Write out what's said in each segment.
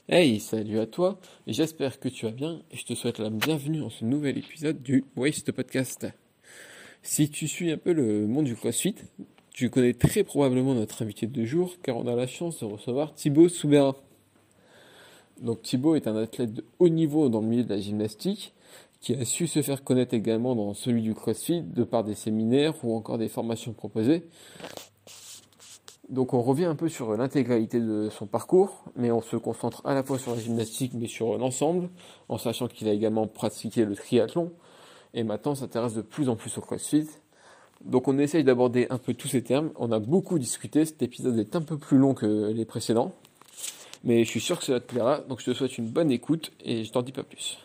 Hey, salut à toi, j'espère que tu vas bien et je te souhaite la bienvenue dans ce nouvel épisode du Waste Podcast. Si tu suis un peu le monde du CrossFit, tu connais très probablement notre invité de jour car on a la chance de recevoir Thibaut Soubera. Donc Thibaut est un athlète de haut niveau dans le milieu de la gymnastique qui a su se faire connaître également dans celui du CrossFit de par des séminaires ou encore des formations proposées. Donc on revient un peu sur l'intégralité de son parcours, mais on se concentre à la fois sur la gymnastique, mais sur l'ensemble, en sachant qu'il a également pratiqué le triathlon, et maintenant s'intéresse de plus en plus au CrossFit. Donc on essaye d'aborder un peu tous ces termes, on a beaucoup discuté, cet épisode est un peu plus long que les précédents, mais je suis sûr que cela te plaira, donc je te souhaite une bonne écoute, et je t'en dis pas plus.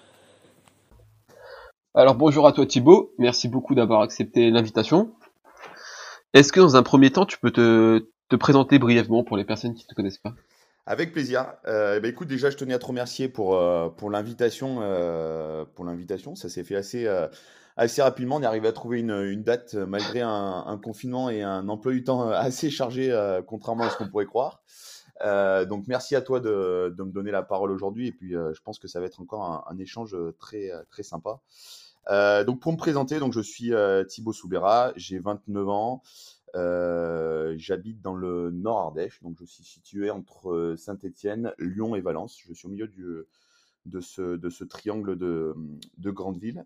Alors bonjour à toi Thibaut, merci beaucoup d'avoir accepté l'invitation. Est-ce que dans un premier temps tu peux te présenter brièvement pour les personnes qui ne te connaissent pas? Avec plaisir. Écoute, déjà, je tenais à te remercier pour l'invitation. Pour l'invitation, ça s'est fait assez rapidement. On est arrivé à trouver une date malgré un confinement et un emploi du temps assez chargé, contrairement à ce qu'on pourrait croire. Donc, merci à toi de me donner la parole aujourd'hui. Et puis, je pense que ça va être encore un échange très sympa. Donc, pour me présenter, donc, je suis Thibaut Soubera, j'ai 29 ans. J'habite dans le Nord Ardèche, donc je suis situé entre Saint-Étienne, Lyon et Valence. Je suis au milieu de ce triangle de grandes villes.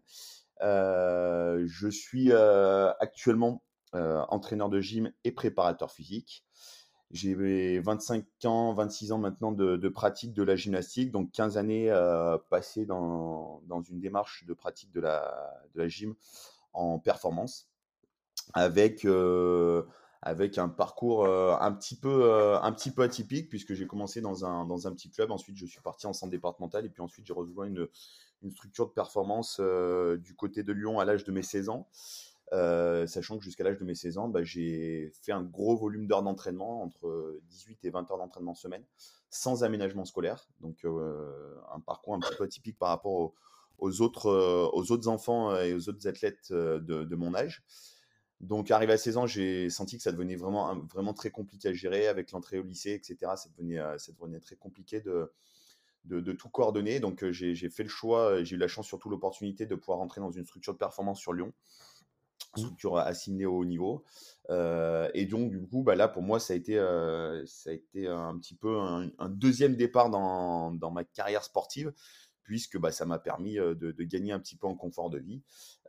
Je suis actuellement entraîneur de gym et préparateur physique. J'ai 25 ans, 26 ans maintenant de pratique de la gymnastique, donc 15 années passées dans une démarche de pratique de la gym en performance avec, avec un parcours un petit peu atypique, puisque j'ai commencé dans un petit club. Ensuite, je suis parti en centre départemental et puis ensuite, j'ai rejoint une structure de performance du côté de Lyon à l'âge de mes 16 ans. Sachant que jusqu'à l'âge de mes 16 ans, bah, j'ai fait un gros volume d'heures d'entraînement, entre 18 et 20 heures d'entraînement semaine, sans aménagement scolaire. Donc, un parcours un petit peu atypique par rapport aux autres enfants et aux autres athlètes de mon âge. Donc, arrivé à 16 ans, j'ai senti que ça devenait vraiment très compliqué à gérer avec l'entrée au lycée, etc. Ça devenait très compliqué de tout coordonner. Donc, j'ai fait le choix, j'ai eu la chance, surtout l'opportunité de pouvoir rentrer dans une structure de performance sur Lyon, structure assimilée au haut niveau. Et donc, du coup, bah, là, pour moi, ça a été un petit peu un deuxième départ dans ma carrière sportive, puisque bah, ça m'a permis de gagner un petit peu en confort de vie.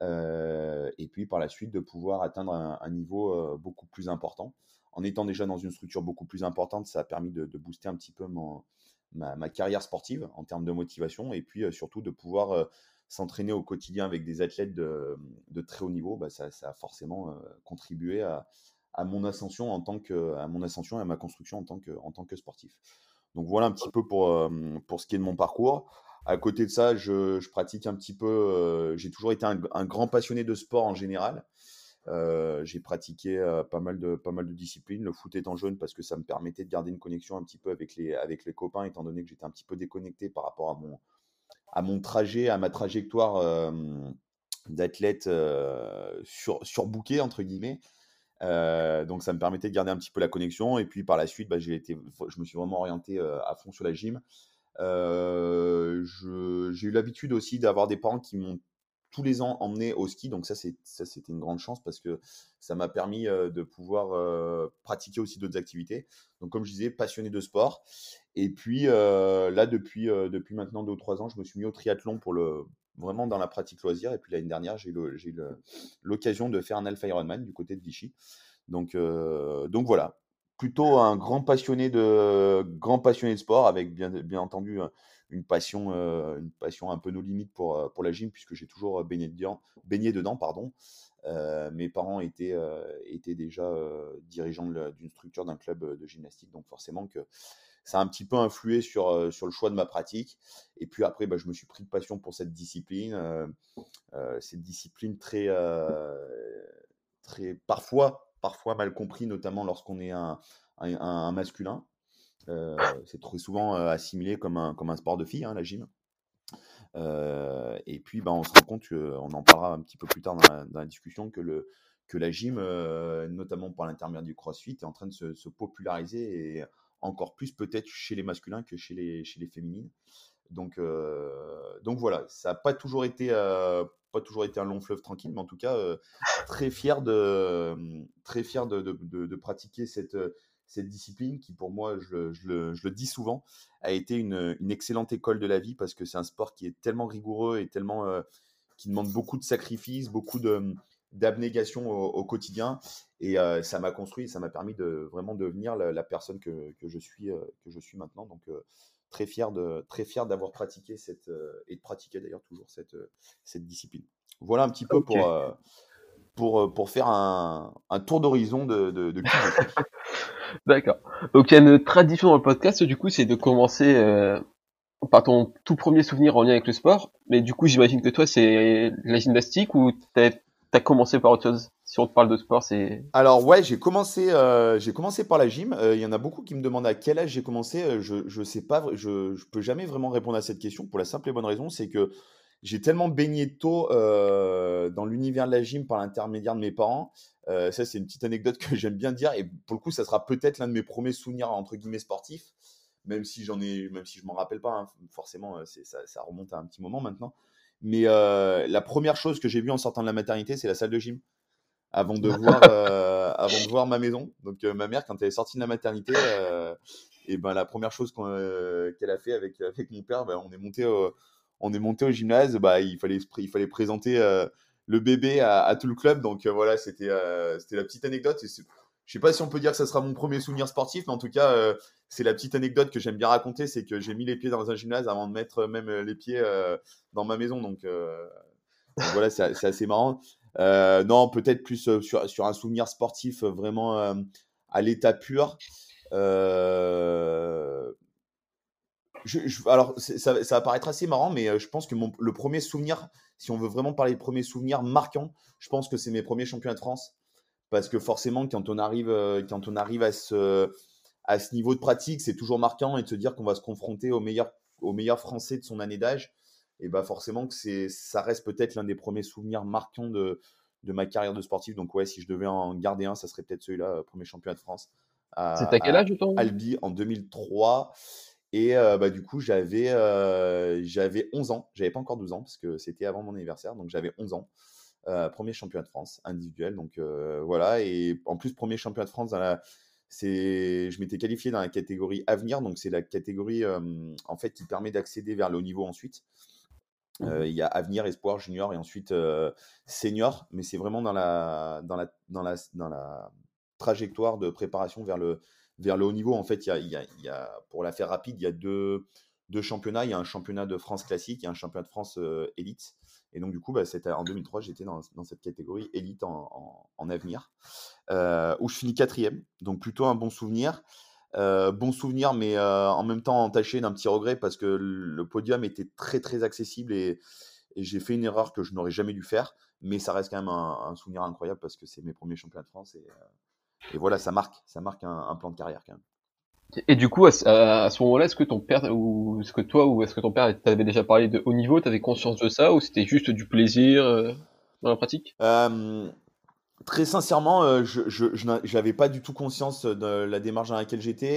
Et puis, par la suite, de pouvoir atteindre un niveau beaucoup plus important. En étant déjà dans une structure beaucoup plus importante, ça a permis de booster un petit peu ma carrière sportive en termes de motivation. Et puis, surtout, de pouvoir s'entraîner au quotidien avec des athlètes de très haut niveau, bah, ça a forcément contribué à mon ascension à mon ascension et à ma construction en tant que sportif. Donc voilà un petit peu pour ce qui est de mon parcours. À côté de ça, je pratique un petit peu. J'ai toujours été un grand passionné de sport en général. J'ai pratiqué pas mal de disciplines. Le foot étant jeune, parce que ça me permettait de garder une connexion un petit peu avec les copains, étant donné que j'étais un petit peu déconnecté par rapport à mon trajet, à ma trajectoire d'athlète surbooké, entre guillemets. Donc ça me permettait de garder un petit peu la connexion. Et puis par la suite, bah, je me suis vraiment orienté à fond sur la gym. J'ai eu l'habitude aussi d'avoir des parents qui m'ont tous les ans emmené au ski. Donc ça, c'était une grande chance, parce que ça m'a permis de pouvoir pratiquer aussi d'autres activités. Donc comme je disais, passionné de sport. Et puis là, depuis maintenant 2 ou 3 ans, je me suis mis au triathlon vraiment dans la pratique loisir. Et puis l'année dernière, j'ai eu l'occasion de faire un Alpha Ironman du côté de Vichy. Donc voilà, plutôt un grand passionné de sport, avec bien entendu une passion un peu nos limites pour la gym, puisque j'ai toujours baigné dedans, pardon. Mes parents étaient déjà dirigeants d'une structure, d'un club de gymnastique, donc forcément que ça a un petit peu influé sur le choix de ma pratique. Et puis après, bah, je me suis pris de passion pour cette discipline très parfois mal compris, notamment lorsqu'on est un masculin. C'est très souvent assimilé comme un sport de filles, hein, la gym. Et puis, bah, on se rend compte, on en parlera un petit peu plus tard dans la discussion, que la gym, notamment par l'intermédiaire du CrossFit, est en train de se populariser et encore plus peut-être chez les masculins que chez les féminines. Donc voilà, ça n'a pas toujours été un long fleuve tranquille, mais en tout cas, très fier de pratiquer cette discipline qui, pour moi, je le dis souvent, a été une excellente école de la vie parce que c'est un sport qui est tellement rigoureux et tellement, qui demande beaucoup de sacrifices, beaucoup d'abnégation au quotidien. Et ça m'a construit, ça m'a permis de vraiment devenir la personne que je suis maintenant. Donc, très fier d'avoir pratiqué et de pratiquer d'ailleurs toujours cette discipline. Voilà un petit peu Ok. pour faire un tour d'horizon de qui je suis. D'accord. Donc il y a une tradition dans le podcast, du coup, c'est de commencer par ton tout premier souvenir en lien avec le sport. Mais du coup, j'imagine que toi, c'est la gymnastique ou t'as commencé par autre chose? Si on te parle de sport, c'est... Alors ouais, j'ai commencé par la gym. Il y en a beaucoup qui me demandent à quel âge j'ai commencé. Je sais pas, je peux jamais vraiment répondre à cette question pour la simple et bonne raison, c'est que j'ai tellement baigné tôt dans l'univers de la gym par l'intermédiaire de mes parents. Ça, c'est une petite anecdote que j'aime bien dire. Et pour le coup, ça sera peut-être l'un de mes premiers souvenirs entre guillemets sportifs, même si je m'en rappelle pas, hein, forcément, ça remonte à un petit moment maintenant. Mais la première chose que j'ai vue en sortant de la maternité, c'est la salle de gym avant de voir ma maison. Donc ma mère, quand elle est sortie de la maternité, et ben la première chose qu'elle a fait avec mon père, ben, on est monté au gymnase. Bah, il fallait présenter le bébé à tout le club. Donc voilà, c'était la petite anecdote. Je sais pas si on peut dire que ça sera mon premier souvenir sportif, mais en tout cas, c'est la petite anecdote que j'aime bien raconter, c'est que j'ai mis les pieds dans un gymnase avant de mettre même les pieds dans ma maison. Donc voilà, c'est assez marrant. Non, peut-être plus sur un souvenir sportif vraiment à l'état pur. Euh, alors, ça va paraître assez marrant, mais je pense que le premier souvenir, si on veut vraiment parler de premiers souvenirs marquants, je pense que c'est mes premiers championnats de France. Parce que forcément, quand on arrive à ce niveau de pratique, c'est toujours marquant et de se dire qu'on va se confronter au meilleur français de son année d'âge. Et bah forcément que ça reste peut-être l'un des premiers souvenirs marquants de ma carrière de sportif. Donc ouais, si je devais en garder un, ça serait peut-être celui-là, premier championnat de France C'est à quel âge, à ton... Albi en 2003. Et bah, du coup, j'avais 11 ans. J'avais pas encore 12 ans parce que c'était avant mon anniversaire. Donc j'avais 11 ans. Premier championnat de France individuel. Donc voilà. Et en plus, premier championnat de France je m'étais qualifié dans la catégorie avenir. Donc c'est la catégorie en fait qui permet d'accéder vers le haut niveau ensuite. Il y a avenir, espoir, junior et ensuite senior. Mais c'est vraiment dans la trajectoire de préparation vers le haut niveau. En fait, pour la faire rapide, il y a deux championnats. Il y a un championnat de France classique et un championnat de France élite. Et donc, du coup, bah, c'était en 2003, j'étais dans cette catégorie élite en avenir, où je finis quatrième. Donc, plutôt un bon souvenir. Bon souvenir, mais en même temps entaché d'un petit regret parce que le podium était très, très accessible et j'ai fait une erreur que je n'aurais jamais dû faire. Mais ça reste quand même un souvenir incroyable parce que c'est mes premiers championnats de France et voilà, ça marque un plan de carrière quand même. Et du coup, à ce moment-là, est-ce que ton père, ou est-ce que toi, ou est-ce que ton père t'avait déjà parlé de haut niveau, t'avais conscience de ça, ou c'était juste du plaisir dans la pratique? Euh, Très sincèrement, j'avais pas du tout conscience de la démarche dans laquelle j'étais.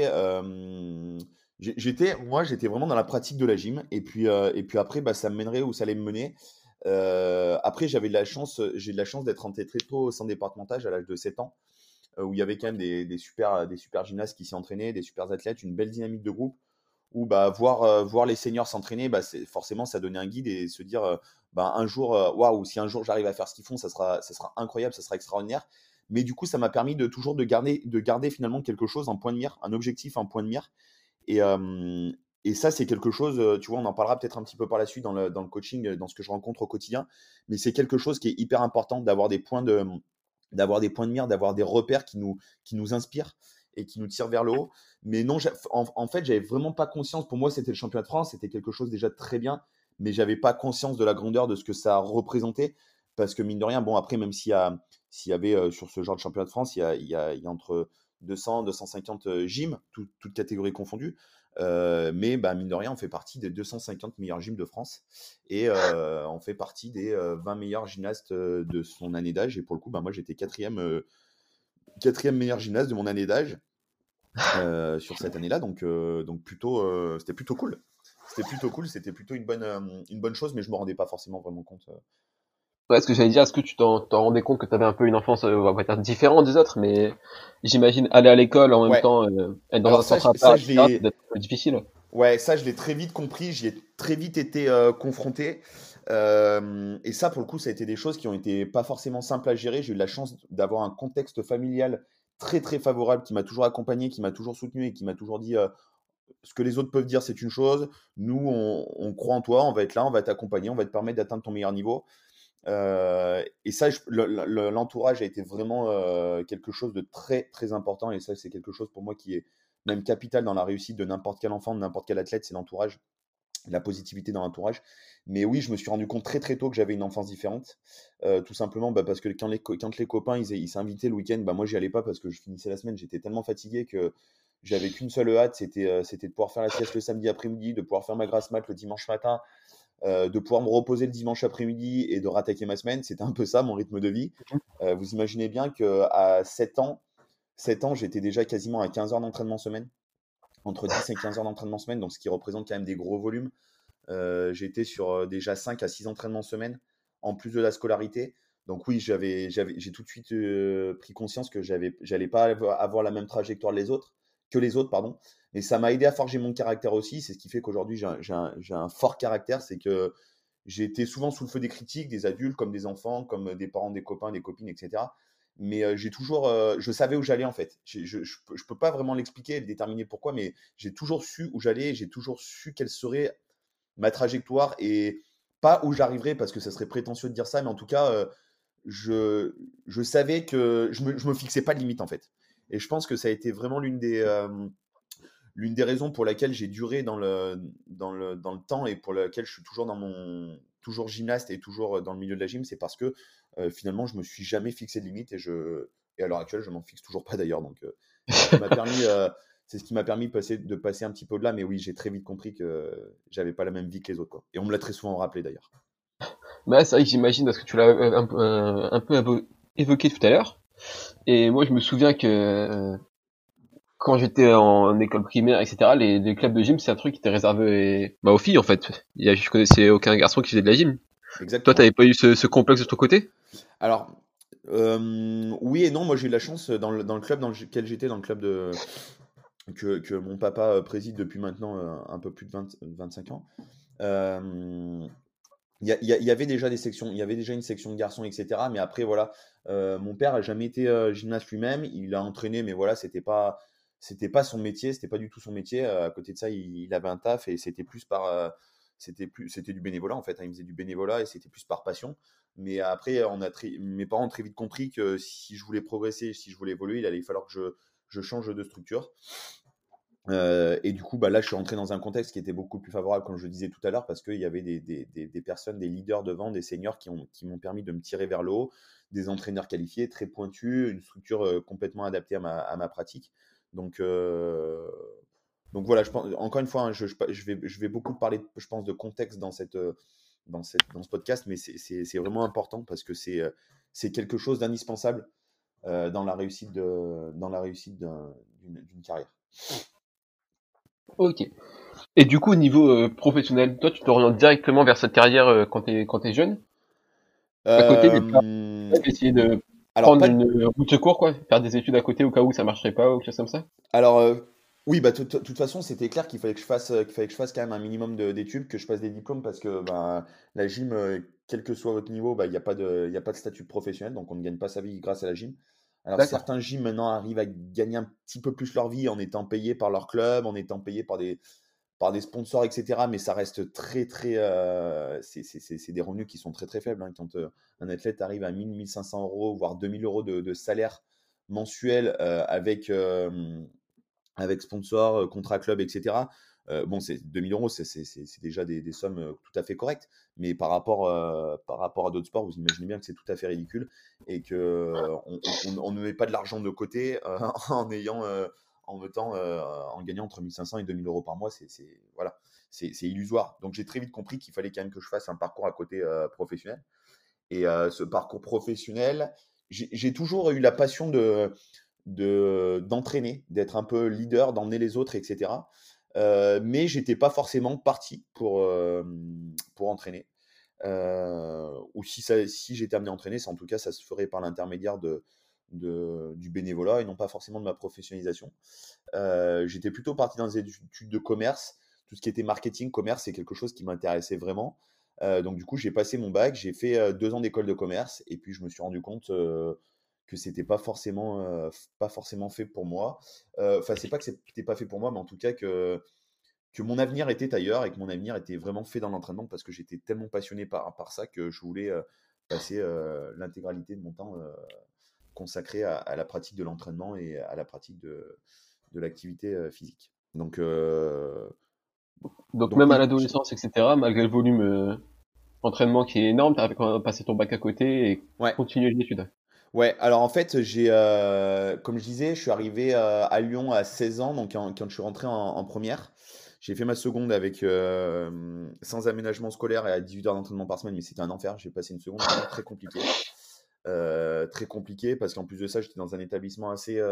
Moi, j'étais vraiment dans la pratique de la gym. Et puis après, bah, ça me mènerait où ça allait me mener. Après, j'ai de la chance d'être entré très tôt au centre départemental à l'âge de 7 ans, où il y avait quand même des super gymnastes qui s'y entraînaient, des super athlètes, une belle dynamique de groupe où bah, voir les seniors s'entraîner, bah, forcément, ça donnait un guide et se dire bah, un jour, waouh, si un jour j'arrive à faire ce qu'ils font, ça sera incroyable, ça sera extraordinaire. Mais du coup, ça m'a permis de garder finalement quelque chose, un point de mire, un objectif, un point de mire. Et, euh, et ça, c'est quelque chose, tu vois, on en parlera peut-être un petit peu par la suite dans le coaching, dans ce que je rencontre au quotidien. Mais c'est quelque chose qui est hyper important d'avoir des points de mire, d'avoir des repères qui nous inspirent et qui nous tirent vers le haut. Mais non, en fait, j'avais vraiment pas conscience. Pour moi, c'était le championnat de France, c'était quelque chose déjà de très bien, mais j'avais pas conscience de la grandeur de ce que ça représentait. Parce que mine de rien, bon, après, même s'il y avait sur ce genre de championnat de France, il y a entre 200, 250 gyms, toutes catégories confondues. Mais bah, mine de rien, on fait partie des 250 meilleurs gyms de France et on fait partie des 20 meilleurs gymnastes de son année d'âge. Et pour le coup, bah, moi, j'étais quatrième meilleur gymnaste de mon année d'âge. sur cette année-là. Donc plutôt, c'était plutôt cool. C'était plutôt cool, c'était plutôt une bonne chose, mais je me rendais pas forcément vraiment compte. Ouais, ce que j'allais dire, est-ce que tu t'en rendais compte que t'avais un peu une enfance, on va dire différente des autres, mais j'imagine aller à l'école en même Ouais. temps, être dans Alors un centre à part, je etc., ça l'ai, doit être un peu difficile. ouais, ça je l'ai très vite compris, j'y ai très vite été confronté. Et ça, pour le coup, ça a été des choses qui ont été pas forcément simples à gérer. J'ai eu la chance d'avoir un contexte familial très très favorable qui m'a toujours accompagné, qui m'a toujours soutenu et qui m'a toujours dit ce que les autres peuvent dire, c'est une chose. Nous, on croit en toi, on va être là, on va t'accompagner, on va te permettre d'atteindre ton meilleur niveau. Et ça, l'entourage a été vraiment quelque chose de très très important. Et ça, c'est quelque chose pour moi qui est même capital dans la réussite de n'importe quel enfant, de n'importe quel athlète, c'est l'entourage, la positivité dans l'entourage. Mais oui, je me suis rendu compte très très tôt que j'avais une enfance différente. Tout simplement parce que quand les copains ils s'invitaient le week-end, bah, moi j'y allais pas parce que je finissais la semaine, j'étais tellement fatigué que j'avais qu'une seule hâte, c'était de pouvoir faire la sieste le samedi après-midi, de pouvoir faire ma grasse mat le dimanche matin, de pouvoir me reposer le dimanche après-midi et de rattaquer ma semaine. C'était un peu ça mon rythme de vie. Vous imaginez bien qu'à 7 ans, j'étais déjà quasiment à 15 heures d'entraînement semaine, entre 10 et 15 heures d'entraînement semaine, donc ce qui représente quand même des gros volumes. J'étais sur déjà 5 à 6 entraînements semaine, en plus de la scolarité. Donc oui, j'ai tout de suite pris conscience que j'allais pas avoir la même trajectoire que les autres, pardon. Et ça m'a aidé à forger mon caractère aussi. C'est ce qui fait qu'aujourd'hui, j'ai un fort caractère. C'est que j'ai été souvent sous le feu des critiques, des adultes, comme des enfants, comme des parents, des copains, des copines, etc. Mais je savais où j'allais en fait. Je peux pas vraiment l'expliquer et le déterminer pourquoi, mais j'ai toujours su où j'allais, j'ai toujours su quelle serait ma trajectoire et pas où j'arriverai parce que ça serait prétentieux de dire ça, mais en tout cas, je savais que je me fixais pas de limite en fait. Et je pense que ça a été vraiment l'une des raisons pour laquelle j'ai duré dans le temps et pour laquelle je suis toujours gymnaste et toujours dans le milieu de la gym, c'est parce que finalement, je me suis jamais fixé de limite et à l'heure actuelle, je m'en fixe toujours pas d'ailleurs. Donc, c'est ce qui m'a permis, de passer un petit peu au-delà. Mais oui, j'ai très vite compris que j'avais pas la même vie que les autres, quoi. Et on me l'a très souvent rappelé d'ailleurs. Bah, c'est vrai que j'imagine parce que tu l'as un peu évoqué tout à l'heure. Et moi, je me souviens que quand j'étais en école primaire, etc., les clubs de gym, c'est un truc qui était réservé bah, aux filles, en fait. Je connaissais aucun garçon qui faisait de la gym. Toi, Exactement. t'avais pas eu ce complexe de ton côté? Alors, oui et non. Moi, j'ai eu la chance dans le club dans lequel j'étais, dans le club que mon papa préside depuis maintenant un peu plus de 25 ans. Euh, il y avait déjà des sections, il y avait déjà une section de garçons, etc. Mais après, voilà, mon père a jamais été gymnaste lui-même. Il a entraîné, mais voilà, c'était pas son métier, c'était pas du tout son métier. À côté de ça, il avait un taf et c'était du bénévolat en fait, hein. Il faisait du bénévolat et c'était plus par passion. Mais après, mes parents ont très vite compris que si je voulais progresser, si je voulais évoluer, il allait falloir que je change de structure. Et du coup, bah, là, je suis rentré dans un contexte qui était beaucoup plus favorable, comme je le disais tout à l'heure, parce qu'il y avait des personnes, des leaders devant, des seniors qui m'ont permis de me tirer vers le haut, des entraîneurs qualifiés, très pointus, une structure complètement adaptée à ma pratique. Donc, euh, donc voilà, encore une fois, hein, je vais beaucoup parler, je pense, de contexte dans ce podcast, mais c'est vraiment important parce que c'est quelque chose d'indispensable dans la réussite d'une carrière. Ok. Et du coup, au niveau professionnel, toi, tu t'orientes directement vers cette carrière quand t'es jeune? À côté, t'es pas essayer de Alors, prendre pas, une route de secours, quoi, faire des études à côté au cas où ça marcherait pas ou quelque chose comme ça? Alors, oui, bah, toute façon, c'était clair qu'il fallait que je fasse quand même un minimum d'études, que je passe des diplômes parce que bah, la gym, quel que soit votre niveau, bah, il y a pas de statut professionnel, donc on ne gagne pas sa vie grâce à la gym. Alors, D'accord. certains gyms maintenant arrivent à gagner un petit peu plus leur vie en étant payés par leur club, en étant payés par des sponsors, etc. Mais ça reste très, très. C'est des revenus qui sont très, très faibles, hein. Quand un athlète arrive à 1 500 euros, voire 2 000 euros de salaire mensuel avec sponsor, contrat club, etc. Bon, c'est 2 000 euros, c'est déjà des sommes tout à fait correctes, mais par rapport à d'autres sports, vous imaginez bien que c'est tout à fait ridicule et que on ne met pas de l'argent de côté en gagnant entre 1 500 et 2 000 euros par mois, voilà, c'est illusoire. Donc j'ai très vite compris qu'il fallait quand même que je fasse un parcours à côté professionnel. Et ce parcours professionnel, j'ai toujours eu la passion d'entraîner, d'être un peu leader, d'emmener les autres, etc. Mais j'étais pas forcément parti pour entraîner. Ou si j'étais amené à entraîner, en tout cas, ça se ferait par l'intermédiaire du bénévolat et non pas forcément de ma professionnalisation. J'étais plutôt parti dans des études de commerce. Tout ce qui était marketing, commerce, c'est quelque chose qui m'intéressait vraiment. Donc du coup, j'ai passé mon bac, j'ai fait 2 ans d'école de commerce et puis je me suis rendu compte que c'était pas forcément fait pour moi. Enfin, c'est pas que c'était pas fait pour moi, mais en tout cas que mon avenir était ailleurs et que mon avenir était vraiment fait dans l'entraînement parce que j'étais tellement passionné par ça que je voulais passer l'intégralité de mon temps consacré à la pratique de l'entraînement et à la pratique de l'activité physique. Donc Donc même à oui, l'adolescence, etc., malgré le volume entraînement qui est énorme, t'arrives quand même à passer ton bac à côté et ouais. continuer les études. Ouais, alors en fait, comme je disais, je suis arrivé à Lyon à 16 ans, donc quand je suis rentré en première. J'ai fait ma seconde avec sans aménagement scolaire et à 18 heures d'entraînement par semaine, mais c'était un enfer. J'ai passé une seconde vraiment très compliquée. Très compliquée parce qu'en plus de ça, j'étais dans un établissement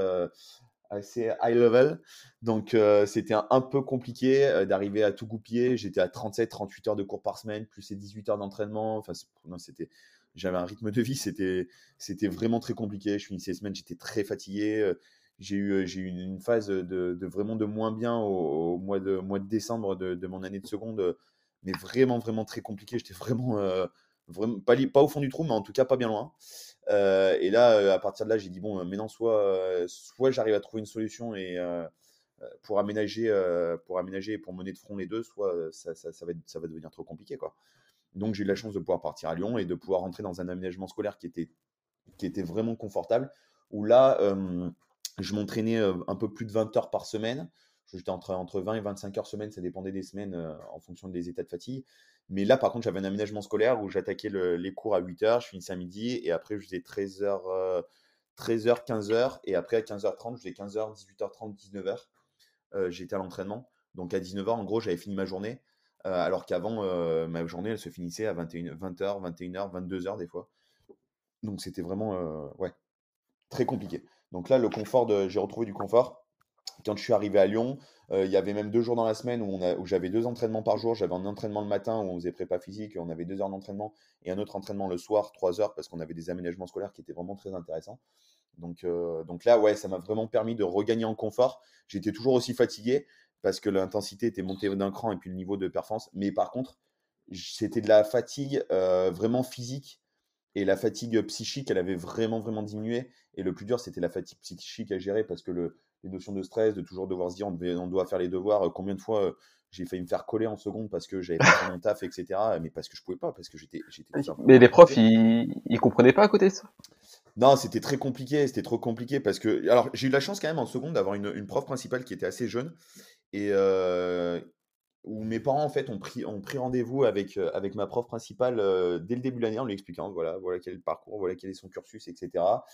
assez high level. Donc, c'était un peu compliqué d'arriver à tout goupiller. J'étais à 37-38 heures de cours par semaine, plus ces 18 heures d'entraînement. Enfin, non, j'avais un rythme de vie, c'était vraiment très compliqué. Je finissais les semaines, j'étais très fatigué. J'ai eu une phase vraiment de moins bien au mois de décembre de mon année de seconde, mais vraiment, vraiment très compliqué. J'étais vraiment pas au fond du trou, mais en tout cas pas bien loin. Et là, à partir de là, j'ai dit bon, maintenant soit j'arrive à trouver une solution et pour aménager et pour mener de front les deux, soit ça va devenir trop compliqué, quoi. Donc j'ai eu la chance de pouvoir partir à Lyon et de pouvoir rentrer dans un aménagement scolaire qui était vraiment confortable. Où là, je m'entraînais un peu plus de 20 heures par semaine. J'étais entre 20 et 25 heures semaine, ça dépendait des semaines en fonction des états de fatigue. Mais là, par contre, j'avais un aménagement scolaire où j'attaquais les cours à 8 heures, je finissais à midi et après, je faisais 13 heures, 13 heures, 15 heures. Et après, à 15h30, je faisais 15 heures, 18h30, 19h. J'étais à l'entraînement. Donc à 19h, en gros, j'avais fini ma journée. Alors qu'avant, ma journée, elle se finissait à 20h, 21h, 22h des fois. Donc c'était vraiment ouais, très compliqué. Donc là, j'ai retrouvé du confort. Quand je suis arrivé à Lyon, il y avait même 2 jours dans la semaine où j'avais 2 entraînements par jour. J'avais un entraînement le matin où on faisait prépa physique, on avait 2 heures d'entraînement, et un autre entraînement le soir, 3 heures, parce qu'on avait des aménagements scolaires qui étaient vraiment très intéressants. Donc là, ouais, ça m'a vraiment permis de regagner en confort. J'étais toujours aussi fatigué parce que l'intensité était montée d'un cran et puis le niveau de performance. Mais par contre, c'était de la fatigue vraiment physique. Et la fatigue psychique, elle avait vraiment, vraiment diminué. Et le plus dur, c'était la fatigue psychique à gérer parce que les notions de stress, de toujours devoir se dire on doit faire les devoirs. Combien de fois j'ai failli me faire coller en seconde parce que j'avais pas fait mon taf, etc. Mais parce que je pouvais pas, parce que j'étais tout Mais simplement les profs, épuisé. ils comprenaient pas à côté de ça. Non, c'était très compliqué, c'était trop compliqué parce que. Alors, j'ai eu la chance quand même en seconde d'avoir une prof principale qui était assez jeune et où mes parents en fait ont pris rendez-vous avec ma prof principale dès le début de l'année en lui expliquant voilà quel est le parcours, voilà quel est son cursus, etc.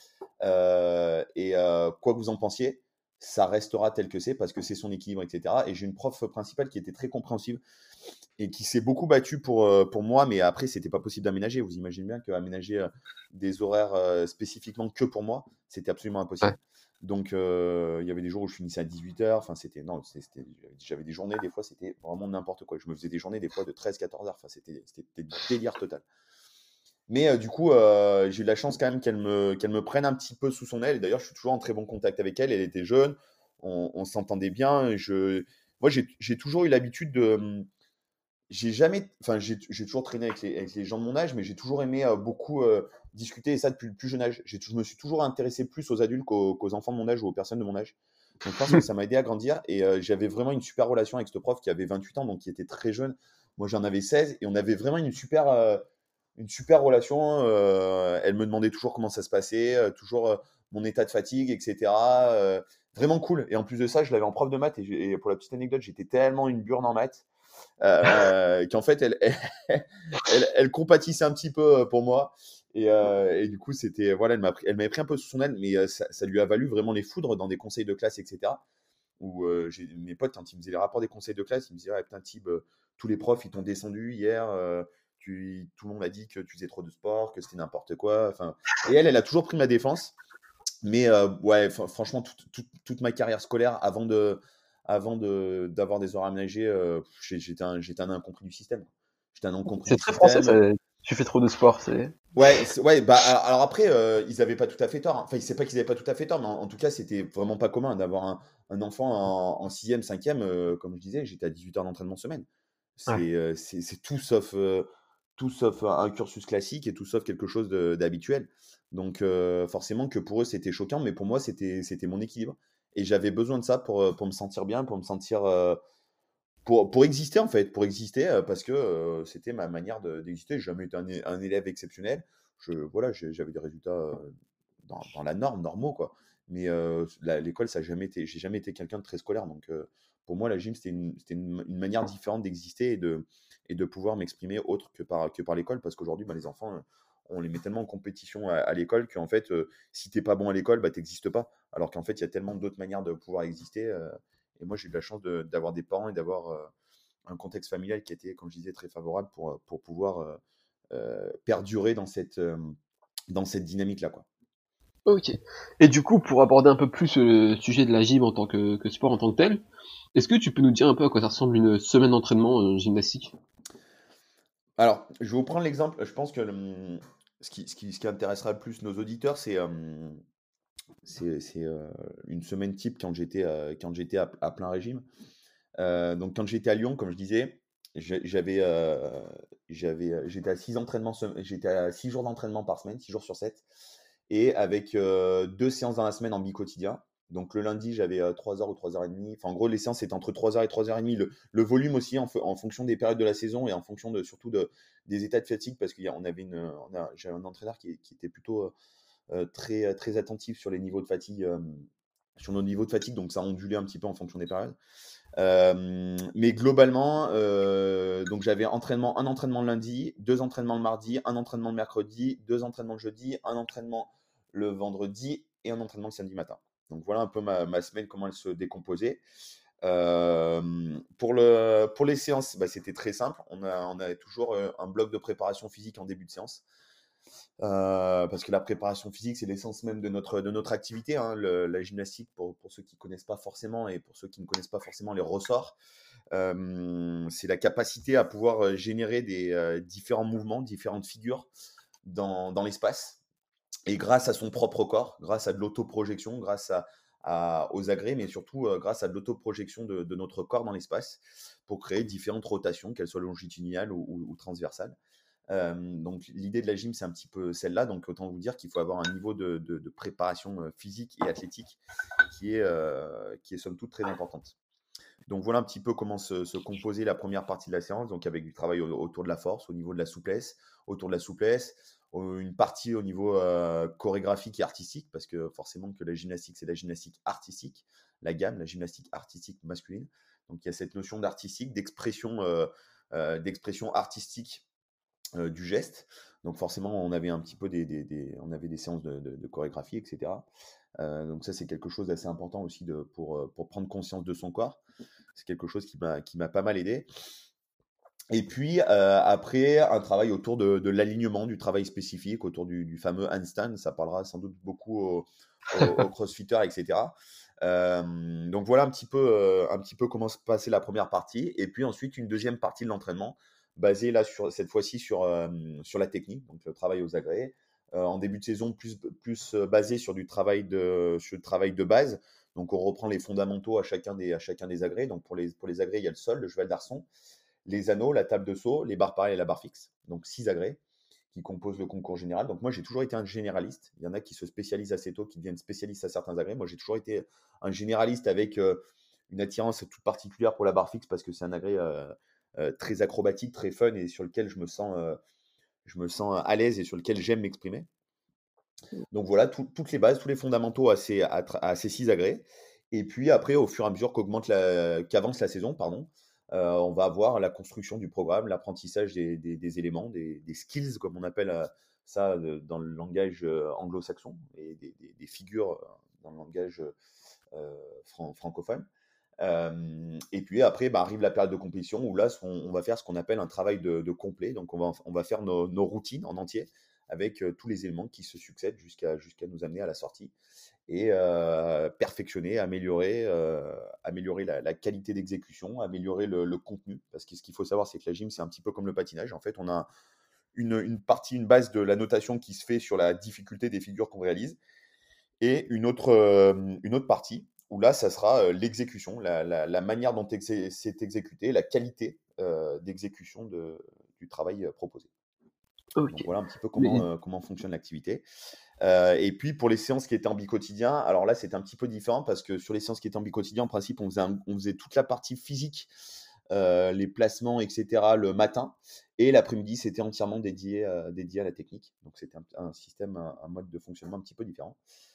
Quoi que vous en pensiez, ça restera tel que c'est parce que c'est son équilibre, etc. Et j'ai une prof principale qui était très compréhensive et qui s'est beaucoup battue pour moi, mais après, c'était pas possible d'aménager. Vous imaginez bien qu'aménager des horaires spécifiquement que pour moi, c'était absolument Ouais. impossible. Donc, il y avait des jours où je finissais à 18h. Enfin, non, j'avais des journées, des fois, c'était vraiment n'importe quoi. Je me faisais des journées, des fois, de 13-14 heures. Enfin, c'était délire total. Mais du coup, j'ai eu la chance quand même qu'elle me prenne un petit peu sous son aile. Et d'ailleurs, je suis toujours en très bon contact avec elle. Elle était jeune, on s'entendait bien. Moi, j'ai toujours eu l'habitude de. J'ai jamais, enfin, j'ai toujours traîné avec les gens de mon âge, mais j'ai toujours aimé beaucoup discuter, et ça depuis le plus jeune âge. Je me suis toujours intéressé plus aux adultes qu'aux enfants de mon âge ou aux personnes de mon âge. Donc, je pense que ça m'a aidé à grandir et j'avais vraiment une super relation avec ce prof qui avait 28 ans, donc qui était très jeune. Moi, j'en avais 16 et on avait vraiment une super relation. Elle me demandait toujours comment ça se passait, toujours mon état de fatigue, etc. Vraiment cool. Et en plus de ça, je l'avais en prof de maths et pour la petite anecdote, j'étais tellement une burne en maths qu'en fait, elle compatissait un petit peu pour moi. Et du coup, c'était voilà, elle m'avait pris un peu sous son aile, mais ça lui a valu vraiment les foudres dans des conseils de classe, etc. Où mes potes, quand ils me faisaient les rapports des conseils de classe, ils me disaient ouais, putain, Thib, tous les profs, ils t'ont descendu hier. Tout le monde m'a dit que tu faisais trop de sport, que c'était n'importe quoi. Enfin, et elle a toujours pris ma défense. Mais ouais, franchement, toute ma carrière scolaire, d'avoir des horaires aménagés, j'étais un incompris du système. J'étais un incompris C'est du très français, ça. système. Tu fais trop de sport, c'est. Ouais, ouais, bah alors après, ils avaient pas tout à fait tort, hein. Enfin, c'est pas qu'ils avaient pas tout à fait tort, mais en tout cas, c'était vraiment pas commun d'avoir un enfant en sixième, cinquième. Comme je disais, j'étais à 18 heures d'entraînement semaine. Ouais. C'est tout sauf un cursus classique et tout sauf quelque chose d'habituel. Donc forcément que pour eux, c'était choquant, mais pour moi, c'était mon équilibre. Et j'avais besoin de ça pour me sentir bien, pour me sentir, pour exister en fait, pour exister, parce que, c'était ma manière d'exister. J'ai jamais été un élève exceptionnel. Voilà, j'avais des résultats, dans la norme, normaux quoi. Mais, l'école, ça a jamais été j'ai jamais été quelqu'un de très scolaire, donc, pour moi, la gym, c'était une manière différente d'exister et de pouvoir m'exprimer autre que par l'école. Parce qu'aujourd'hui, bah, les enfants, on les met tellement en compétition à l'école qu'en fait, si t'es pas bon à l'école, bah, tu pas. Alors qu'en fait, il y a tellement d'autres manières de pouvoir exister, et moi, j'ai eu de la chance d'avoir des parents et d'avoir, un contexte familial qui était, comme je disais, très favorable pour pouvoir, perdurer dans cette dynamique-là, quoi. Ok. Et du coup, pour aborder un peu plus le sujet de la gym en tant que sport en tant que tel, est-ce que tu peux nous dire un peu à quoi ça ressemble une semaine d'entraînement gymnastique? Alors, je vais vous prendre l'exemple. Je pense que ce qui intéressera le plus nos auditeurs, c'est une semaine type quand j'étais à plein régime. Donc, quand j'étais à Lyon, comme je disais, j'étais à 6 jours d'entraînement par semaine, 6 jours sur 7, et avec 2 séances dans la semaine en bi-quotidien. Donc le lundi, j'avais 3 heures ou 3h30. Enfin, en gros, les séances étaient entre 3 heures et 3h30. Le volume aussi, en fonction des périodes de la saison et en fonction surtout des états de fatigue, parce j'avais un entraîneur qui était plutôt très, très attentif sur les niveaux de fatigue, sur nos niveaux de fatigue, donc ça ondulait un petit peu en fonction des périodes. Mais globalement, donc j'avais un entraînement le lundi, 2 entraînements le mardi, un entraînement le mercredi, 2 entraînements le jeudi, un entraînement le vendredi et un entraînement le samedi matin. Donc voilà un peu ma semaine, comment elle se décomposait. Pour les séances, bah, c'était très simple. On avait toujours un bloc de préparation physique en début de séance. Parce que la préparation physique, c'est l'essence même de notre activité, hein. La gymnastique, pour ceux qui ne connaissent pas forcément et pour ceux qui ne connaissent pas forcément les ressorts, c'est la capacité à pouvoir générer des différents mouvements, différentes figures dans l'espace. Et grâce à son propre corps, grâce à de l'autoprojection, grâce aux agrès, mais surtout grâce à de l'autoprojection de notre corps dans l'espace, pour créer différentes rotations, qu'elles soient longitudinales ou transversales. Donc l'idée de la gym, c'est un petit peu celle-là. Donc autant vous dire qu'il faut avoir un niveau de préparation physique et athlétique qui est somme toute très importante. Donc voilà un petit peu comment se composait la première partie de la séance, donc avec du travail autour de la force, au niveau de la souplesse, une partie au niveau chorégraphique et artistique, parce que forcément que la gymnastique, c'est la gymnastique artistique, la gymnastique artistique masculine. Donc il y a cette notion d'artistique, d'expression artistique du geste. Donc forcément, on avait un petit peu on avait des séances de chorégraphie, etc. Donc ça, c'est quelque chose d'assez important aussi pour prendre conscience de son corps. C'est quelque chose qui m'a pas mal aidé. Et puis après, un travail autour de l'alignement, du travail spécifique, autour du fameux handstand. Ça parlera sans doute beaucoup aux crossfitters, etc. Donc voilà un petit peu comment se passait la première partie. Et puis ensuite, une deuxième partie de l'entraînement, basée là, cette fois-ci sur la technique, donc le travail aux agrès. En début de saison, plus basé sur le travail de base. Donc on reprend les fondamentaux à chacun des agrès. Donc pour les agrès, il y a le sol, le cheval d'arçon, les anneaux, la table de saut, les barres parallèles et la barre fixe. Donc 6 agrès qui composent le concours général. Donc moi, j'ai toujours été un généraliste. Il y en a qui se spécialisent assez tôt, qui deviennent spécialistes à certains agrès. Moi, j'ai toujours été un généraliste avec une attirance toute particulière pour la barre fixe, parce que c'est un agrès très acrobatique, très fun, et sur lequel je me sens à l'aise et sur lequel j'aime m'exprimer. Donc voilà, toutes les bases, tous les fondamentaux à ces 6 agrès. Et puis après, au fur et à mesure qu'avance la saison, pardon, on va avoir la construction du programme, l'apprentissage des éléments, des skills, comme on appelle ça dans le langage anglo-saxon, et des figures dans le langage francophone. Et puis après, bah, arrive la période de compétition où là, on va faire ce qu'on appelle un travail de complet. Donc on va faire nos routines en entier, avec tous les éléments qui se succèdent jusqu'à nous amener à la sortie et perfectionner, améliorer la qualité d'exécution, améliorer le contenu. Parce que ce qu'il faut savoir, c'est que la gym, c'est un petit peu comme le patinage. En fait, on a une base de la notation qui se fait sur la difficulté des figures qu'on réalise et une autre partie où là, ça sera l'exécution, la manière dont c'est exécuté, la qualité d'exécution du travail proposé. Donc Ok. voilà un petit peu Mais comment fonctionne l'activité. Et puis pour les séances qui étaient en bicotidien, alors là c'était un petit peu différent parce que sur les séances qui étaient en bicotidien, en principe on faisait toute la partie physique, les placements, etc. le matin, et l'après-midi c'était entièrement dédié à la technique. Donc c'était un système, un mode de fonctionnement un petit peu différent.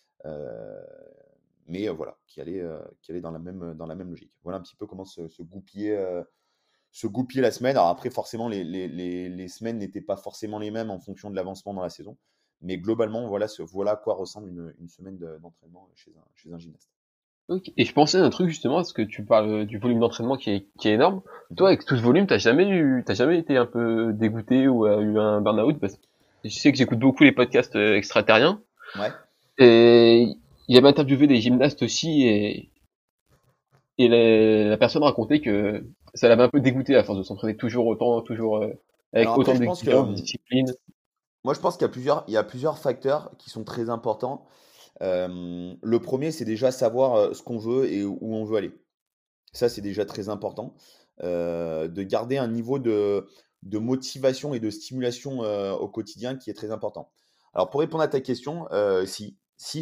Mais voilà, qui allait dans la même logique. Voilà un petit peu comment se goupiller la semaine. Alors après, forcément, les semaines n'étaient pas forcément les mêmes en fonction de l'avancement dans la saison. Mais globalement, voilà à quoi ressemble une semaine d'entraînement chez un gymnaste. ok. Et je pensais à un truc justement, parce que tu parles du volume d'entraînement qui est énorme. Toi, Mhm. avec tout ce volume, t'as jamais été un peu dégoûté ou eu un burn-out? Parce que je sais que j'écoute beaucoup les podcasts extraterriens. Ouais. Et il avait interviewé des gymnastes aussi, et la personne racontait que ça l'avait un peu dégoûté à force de s'entraîner toujours autant, toujours Alors avec après, autant je pense d'exigences, de que discipline. moi, je pense qu'il y a plusieurs facteurs qui sont très importants. Le premier, c'est déjà savoir ce qu'on veut et où on veut aller. Ça, c'est déjà très important. De garder un niveau de motivation et de stimulation au quotidien qui est très important. Alors, pour répondre à ta question, si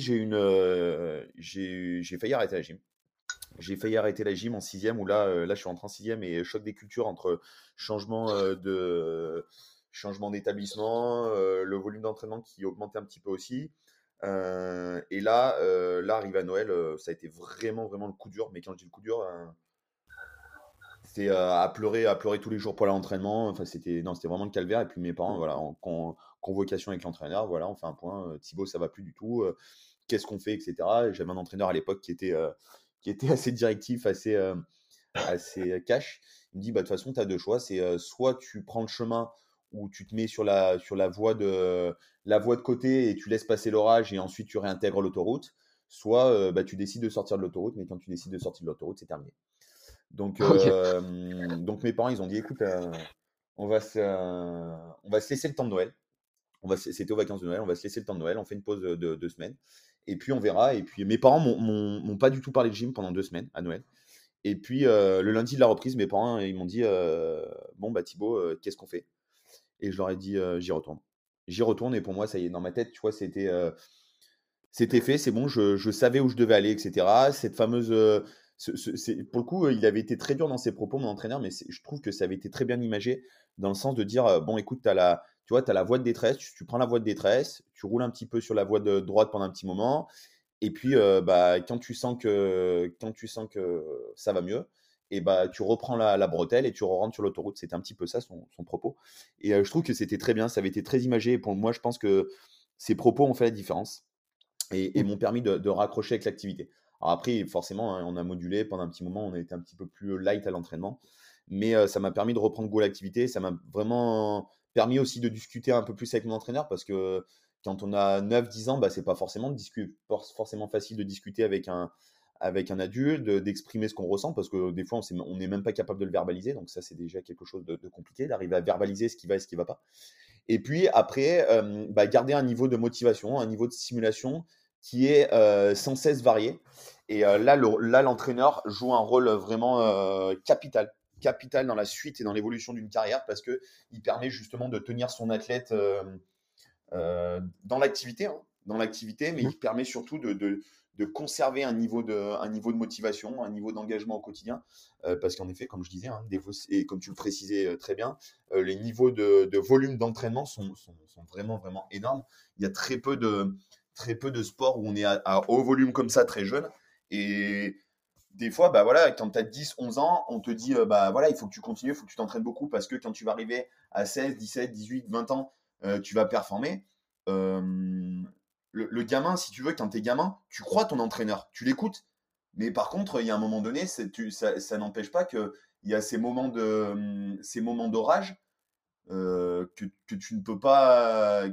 j'ai failli arrêter la gym. J'ai failli arrêter la gym en sixième, où là je suis rentré en sixième et choc des cultures entre changement changement d'établissement, le volume d'entraînement qui augmentait un petit peu aussi. Et là, arrivé à Noël, ça a été vraiment, vraiment le coup dur. Mais quand je dis le coup dur, c'était à pleurer tous les jours pour l'entraînement. Enfin, non, c'était vraiment le calvaire. Et puis mes parents, voilà, en convocation avec l'entraîneur, voilà, on fait un point. Thibaut, ça va plus du tout. Qu'est-ce qu'on fait, etc. Et j'avais un entraîneur à l'époque qui était assez directif, assez cash. Il me dit, bah, de toute façon, tu as deux choix. C'est soit tu prends le chemin où tu te mets sur la voie de côté et tu laisses passer l'orage et ensuite tu réintègres l'autoroute. Soit bah, tu décides de sortir de l'autoroute, mais quand tu décides de sortir de l'autoroute, c'est terminé. Donc, Ok. mes parents, ils ont dit, écoute, on va se laisser le temps de Noël. C'était aux vacances de Noël, on va se laisser le temps de Noël, on fait une pause de 2 semaines. Et puis on verra. Et puis mes parents m'ont pas du tout parlé de gym pendant 2 semaines à Noël. Et puis le lundi de la reprise, mes parents ils m'ont dit bon bah Thibaut, qu'est-ce qu'on fait? Et je leur ai dit j'y retourne. J'y retourne et pour moi ça y est dans ma tête, tu vois, c'était fait, c'est bon, je savais où je devais aller, etc. Cette fameuse pour le coup, il avait été très dur dans ses propos, mon entraîneur, mais je trouve que ça avait été très bien imagé dans le sens de dire bon écoute, tu as la voie de détresse, tu prends la voie de détresse, tu roules un petit peu sur la voie de droite pendant un petit moment. Et puis, bah, quand tu sens que ça va mieux, et bah, tu reprends la bretelle et tu rentres sur l'autoroute. C'était un petit peu ça son propos. Et je trouve que c'était très bien, ça avait été très imagé. Et pour moi, je pense que ces propos ont fait la différence et m'ont permis de raccrocher avec l'activité. Alors après, forcément, hein, on a modulé pendant un petit moment, on a été un petit peu plus light à l'entraînement. Mais ça m'a permis de reprendre goût à l'activité. Ça m'a vraiment permis aussi de discuter un peu plus avec mon entraîneur parce que quand on a 9-10 ans, bah, c'est pas forcément facile de discuter avec un adulte, d'exprimer ce qu'on ressent parce que des fois, on n'est même pas capable de le verbaliser. Donc ça, c'est déjà quelque chose de compliqué, d'arriver à verbaliser ce qui va et ce qui va pas. Et puis après, bah, garder un niveau de motivation, un niveau de stimulation qui est sans cesse varié. Et là, l'entraîneur joue un rôle vraiment capital dans la suite et dans l'évolution d'une carrière parce qu'il permet justement de tenir son athlète dans l'activité, hein, mais il permet surtout de conserver un niveau de motivation, un niveau d'engagement au quotidien. Parce qu'en effet, comme je disais, hein, et comme tu le précisais très bien, les niveaux de volume d'entraînement sont vraiment, vraiment énormes. Il y a très peu de sports où on est à haut volume comme ça très jeune. Et des fois, bah voilà, quand tu as 10, 11 ans, on te dit, bah voilà, il faut que tu continues, il faut que tu t'entraînes beaucoup parce que quand tu vas arriver à 16, 17, 18, 20 ans, tu vas performer. Euh, le gamin, si tu veux, quand tu es gamin, tu crois ton entraîneur, tu l'écoutes. Mais par contre, il y a un moment donné, ça n'empêche pas qu'il y a ces moments d'orage que tu ne peux pas,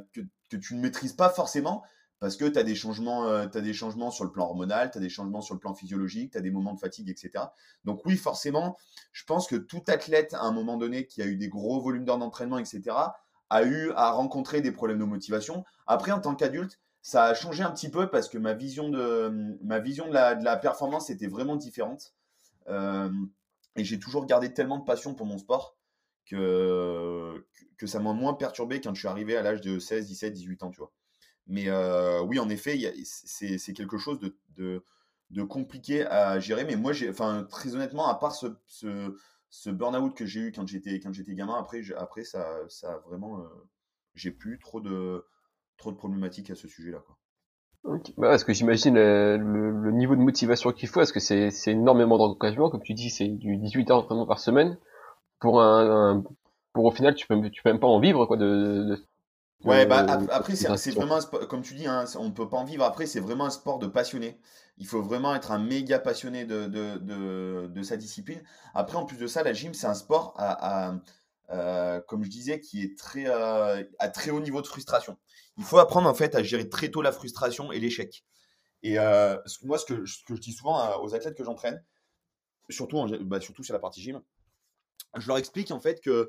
que tu ne maîtrises pas forcément parce que tu as des changements sur le plan hormonal, tu as des changements sur le plan physiologique, tu as des moments de fatigue, etc. Donc oui, forcément, je pense que tout athlète, à un moment donné, qui a eu des gros volumes d'heures d'entraînement, etc., a eu à rencontrer des problèmes de motivation. Après, en tant qu'adulte, ça a changé un petit peu parce que ma vision de la performance était vraiment différente. Euh, et j'ai toujours gardé tellement de passion pour mon sport que ça m'a moins perturbé quand je suis arrivé à l'âge de 16, 17, 18 ans, tu vois. Mais oui, en effet, c'est quelque chose de compliqué à gérer. Mais moi, très honnêtement, à part ce burn-out que j'ai eu quand j'étais gamin, après ça a vraiment, j'ai plus trop de problématiques à ce sujet-là, quoi. Ok. Bah, parce que j'imagine le niveau de motivation qu'il faut, parce que c'est énormément d'engagement, comme tu dis, c'est du 18 heures d'entraînement par semaine. Pour pour au final, tu peux même pas en vivre, quoi, Ouais, bah de après, tes c'est institutions. vraiment un sport, comme tu dis, hein, on ne peut pas en vivre. Après, c'est vraiment un sport de passionné. Il faut vraiment être un méga passionné de sa discipline. Après, en plus de ça, la gym, c'est un sport comme je disais, qui est à très haut niveau de frustration. Il faut apprendre en fait à gérer très tôt la frustration et l'échec. Et moi, ce que je dis souvent aux athlètes que j'entraîne, surtout sur la partie gym, je leur explique en fait que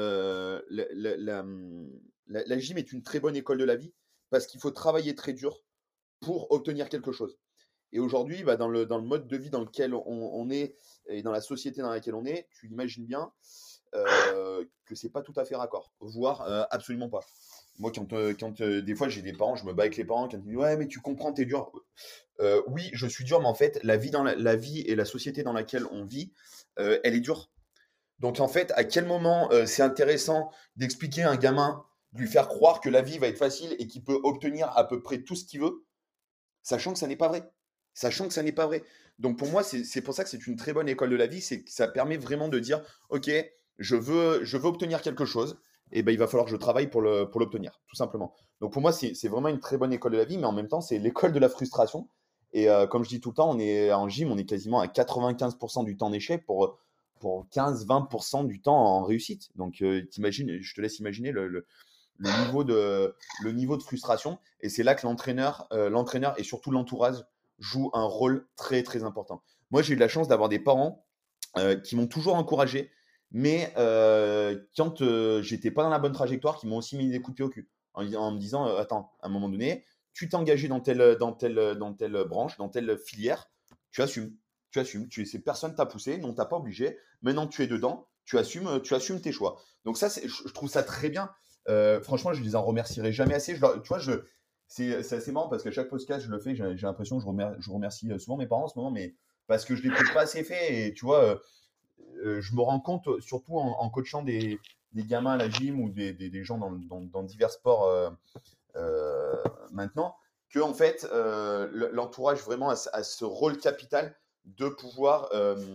la gym est une très bonne école de la vie parce qu'il faut travailler très dur pour obtenir quelque chose. Et aujourd'hui, bah, dans le mode de vie dans lequel on est et dans la société dans laquelle on est, tu imagines bien que c'est pas tout à fait raccord, voire absolument pas. Moi, quand des fois j'ai des parents, je me bats avec les parents quand ils me disent ouais, mais tu comprends, t'es dur. Oui, je suis dur, mais en fait, la vie et la société dans laquelle on vit, elle est dure. Donc en fait, à quel moment c'est intéressant d'expliquer à un gamin, de lui faire croire que la vie va être facile et qu'il peut obtenir à peu près tout ce qu'il veut, sachant que ça n'est pas vrai. Sachant que ça n'est pas vrai. Donc pour moi, c'est pour ça que c'est une très bonne école de la vie, c'est que ça permet vraiment de dire, ok, je veux obtenir quelque chose, et ben il va falloir que je travaille pour l'obtenir, tout simplement. Donc pour moi, c'est vraiment une très bonne école de la vie, mais en même temps, c'est l'école de la frustration. Et comme je dis tout le temps, on est en gym, on est quasiment à 95% du temps en échec pour 15-20% du temps en réussite. Donc je te laisse imaginer le niveau de frustration. Et c'est là que l'entraîneur et surtout l'entourage jouent un rôle très très important. Moi, j'ai eu de la chance d'avoir des parents qui m'ont toujours encouragé, mais quand j'étais pas dans la bonne trajectoire, qui m'ont aussi mis des coups de pied au cul en me disant attends, à un moment donné, tu t'es engagé dans telle branche, dans telle filière, tu assumes. Tu assumes. Personne t'a poussé, non, t'as pas obligé. Maintenant que tu es dedans, tu assumes tes choix. Donc ça, je trouve ça très bien. Franchement, je les en remercierai jamais assez. Tu vois, c'est assez marrant parce qu'à chaque podcast, je le fais. J'ai l'impression que je remercie souvent mes parents en ce moment, mais parce que je l'ai peut-être pas assez fait. Et tu vois, je me rends compte, surtout en coachant des gamins à la gym ou des gens dans divers sports maintenant, que en fait, l'entourage vraiment a ce rôle capital de pouvoir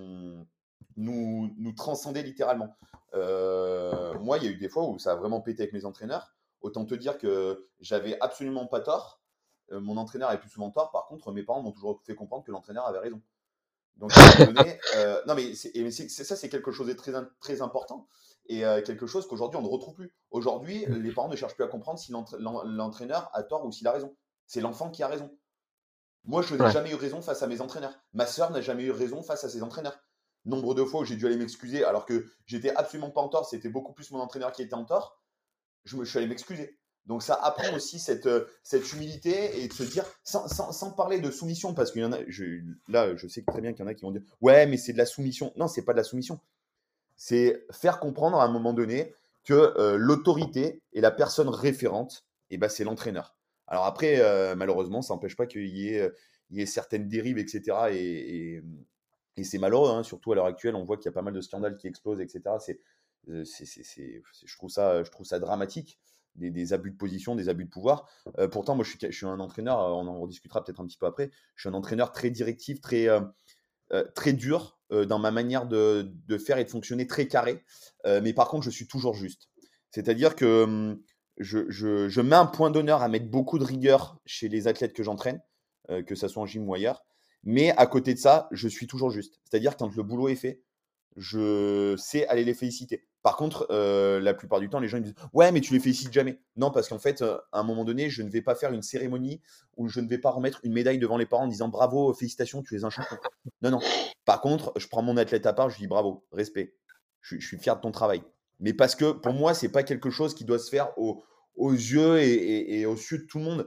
nous transcender littéralement. Moi, il y a eu des fois où ça a vraiment pété avec mes entraîneurs. Autant te dire que j'avais absolument pas tort. Mon entraîneur avait plus souvent tort. Par contre, mes parents m'ont toujours fait comprendre que l'entraîneur avait raison. Donc, à un moment donné, non, mais ça, c'est quelque chose de très, très important et quelque chose qu'aujourd'hui, on ne retrouve plus. Aujourd'hui, les parents ne cherchent plus à comprendre si l'entraîneur a tort ou s'il a raison. C'est l'enfant qui a raison. Moi, je n'ai Ouais. jamais eu raison face à mes entraîneurs. Ma sœur n'a jamais eu raison face à ses entraîneurs. Nombre de fois où j'ai dû aller m'excuser alors que j'étais absolument pas en tort, c'était beaucoup plus mon entraîneur qui était en tort, je suis allé m'excuser. Donc ça apprend aussi cette humilité et de se dire, sans parler de soumission, parce qu'il y en a, là je sais très bien qu'il y en a qui vont dire, ouais mais c'est de la soumission. Non, c'est pas de la soumission. C'est faire comprendre à un moment donné que l'autorité et la personne référente, eh ben, c'est l'entraîneur. Alors après, malheureusement, ça n'empêche pas qu'il y ait certaines dérives, etc. Et c'est malheureux, hein, surtout à l'heure actuelle, on voit qu'il y a pas mal de scandales qui explosent, etc. Je trouve ça dramatique, des abus de position, des abus de pouvoir. Pourtant, moi, je suis un entraîneur, on en rediscutera peut-être un petit peu après, je suis un entraîneur très directif, très dur dans ma manière de faire et de fonctionner, très carré. Mais par contre, je suis toujours juste. C'est-à-dire que je mets un point d'honneur à mettre beaucoup de rigueur chez les athlètes que j'entraîne, que ce soit en gym ou ailleurs. Mais à côté de ça, je suis toujours juste. C'est-à-dire quand le boulot est fait, je sais aller les féliciter. Par contre, la plupart du temps, les gens ils me disent ouais, mais tu les félicites jamais. Non, parce qu'en fait, à un moment donné, je ne vais pas faire une cérémonie où je ne vais pas remettre une médaille devant les parents en disant bravo, félicitations, tu es un champion. Non, non. Par contre, je prends mon athlète à part, je lui dis bravo, respect. Je suis fier de ton travail. Mais parce que pour moi, c'est pas quelque chose qui doit se faire aux yeux et aux yeux de tout le monde.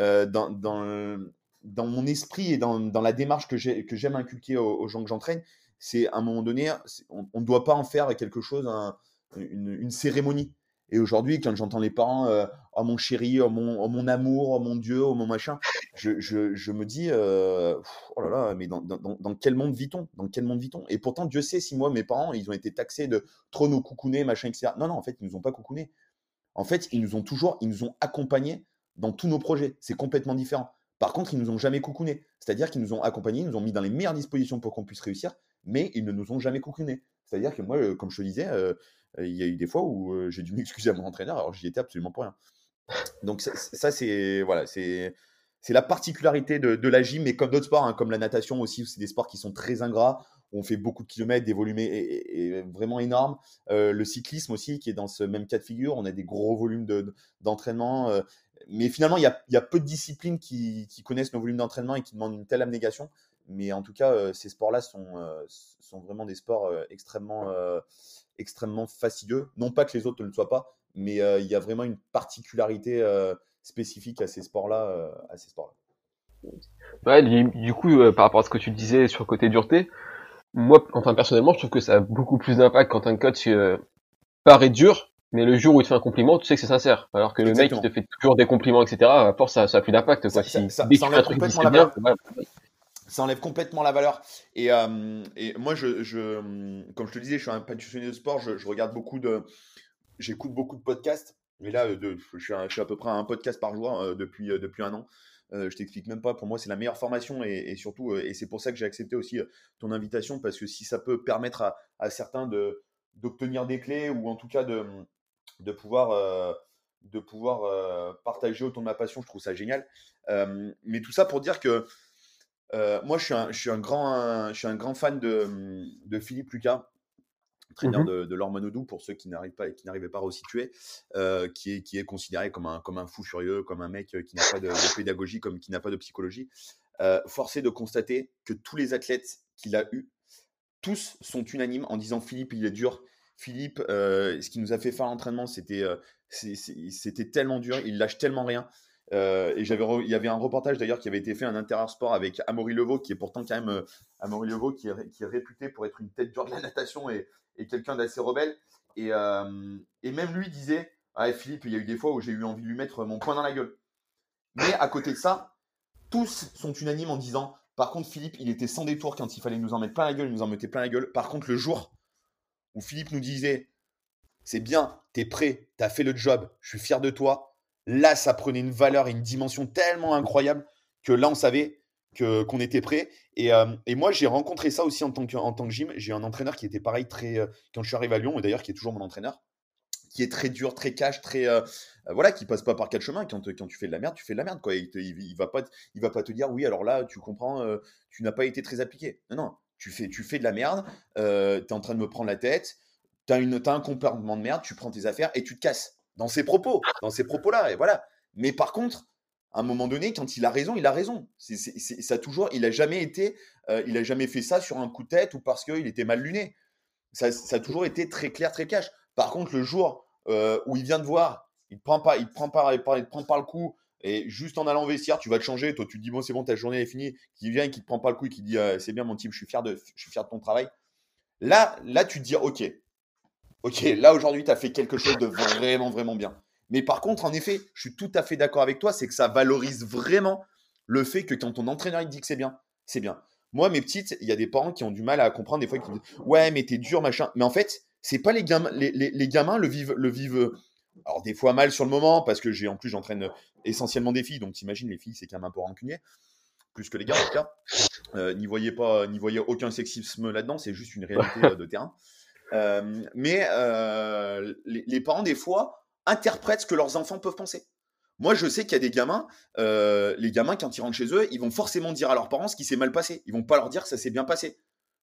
Dans mon esprit et dans la démarche que j'aime inculquer aux gens que j'entraîne, c'est à un moment donné, on ne doit pas en faire quelque chose, une cérémonie. Et aujourd'hui, quand j'entends les parents, oh mon chéri, oh mon amour, oh mon Dieu, oh mon machin, je me dis, oh là là, mais dans quel monde vit-on? Dans quel monde vit-on? Et pourtant, Dieu sait si moi, mes parents, ils ont été taxés de trop nous coucouner, machin, etc. Non, non, en fait, ils nous ont pas coucounés. En fait, ils nous ont accompagnés dans tous nos projets. C'est complètement différent. Par contre, ils nous ont jamais coucounés. C'est-à-dire qu'ils nous ont accompagnés, ils nous ont mis dans les meilleures dispositions pour qu'on puisse réussir, mais ils ne nous ont jamais coucounés. C'est-à-dire que moi, comme je te disais, il y a eu des fois où j'ai dû m'excuser à mon entraîneur, alors j'y étais absolument pour rien. Donc ça c'est voilà, c'est la particularité de la gym, mais comme d'autres sports, hein, comme la natation aussi, où c'est des sports qui sont très ingrats, où on fait beaucoup de kilomètres, des volumes vraiment énormes. Le cyclisme aussi, qui est dans ce même cas de figure, on a des gros volumes d'entraînement. Mais finalement, il y a peu de disciplines qui connaissent nos volumes d'entraînement et qui demandent une telle abnégation. Mais en tout cas, ces sports-là sont vraiment des sports extrêmement fastidieux. Non pas que les autres ne le soient pas, mais il y a vraiment une particularité spécifique à ces sports-là. Ouais, du coup, par rapport à ce que tu disais sur le côté dureté, moi, enfin personnellement, je trouve que ça a beaucoup plus d'impact quand un coach paraît dur, mais le jour où il te fait un compliment, tu sais que c'est sincère. Alors que le mec qui Exactement. te fait toujours des compliments, etc., à force, ça a plus d'impact, quoi. Ça Dès que tu fais un enlève truc qui complètement serait la bien, valeur. voilà. Ça enlève complètement la valeur. Et moi, comme je te disais, je suis un passionné de sport. Je regarde j'écoute beaucoup de podcasts. Mais là, je suis à peu près à un podcast par jour depuis un an. Je t'explique même pas. Pour moi, c'est la meilleure formation et surtout, et c'est pour ça que j'ai accepté aussi ton invitation parce que si ça peut permettre à certains d'obtenir des clés ou en tout cas de pouvoir, partager autour de ma passion, je trouve ça génial. Mais tout ça pour dire que moi, je suis un grand fan de Philippe Lucas, entraîneur Mhm. de Lorme Manodou, pour ceux qui n'arrivaient pas à resituer, qui est considéré comme un fou furieux, comme un mec qui n'a pas de pédagogie, comme qui n'a pas de psychologie. Force est de constater que tous les athlètes qu'il a eus, tous sont unanimes en disant Philippe, il est dur. Philippe, ce qu'il nous a fait faire l'entraînement, c'était tellement dur, il lâche tellement rien. Il y avait un reportage d'ailleurs qui avait été fait, un Intérieur Sport avec Amaury Levaux, qui est pourtant quand même Amaury Levaux, qui est réputé pour être une tête dure de la natation et quelqu'un d'assez rebelle. Et même lui disait ah, Philippe, il y a eu des fois où j'ai eu envie de lui mettre mon poing dans la gueule. Mais à côté de ça, tous sont unanimes en disant par contre, Philippe, il était sans détour quand il fallait nous en mettre plein la gueule, il nous en mettait plein la gueule. Par contre, le jour où Philippe nous disait c'est bien, t'es prêt, t'as fait le job, je suis fier de toi, là, ça prenait une valeur et une dimension tellement incroyable que là, on savait qu'on était prêt. Et moi, j'ai rencontré ça aussi en tant que gym. J'ai un entraîneur qui était pareil quand je suis arrivé à Lyon, et d'ailleurs qui est toujours mon entraîneur, qui est très dur, très cash, voilà, qui passe pas par quatre chemins. Quand tu fais de la merde, tu fais de la merde, quoi. Il va pas te dire oui, alors là, tu comprends, tu n'as pas été très appliqué. Non, non, tu fais de la merde, tu es en train de me prendre la tête, t'as un comportement de merde, tu prends tes affaires et tu te casses. Dans ses propos-là, et voilà. Mais par contre, à un moment donné, quand il a raison, il a raison. Ça toujours, il a jamais fait ça sur un coup de tête ou parce qu'il était mal luné. Ça a toujours été très clair, très cash. Par contre, le jour où il vient te voir, il te prend par le cou et juste en allant au vestiaire, tu vas te changer. Toi, tu te dis bon, c'est bon, ta journée est finie. Qui vient et qui te prend par le cou et qui dit c'est bien, mon type, je suis fier de ton travail. Là, tu te dis ok, là aujourd'hui, tu as fait quelque chose de vraiment, vraiment bien. Mais par contre, en effet, je suis tout à fait d'accord avec toi, c'est que ça valorise vraiment le fait que quand ton entraîneur il te dit que c'est bien, c'est bien. Moi, mes petites, il y a des parents qui ont du mal à comprendre des fois qui me disent ouais, mais t'es dur, machin. Mais en fait, c'est pas les gamins, les gamins le vivent. Alors des fois mal sur le moment parce que j'entraîne essentiellement des filles, donc t'imagines les filles c'est quand même un peu rancunier, plus que les gars en tout cas. N'y voyez aucun sexisme là-dedans, c'est juste une réalité de terrain. Mais les parents, des fois, interprètent ce que leurs enfants peuvent penser. Moi, je sais qu'il y a des gamins, les gamins, quand ils rentrent chez eux, ils vont forcément dire à leurs parents ce qui s'est mal passé. Ils vont pas leur dire que ça s'est bien passé.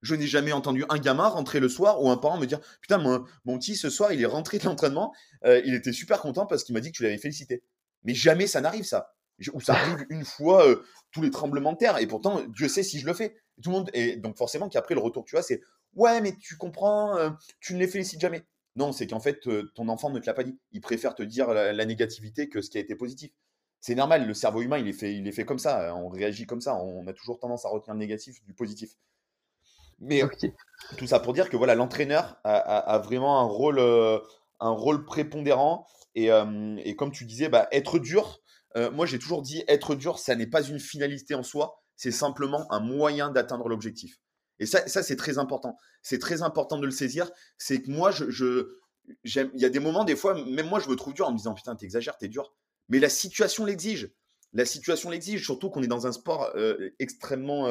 Je n'ai jamais entendu un gamin rentrer le soir ou un parent me dire putain, mon petit, ce soir, il est rentré de l'entraînement, il était super content parce qu'il m'a dit que tu l'avais félicité. Mais jamais ça n'arrive, ça. Ou ça arrive une fois tous les tremblements de terre. Et pourtant, Dieu sait si je le fais. Tout le monde. Et donc, forcément, qu'après, le retour, tu vois, c'est ouais, mais tu comprends, tu ne les félicites jamais. Non, c'est qu'en fait, ton enfant ne te l'a pas dit. Il préfère te dire la négativité que ce qui a été positif. C'est normal, le cerveau humain, il est fait comme ça. On réagit comme ça. On a toujours tendance à retenir le négatif du positif. Mais Ok. tout ça pour dire que voilà, l'entraîneur a vraiment un rôle prépondérant. Et comme tu disais, bah, être dur, moi j'ai toujours dit, être dur, ça n'est pas une finalité en soi, c'est simplement un moyen d'atteindre l'objectif. Et ça c'est très important. C'est très important de le saisir. C'est que moi, il y a des moments, des fois, même moi, je me trouve dur en me disant, putain, t'exagères, t'es dur. Mais la situation l'exige. La situation l'exige, surtout qu'on est dans un sport extrêmement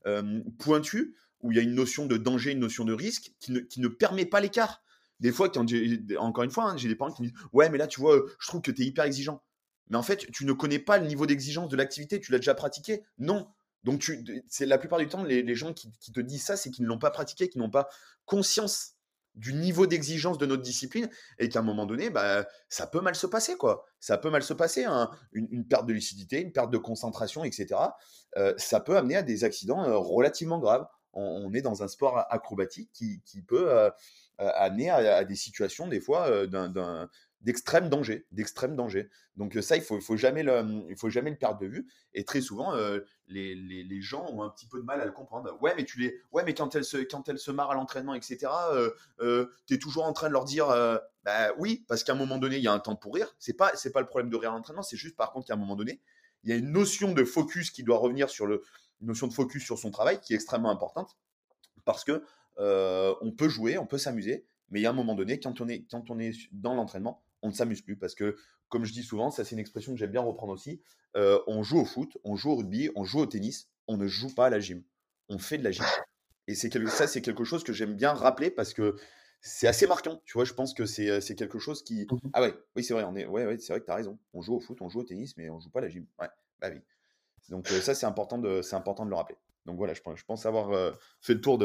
pointu, où il y a une notion de danger, une notion de risque qui ne permet pas l'écart. Des fois, encore une fois, hein, j'ai des parents qui me disent ouais, mais là, tu vois, je trouve que tu es hyper exigeant. Mais en fait, tu ne connais pas le niveau d'exigence de l'activité, tu l'as déjà pratiqué. Non. Donc, c'est la plupart du temps, les gens qui te disent ça, c'est qu'ils ne l'ont pas pratiqué, qu'ils n'ont pas conscience du niveau d'exigence de notre discipline et qu'à un moment donné, bah, ça peut mal se passer, quoi. Ça peut mal se passer, hein. Une perte de lucidité, une perte de concentration, etc. Ça peut amener à des accidents relativement graves. On est dans un sport acrobatique qui peut amener à des situations, des fois, d'extrême danger, d'extrême danger. Donc ça, il faut jamais le perdre de vue. Et très souvent, les gens ont un petit peu de mal à le comprendre. Ouais, mais ouais, mais quand elles se marrent à l'entraînement, etc., tu es toujours en train de leur dire, bah oui, parce qu'à un moment donné, il y a un temps pour rire. C'est pas le problème de rire à l'entraînement, c'est juste par contre qu'à un moment donné, il y a une notion de focus qui doit revenir une notion de focus sur son travail qui est extrêmement importante parce que on peut jouer, on peut s'amuser, mais il y a un moment donné, quand on est dans l'entraînement, on ne s'amuse plus parce que, comme je dis souvent, ça c'est une expression que j'aime bien reprendre aussi, on joue au foot, on joue au rugby, on joue au tennis, on ne joue pas à la gym, on fait de la gym. Et ça, c'est quelque chose que j'aime bien rappeler parce que c'est assez marquant, tu vois, je pense que c'est quelque chose qui... Ah ouais, oui, c'est vrai, ouais, c'est vrai que tu as raison, on joue au foot, on joue au tennis, mais on joue pas à la gym. Ouais, bah oui. Donc ça, c'est important de le rappeler. Donc voilà, je pense avoir fait le tour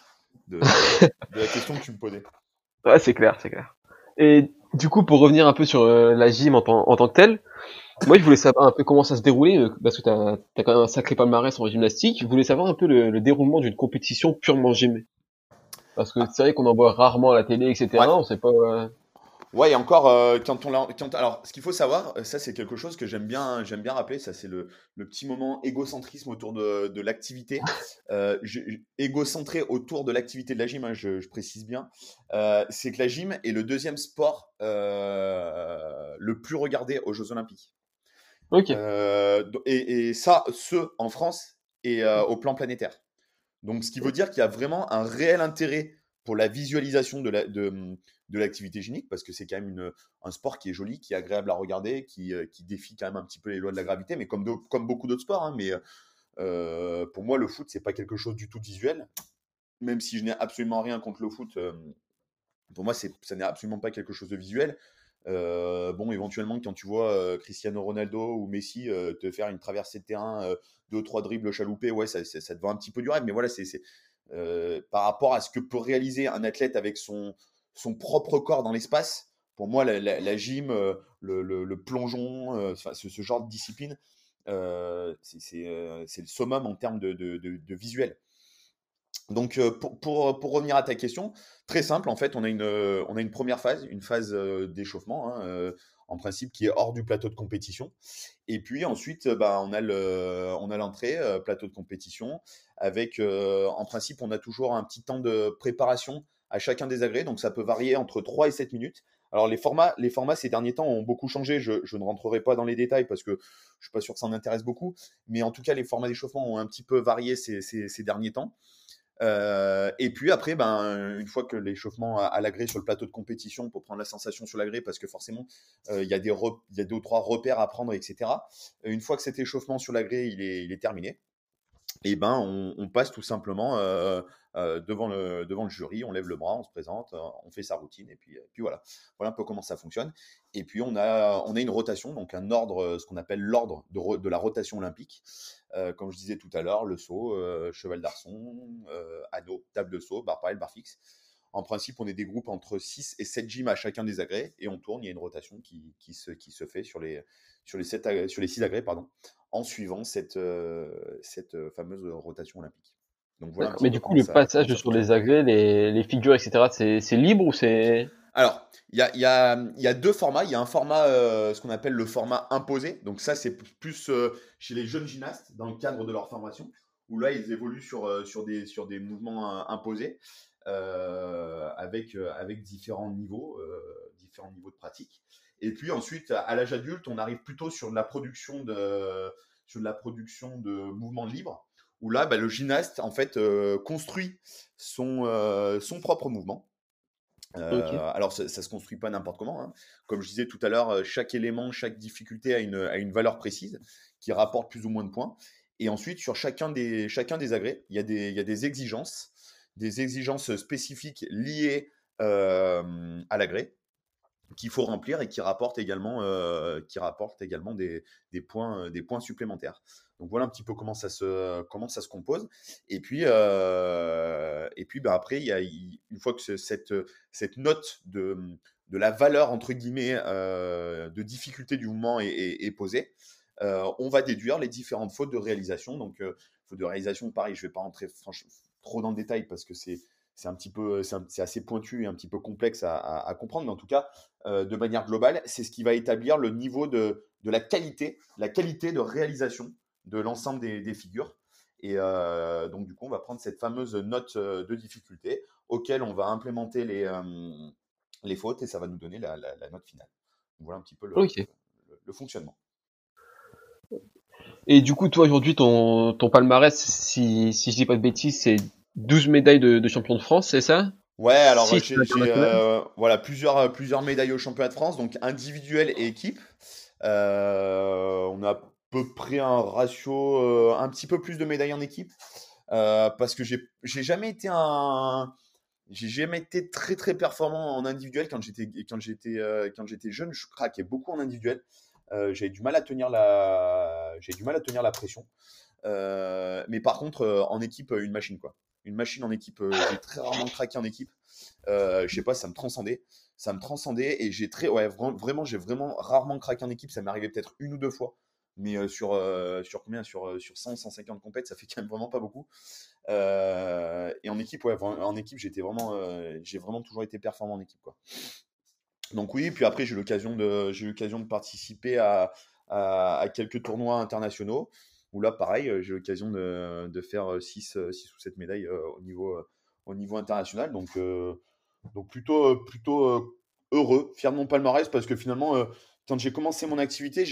de la question que tu me posais. Ouais, c'est clair, c'est clair. Et du coup, pour revenir un peu sur la gym en tant que telle, moi, je voulais savoir un peu comment ça se déroulait, parce que t'as quand même un sacré palmarès en gymnastique. Je voulais savoir un peu le déroulement d'une compétition purement gym. Parce que Ah, c'est vrai qu'on en voit rarement à la télé, ouais. etc. On sait pas. Ouais, et encore, alors, ce qu'il faut savoir, ça c'est quelque chose que j'aime bien rappeler, ça c'est le petit moment égocentrisme autour de l'activité. Égocentré autour de l'activité de la gym, hein, je précise bien. C'est que la gym est le deuxième sport le plus regardé aux Jeux Olympiques. Ok. Et ça, en France et au plan planétaire. Donc, ce qui veut dire qu'il y a vraiment un réel intérêt pour la visualisation de l'activité génique, parce que c'est quand même un sport qui est joli, qui est agréable à regarder, qui défie quand même un petit peu les lois de la gravité, mais comme beaucoup d'autres sports. Hein, mais pour moi, le foot, c'est pas quelque chose du tout de visuel, même si je n'ai absolument rien contre le foot. Pour moi, ça n'est absolument pas quelque chose de visuel. Bon, éventuellement, quand tu vois Cristiano Ronaldo ou Messi te faire une traversée de terrain, 2-3 dribbles chaloupés, ouais, ça te vend un petit peu du rêve. Mais voilà, par rapport à ce que peut réaliser un athlète avec son propre corps dans l'espace. Pour moi, la gym, le plongeon, ce genre de discipline, c'est le summum en termes de visuel. Donc, pour revenir à ta question, très simple, en fait, on a une première phase, une phase d'échauffement, hein, en principe, qui est hors du plateau de compétition. Et puis ensuite, bah, on a l'entrée, plateau de compétition, avec, en principe, on a toujours un petit temps de préparation à chacun des agrès, donc ça peut varier entre 3 et 7 minutes. Alors, les formats ces derniers temps ont beaucoup changé, je ne rentrerai pas dans les détails parce que je ne suis pas sûr que ça en intéresse beaucoup, mais en tout cas, les formats d'échauffement ont un petit peu varié ces derniers temps. Et puis après, ben, une fois que l'échauffement à l'agré sur le plateau de compétition pour prendre la sensation sur l'agré, parce que forcément, il y a deux ou trois repères à prendre, etc. Une fois que cet échauffement sur l'agré il est terminé, et ben on passe tout simplement devant le jury, on lève le bras, on se présente, on fait sa routine, et puis voilà. Voilà un peu comment ça fonctionne. Et puis on a une rotation, donc un ordre, ce qu'on appelle l'ordre de la rotation olympique. Comme je disais tout à l'heure, le saut, cheval d'arçon, anneau, table de saut, barre parallèle, barre fixe. En principe, on est des groupes entre 6 et 7 gyms à chacun des agrès, et on tourne. Il y a une rotation qui se fait sur les 6 agrès, pardon, en suivant cette fameuse rotation olympique. Donc voilà un D'accord. petit Mais peu du coup, le comment passage ça sur les fonctionne. agrès, les figures, etc., c'est libre ou c'est... Alors, il y a deux formats. Il y a un format, ce qu'on appelle le format imposé. Donc ça, c'est plus chez les jeunes gymnastes, dans le cadre de leur formation, où là, ils évoluent sur des mouvements imposés, avec différents niveaux de pratique. Et puis ensuite, à l'âge adulte, on arrive plutôt sur de la production de mouvements libres, où là, bah, le gymnaste, en fait, construit son propre mouvement. Ok. Alors, ça ne se construit pas n'importe comment, hein. Comme je disais tout à l'heure, chaque élément, chaque difficulté a une valeur précise qui rapporte plus ou moins de points. Et ensuite, sur chacun des agrès, il y a des exigences spécifiques liées à l'agrès qu'il faut remplir et qui rapportent également des points supplémentaires. Donc voilà un petit peu comment ça se compose. Et puis bah, après, une fois que cette note de la valeur, entre guillemets, de difficulté du mouvement est posée, on va déduire les différentes fautes de réalisation. Donc, fautes de réalisation, pareil, je ne vais pas rentrer trop dans le détail parce que c'est un petit peu, c'est assez pointu et un petit peu complexe à comprendre. Mais en tout cas, de manière globale, c'est ce qui va établir le niveau de la qualité de réalisation de l'ensemble des figures. Et donc, du coup, on va prendre cette fameuse note de difficulté auquel on va implémenter les fautes, et ça va nous donner la note finale. Donc, voilà un petit peu Ok. le fonctionnement. Et du coup, toi, aujourd'hui, ton palmarès, si je dis pas de bêtises, c'est 12 médailles de champion de France, c'est ça? Ouais, alors 6 j'ai internationales? voilà, plusieurs médailles au championnat de France, donc individuel et équipe. On a à peu près un ratio, un petit peu plus de médailles en équipe, parce que j'ai jamais été très très performant en individuel quand j'étais jeune. Je craquais beaucoup en individuel. J'avais du mal à tenir la pression. Mais par contre, en équipe, une machine quoi. Une machine en équipe. J'ai très rarement craqué en équipe. Je sais pas, ça me transcendait. Ça me transcendait, et vraiment, j'ai vraiment rarement craqué en équipe. Ça m'est arrivé peut-être une ou deux fois. Mais sur combien? Sur 100, 150 compètes, ça fait quand même vraiment pas beaucoup. Et en équipe, ouais, en équipe, j'ai vraiment toujours été performant en équipe, quoi. Donc oui, puis après, j'ai eu l'occasion de participer à quelques tournois internationaux, où là, pareil, j'ai eu l'occasion de faire 6 ou 7 médailles au niveau international. Donc plutôt heureux, fier de mon palmarès, parce que finalement, quand j'ai commencé mon activité,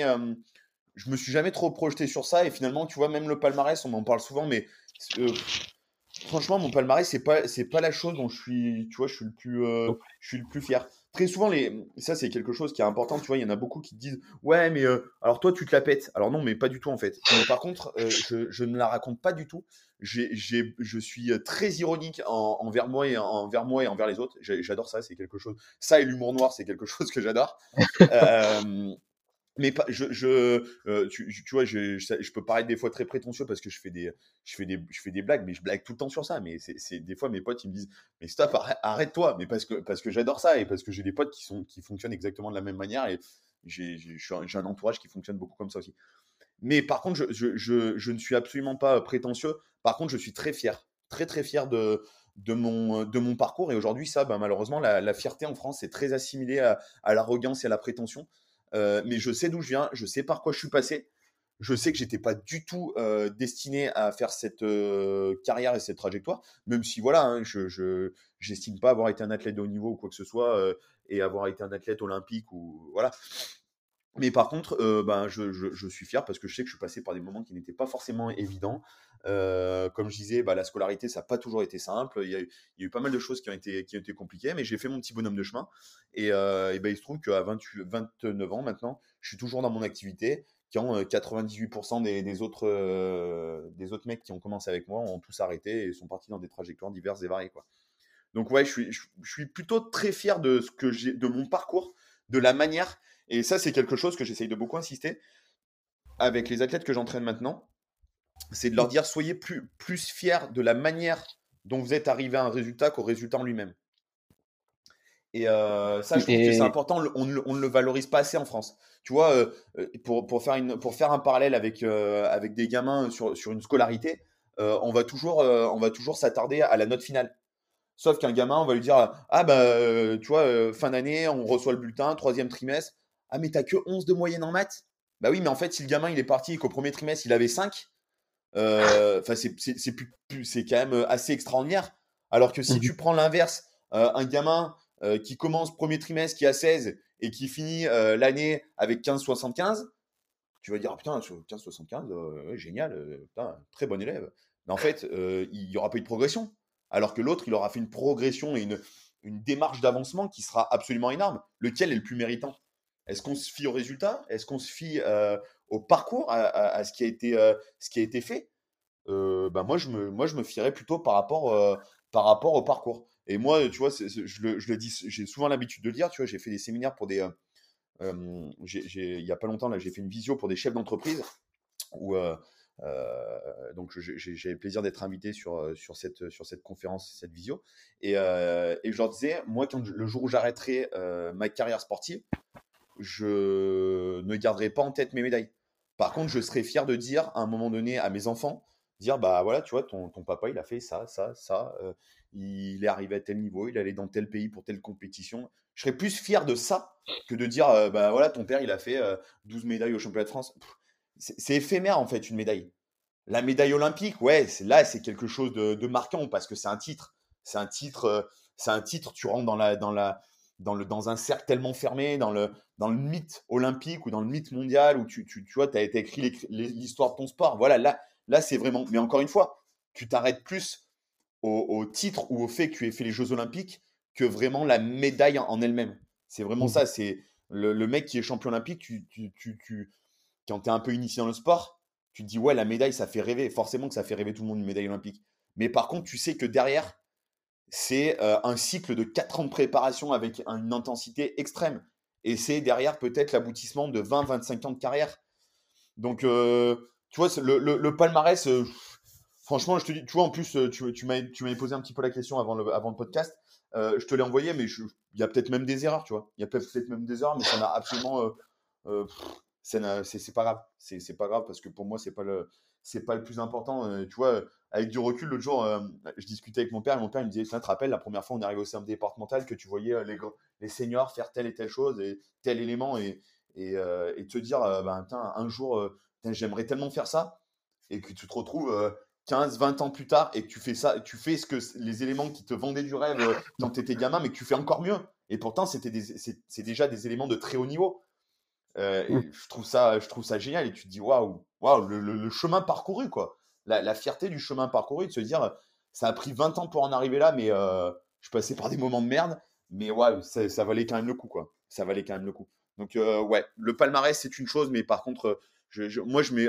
je me suis jamais trop projeté sur ça. Et finalement, tu vois, même le palmarès, on m'en parle souvent, mais franchement, mon palmarès, c'est pas la chose dont je suis le plus fier. Très souvent, ça, c'est quelque chose qui est important. Tu vois, il y en a beaucoup qui te disent, ouais, mais alors toi, tu te la pètes. Alors non, mais pas du tout en fait. Mais par contre, je ne la raconte pas du tout. Je suis très ironique envers moi et envers les autres. J'adore ça. C'est quelque chose. Ça et l'humour noir, c'est quelque chose que j'adore. Euh, mais pas, tu vois, je peux paraître des fois très prétentieux parce que je fais des blagues, mais je blague tout le temps sur ça. Mais des fois, mes potes, ils me disent, mais stop, arrête-toi. Mais parce que j'adore ça, et parce que j'ai des potes qui fonctionnent exactement de la même manière, et j'ai un entourage qui fonctionne beaucoup comme ça aussi. Mais par contre, je ne suis absolument pas prétentieux. Par contre, je suis très fier, très très fier de mon parcours. Et aujourd'hui, ça, bah, malheureusement, la fierté en France, c'est très assimilé à l'arrogance et à la prétention. Mais je sais d'où je viens, je sais par quoi je suis passé. Je sais que j'étais pas du tout destiné à faire cette carrière et cette trajectoire, même si voilà, hein, j'estime pas avoir été un athlète de haut niveau ou quoi que ce soit, et avoir été un athlète olympique ou voilà. Mais par contre, ben, je suis fier parce que je sais que je suis passé par des moments qui n'étaient pas forcément évidents. Comme je disais, bah, la scolarité, ça n'a pas toujours été simple. Il y a eu pas mal de choses qui ont été compliquées, mais j'ai fait mon petit bonhomme de chemin. Et ben, il se trouve qu'à 29 ans maintenant, je suis toujours dans mon activité, quand 98% des autres mecs qui ont commencé avec moi ont tous arrêté et sont partis dans des trajectoires diverses et variées, quoi. Donc ouais, je suis plutôt très fier de ce que de mon parcours, de la manière, et ça c'est quelque chose que j'essaye de beaucoup insister avec les athlètes que j'entraîne maintenant, c'est de leur dire soyez plus fiers de la manière dont vous êtes arrivé à un résultat qu'au résultat en lui-même. Et ça, je trouve que c'est important, on ne le valorise pas assez en France. Tu vois, pour faire un parallèle avec des gamins sur une scolarité, on va toujours s'attarder à la note finale. Sauf qu'un gamin, on va lui dire ah bah tu vois, fin d'année, on reçoit le bulletin, 3e trimestre. Ah mais t'as que 11 de moyenne en maths. Bah oui, mais en fait, si le gamin il est parti et qu'au premier trimestre il avait 5, c'est quand même assez extraordinaire. Alors que si tu prends l'inverse, un gamin qui commence premier trimestre, qui a 16 et qui finit l'année avec 15,75, tu vas dire, ah, putain, 15,75, ouais, génial, putain, très bon élève. Mais en fait, il n'y aura pas eu de progression. Alors que l'autre, il aura fait une progression et une démarche d'avancement qui sera absolument énorme. Lequel est le plus méritant? Est-ce qu'on se fie au résultat? Est-ce qu'on se fie au parcours, à ce qui a été fait? Bah moi, je me fierais plutôt par rapport au parcours. Et moi, tu vois, je le dis, j'ai souvent l'habitude de le dire, tu vois, j'ai fait des séminaires pour des. Il y a pas longtemps, là, j'ai fait une visio pour des chefs d'entreprise où donc j'ai le plaisir d'être invité sur cette conférence, cette visio. Et je leur disais, moi, le jour où j'arrêterai ma carrière sportive, je ne garderai pas en tête mes médailles. Par contre, je serai fier de dire à un moment donné à mes enfants, dire bah voilà, tu vois, ton papa, il a fait ça, il est arrivé à tel niveau, il est allé dans tel pays pour telle compétition. Je serais plus fier de ça que de dire bah voilà, ton père, il a fait 12 médailles au championnat de France. C'est éphémère en fait, une médaille. La médaille olympique, ouais, c'est quelque chose de marquant parce que c'est un titre. C'est un titre, tu rentres dans un cercle tellement fermé, dans le mythe olympique ou dans le mythe mondial où tu vois, tu as été écrit l'histoire de ton sport. Voilà, là c'est vraiment. Mais encore une fois, tu t'arrêtes plus au titre ou au fait que tu aies fait les Jeux Olympiques que vraiment la médaille en elle-même. C'est vraiment ça. C'est le mec qui est champion olympique, quand tu es un peu initié dans le sport, tu te dis ouais, la médaille, ça fait rêver. Forcément que ça fait rêver tout le monde, une médaille olympique. Mais par contre, tu sais que derrière, c'est un cycle de 4 ans de préparation avec une intensité extrême. Et c'est derrière peut-être l'aboutissement de 20-25 ans de carrière. Donc, tu vois, le palmarès, franchement, je te dis, tu vois, en plus, tu m'avais posé un petit peu la question avant le podcast. Je te l'ai envoyé, mais il y a peut-être même des erreurs, tu vois. Il y a peut-être même des erreurs, mais ça n'a absolument. C'est pas grave. C'est pas grave parce que pour moi, c'est pas le plus important. Tu vois, avec du recul, l'autre jour, je discutais avec mon père et mon père il me disait, tu te rappelles, la première fois, on est arrivé au CM départemental que tu voyais les seniors faire telle et telle chose et tel élément et te dire, ben, un jour, j'aimerais tellement faire ça et que tu te retrouves 15, 20 ans plus tard et que tu fais ça, tu fais les éléments qui te vendaient du rêve quand tu étais gamin, mais que tu fais encore mieux. Et pourtant, c'est déjà des éléments de très haut niveau. Et je trouve ça génial. Et tu te dis, waouh, le chemin parcouru, quoi. La fierté du chemin parcouru, de se dire, ça a pris 20 ans pour en arriver là, mais je suis passé par des moments de merde, mais ouais, ça valait quand même le coup, quoi. Ça valait quand même le coup. Donc, ouais, le palmarès, c'est une chose, mais par contre, moi, je mets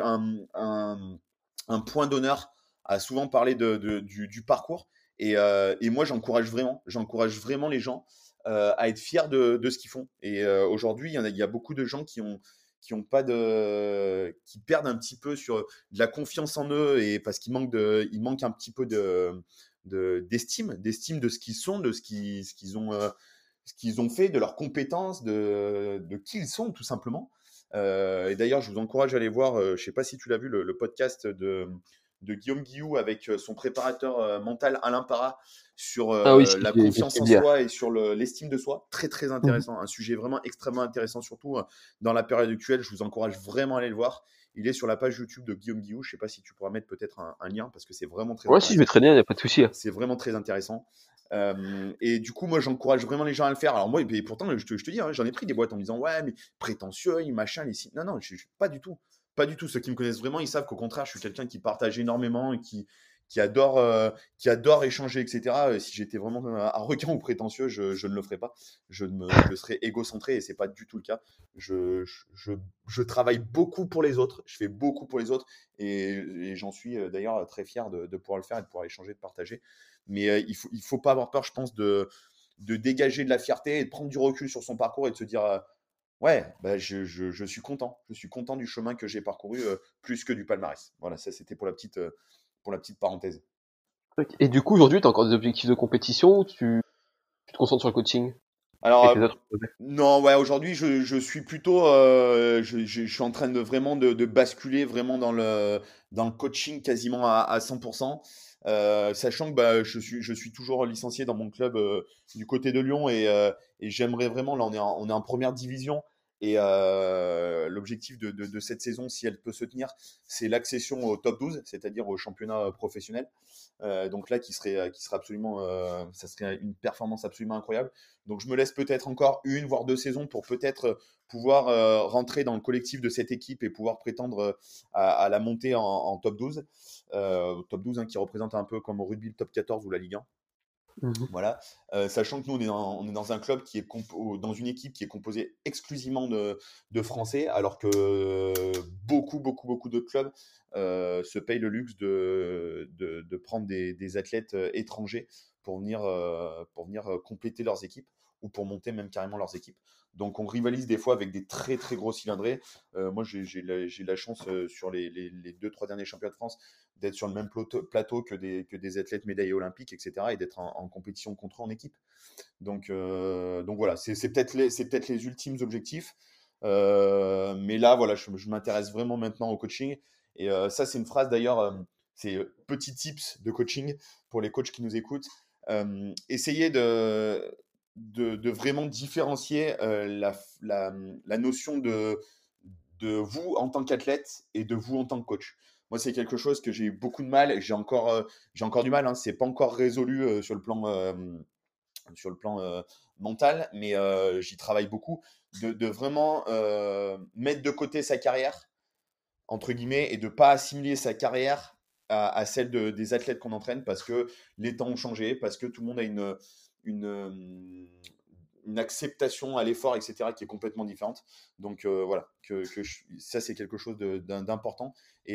un point d'honneur à souvent parler du parcours. Et moi, j'encourage vraiment les gens à être fiers de ce qu'ils font. Et aujourd'hui, il y a beaucoup de gens qui perdent un petit peu sur de la confiance en eux et parce qu'ils manquent un petit peu d'estime de ce qu'ils sont, de ce qu'ils ont fait, de leurs compétences, de qui ils sont tout simplement. Et d'ailleurs, je vous encourage à aller voir, je ne sais pas si tu l'as vu, le podcast de Guillaume Guillou avec son préparateur mental Alain Parra sur Ah oui, la confiance en bien. soi et sur l'estime de soi. Très, très intéressant. Un sujet vraiment extrêmement intéressant, surtout dans la période actuelle. Je vous encourage vraiment à aller le voir. Il est sur la page YouTube de Guillaume Guillou. Je ne sais pas si tu pourras mettre peut-être un lien parce que c'est vraiment très Ouais, intéressant. si je vais très bien, il n'y a pas de souci. C'est vraiment très intéressant. Et du coup, moi, j'encourage vraiment les gens à le faire. Alors moi, et pourtant, je te dis, hein, j'en ai pris des boîtes en me disant, ouais, mais prétentieux, machin, les sites. Non, pas du tout. Pas du tout. Ceux qui me connaissent vraiment, ils savent qu'au contraire, je suis quelqu'un qui partage énormément et qui qui adore échanger, etc. Si j'étais vraiment arrogant ou prétentieux, je ne le ferais pas. Je serais égocentré et c'est pas du tout le cas. Je travaille beaucoup pour les autres, je fais beaucoup pour les autres et j'en suis d'ailleurs très fier de pouvoir le faire et de pouvoir échanger, de partager. Mais il faut pas avoir peur, je pense, de dégager de la fierté et de prendre du recul sur son parcours et de se dire ouais, bah, je suis content. Je suis content du chemin que j'ai parcouru plus que du palmarès. Voilà, ça c'était pour la petite parenthèse. Et du coup, aujourd'hui, t'as encore des objectifs de compétition ou tu te concentres sur le coaching Alors, et tes autres projets? non, ouais, aujourd'hui, je suis plutôt, je suis en train de vraiment de basculer vraiment dans le coaching quasiment à 100%. Sachant que bah, je suis toujours licencié dans mon club du côté de Lyon et j'aimerais vraiment, là on est en première division et l'objectif de cette saison, si elle peut se tenir, c'est l'accession au top 12, c'est-à-dire au championnat professionnel. Donc là, qui serait absolument, ça serait une performance absolument incroyable. Donc je me laisse peut-être encore une voire deux saisons pour peut-être pouvoir rentrer dans le collectif de cette équipe et pouvoir prétendre à la montée en top 12. Top 12 hein, qui représente un peu comme au rugby le top 14 ou la Ligue 1. Mhm. Voilà. Sachant que nous, on est dans un club qui est dans une équipe qui est composée exclusivement de Français, alors que beaucoup d'autres clubs se payent le luxe de prendre des athlètes étrangers pour venir compléter leurs équipes ou pour monter même carrément leurs équipes. Donc on rivalise des fois avec des très très gros cylindrés. Moi j'ai la chance sur les 2-3 derniers championnats de France d'être sur le même plateau que des athlètes médaillés olympiques, etc. et d'être en compétition contre eux en équipe. Donc voilà, c'est peut-être les ultimes objectifs. Mais là, voilà, je m'intéresse vraiment maintenant au coaching. Et ça, c'est une phrase d'ailleurs, c'est petit tips de coaching pour les coachs qui nous écoutent. Essayez de vraiment différencier la notion de vous en tant qu'athlète et de vous en tant que coach. Moi, c'est quelque chose que j'ai eu beaucoup de mal. J'ai encore du mal. Hein, c'est pas encore résolu sur le plan mental, mais j'y travaille beaucoup. De vraiment mettre de côté sa carrière entre guillemets, et de ne pas assimiler sa carrière à celle des athlètes qu'on entraîne parce que les temps ont changé, parce que tout le monde a une, une acceptation à l'effort, etc., qui est complètement différente. Donc voilà, ça c'est quelque chose d'important. Et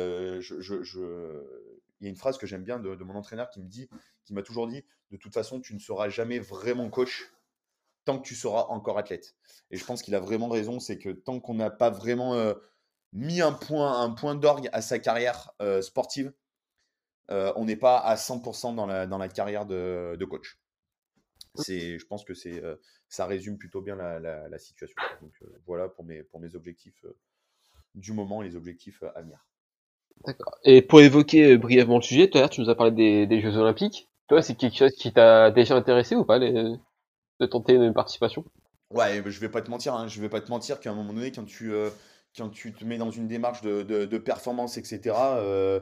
il y a une phrase que j'aime bien de mon entraîneur qui m'a toujours dit, de toute façon, tu ne seras jamais vraiment coach tant que tu seras encore athlète. Et je pense qu'il a vraiment raison, c'est que tant qu'on n'a pas vraiment mis un point d'orgue à sa carrière sportive, on n'est pas à 100% dans la carrière de coach. Je pense que ça résume plutôt bien la situation. Donc voilà pour mes objectifs du moment, les objectifs à venir. D'accord. Et pour évoquer brièvement le sujet, tout à l'heure, tu nous as parlé des Jeux Olympiques. Toi, c'est quelque chose qui t'a déjà intéressé ou pas, de tenter une participation? Ouais, je vais pas te mentir, hein, je vais pas te mentir qu'à un moment donné, quand tu te mets dans une démarche de performance, etc.,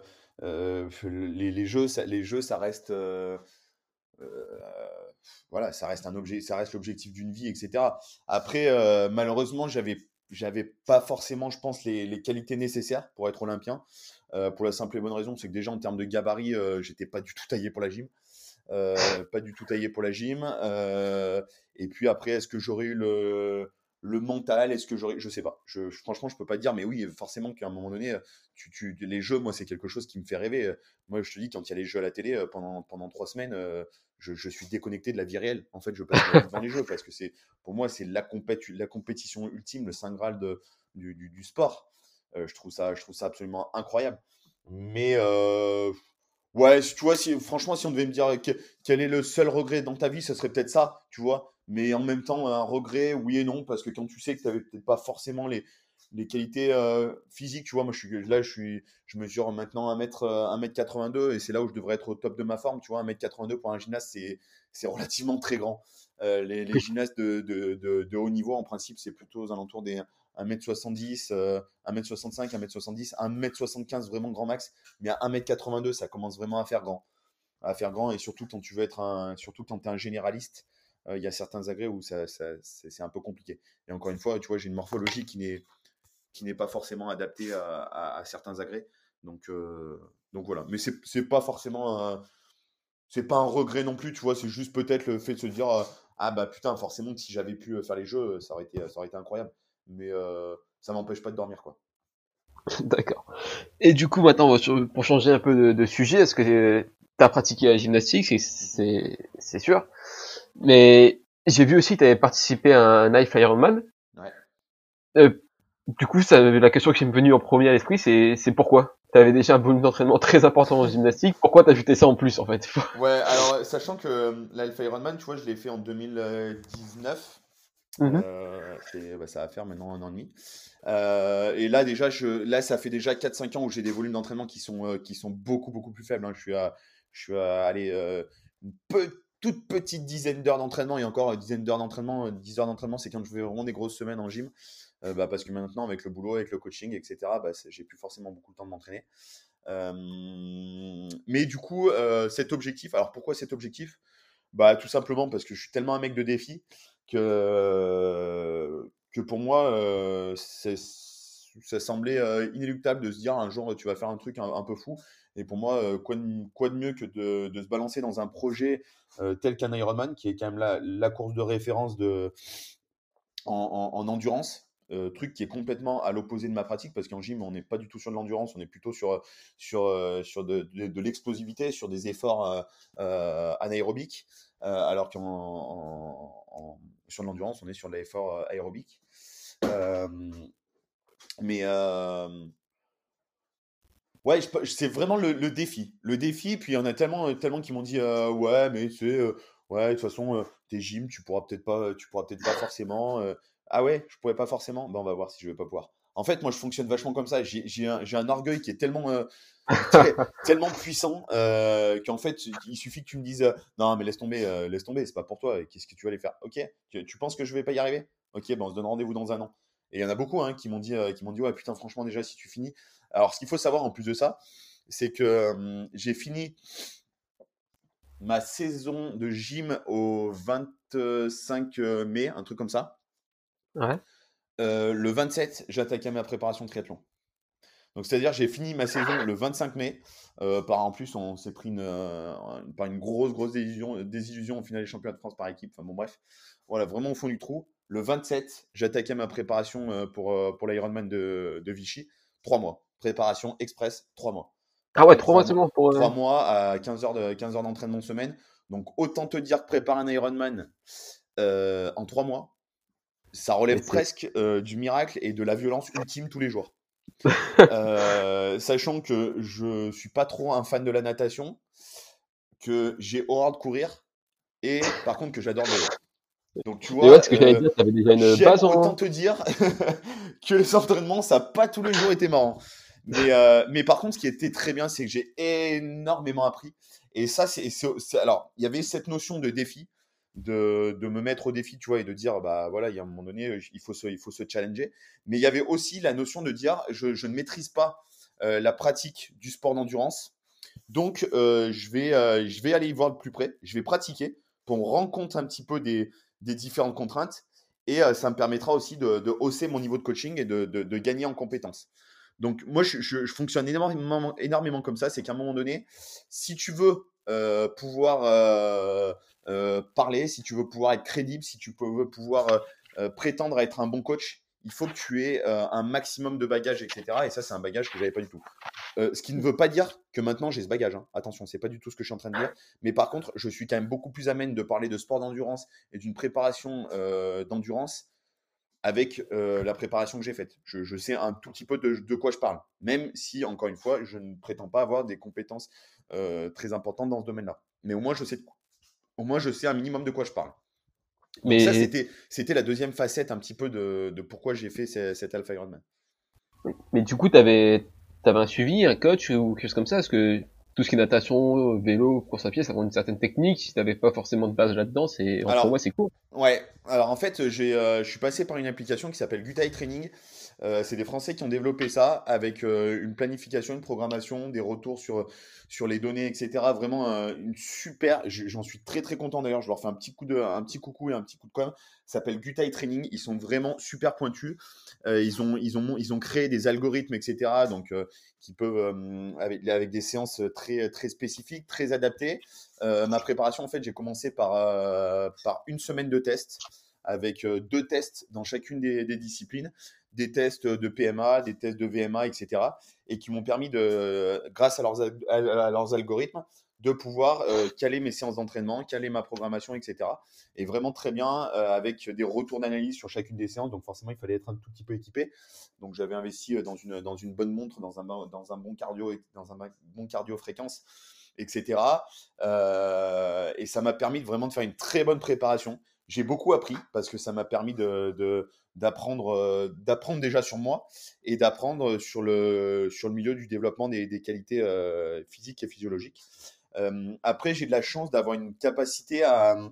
les jeux, ça reste, euh, voilà, ça reste un objet, ça reste l'objectif d'une vie, etc. Après, malheureusement, j'avais pas forcément, je pense, les qualités nécessaires pour être olympien. Pour la simple et bonne raison, c'est que déjà en termes de gabarit, j'étais pas du tout taillé pour la gym. Pas du tout taillé pour la gym. Et puis après, est-ce que j'aurais eu le mental? Est-ce que j'aurais. Je sais pas. Franchement, je peux pas te dire, mais oui, forcément qu'à un moment donné, les jeux, moi, c'est quelque chose qui me fait rêver. Moi, je te dis, quand il y a les jeux à la télé, pendant 3 semaines, je suis déconnecté de la vie réelle. En fait, je passe ma vie devant les jeux parce que pour moi, c'est la compétition ultime, le saint graal du sport. Je trouve ça absolument incroyable. Mais ouais, tu vois, franchement, si on devait me dire quel est le seul regret dans ta vie, ce serait peut-être ça, tu vois. Mais en même temps, un regret, oui et non, parce que quand tu sais que tu n'avais peut-être pas forcément les qualités physiques, tu vois, moi je mesure maintenant 1m82 et c'est là où je devrais être au top de ma forme, tu vois. 1m82 pour un gymnaste, c'est relativement très grand. Les gymnastes de haut niveau, en principe, c'est plutôt aux alentours des 1m70, 1m65, 1m70, 1m75 vraiment grand max. Mais à 1m82, ça commence vraiment à faire grand. Et surtout quand tu veux surtout quand tu es un généraliste, il y a certains agrès où c'est un peu compliqué. Et encore une fois, tu vois, j'ai une morphologie qui n'est pas forcément adaptée à certains agrès. Donc, donc voilà. Mais c'est pas forcément c'est pas un regret non plus, tu vois. C'est juste peut-être le fait de se dire ah bah putain, forcément que si j'avais pu faire les jeux, ça aurait été incroyable. Mais ça m'empêche pas de dormir, quoi. D'accord. Et du coup, maintenant, pour changer un peu de sujet, est-ce que t'as pratiqué la gymnastique, c'est sûr. Mais j'ai vu aussi que t'avais participé à un Life Ironman. Ouais. Euh, du coup, la question qui m'est venue en premier à l'esprit, c'est pourquoi? T'avais déjà un volume d'entraînement très important en gymnastique. Pourquoi t'as ajouté ça en plus, en fait? Ouais, alors sachant que l'Alpha Ironman, tu vois, je l'ai fait en 2019. Mhm. Bah, ça va faire maintenant 1 an et demi. Et là, déjà, là, ça fait déjà 4-5 ans où j'ai des volumes d'entraînement qui sont beaucoup, beaucoup plus faibles, hein. Je suis à aller, toute petite dizaine d'heures d'entraînement, et encore dizaine d'heures d'entraînement, 10 heures d'entraînement, c'est quand je fais vraiment des grosses semaines en gym. Bah, parce que maintenant, avec le boulot, avec le coaching, etc., bah, j'ai plus forcément beaucoup de temps de m'entraîner. Mais du coup, cet objectif, alors pourquoi cet objectif? Bah, tout simplement parce que je suis tellement un mec de défi que pour moi, ça semblait inéluctable de se dire un jour tu vas faire un truc un peu fou. Et pour moi, quoi de mieux que de se balancer dans un projet tel qu'un Ironman, qui est quand même la course de référence en endurance. Truc qui est complètement à l'opposé de ma pratique, parce qu'en gym on n'est pas du tout sur de l'endurance, on est plutôt sur de l'explosivité, sur des efforts anaérobiques, alors sur de l'endurance on est sur de l'effort aérobique. Euh, mais ouais, c'est vraiment le défi. Le défi, puis il y en a tellement qui m'ont dit ouais, mais ouais, de toute façon, tes gyms, tu pourras peut-être pas forcément. Ah ouais, je pourrais pas forcément. Ben, on va voir si je vais pas pouvoir. En fait, moi, je fonctionne vachement comme ça. J'ai un orgueil qui est tellement puissant qu'en fait, il suffit que tu me dises non, mais laisse tomber, c'est pas pour toi. Qu'est-ce que tu vas aller faire? Ok, tu penses que je vais pas y arriver? Ok, ben on se donne rendez-vous dans 1 an. Et il y en a beaucoup hein, qui m'ont dit ouais, putain, franchement, déjà, si tu finis. Alors, ce qu'il faut savoir en plus de ça, c'est que j'ai fini ma saison de gym au 25 mai, un truc comme ça. Ouais. Le 27, j'attaquais ma préparation de triathlon. Donc, c'est-à-dire, j'ai fini ma saison le 25 mai. En plus, on s'est pris par une grosse, grosse désillusion au final des championnats de France par équipe. Enfin, bon, bref. Voilà, vraiment au fond du trou. Le 27, j'attaquais ma préparation pour l'Ironman de Vichy. 3 mois. Préparation express, 3 mois. Ah ouais, 3 mois 3 mois, seulement pour... 3 mois à 15 heures d'entraînement semaine. Donc, autant te dire que préparer un Ironman en 3 mois, ça et relève c'est- presque du miracle et de la violence ultime tous les jours. Sachant que je suis pas trop un fan de la natation, que j'ai horreur de courir, et par contre que j'adore le vélo. Donc tu Mais ouais, vois, ce que j'allais dire, t'avais déjà une j'aime base autant en... te dire que les entraînements, ça n'a pas tous les jours été marrant. Mais par contre, ce qui était très bien, c'est que j'ai énormément appris. Et ça, alors, il y avait cette notion de défi, de me mettre au défi, tu vois, et de dire, bah voilà, il y a un moment donné, il faut se challenger. Mais il y avait aussi la notion de dire, je ne maîtrise pas la pratique du sport d'endurance. Donc, je vais aller y voir de plus près. Je vais pratiquer pour me rendre compte un petit peu des différentes contraintes. Et ça me permettra aussi de hausser mon niveau de coaching et de gagner en compétences. Donc, moi, je fonctionne énormément comme ça. C'est qu'à un moment donné, si tu veux pouvoir parler, si tu veux pouvoir être crédible, si tu veux pouvoir prétendre à être un bon coach, il faut que tu aies un maximum de bagages, etc. Et ça, c'est un bagage que j'avais pas du tout. Ce qui ne veut pas dire que maintenant j'ai ce bagage, hein. Attention, c'est pas du tout ce que je suis en train de dire. Mais par contre, je suis quand même beaucoup plus amène de parler de sport d'endurance et d'une préparation d'endurance avec la préparation que j'ai faite. Je sais un tout petit peu de quoi je parle. Même si, encore une fois, je ne prétends pas avoir des compétences très importantes dans ce domaine-là. Mais au moins, je sais un minimum de quoi je parle. Donc ça, Mais, c'était la deuxième facette un petit peu de pourquoi j'ai fait cet Alpha Ironman. mais du coup, t'avais un suivi, un coach ou quelque chose comme ça? Parce que tout ce qui est natation, vélo, course à pied, ça prend une certaine technique. Si t'avais pas forcément de base là-dedans, 3 mois, Alors, c'est court. Ouais, alors en fait, je suis passé par une application qui s'appelle Gutai Training. C'est des Français qui ont développé ça avec une planification, une programmation, des retours sur les données, etc. Vraiment une super. J'en suis très très content d'ailleurs. Je leur fais un petit coucou et un petit coup de com'. Ça s'appelle Gutai Training. Ils sont vraiment super pointus. Ils ont créé des algorithmes, etc. Donc qui peuvent avec des séances très très spécifiques, très adaptées. Ma préparation, en fait, j'ai commencé par une semaine de tests, avec deux tests dans chacune des disciplines, des tests de PMA, des tests de VMA, etc. Et qui m'ont permis, grâce à leurs algorithmes, de pouvoir caler mes séances d'entraînement, caler ma programmation, etc. Et vraiment très bien, avec des retours d'analyse sur chacune des séances. Donc forcément, il fallait être un tout petit peu équipé. Donc j'avais investi dans une bonne montre, dans un bon cardio, dans un bon cardio fréquence, etc. Et ça m'a permis vraiment de faire une très bonne préparation. J'ai beaucoup appris parce que ça m'a permis d'apprendre déjà sur moi et d'apprendre sur le milieu du développement des qualités physiques et physiologiques. Après, j'ai de la chance d'avoir une capacité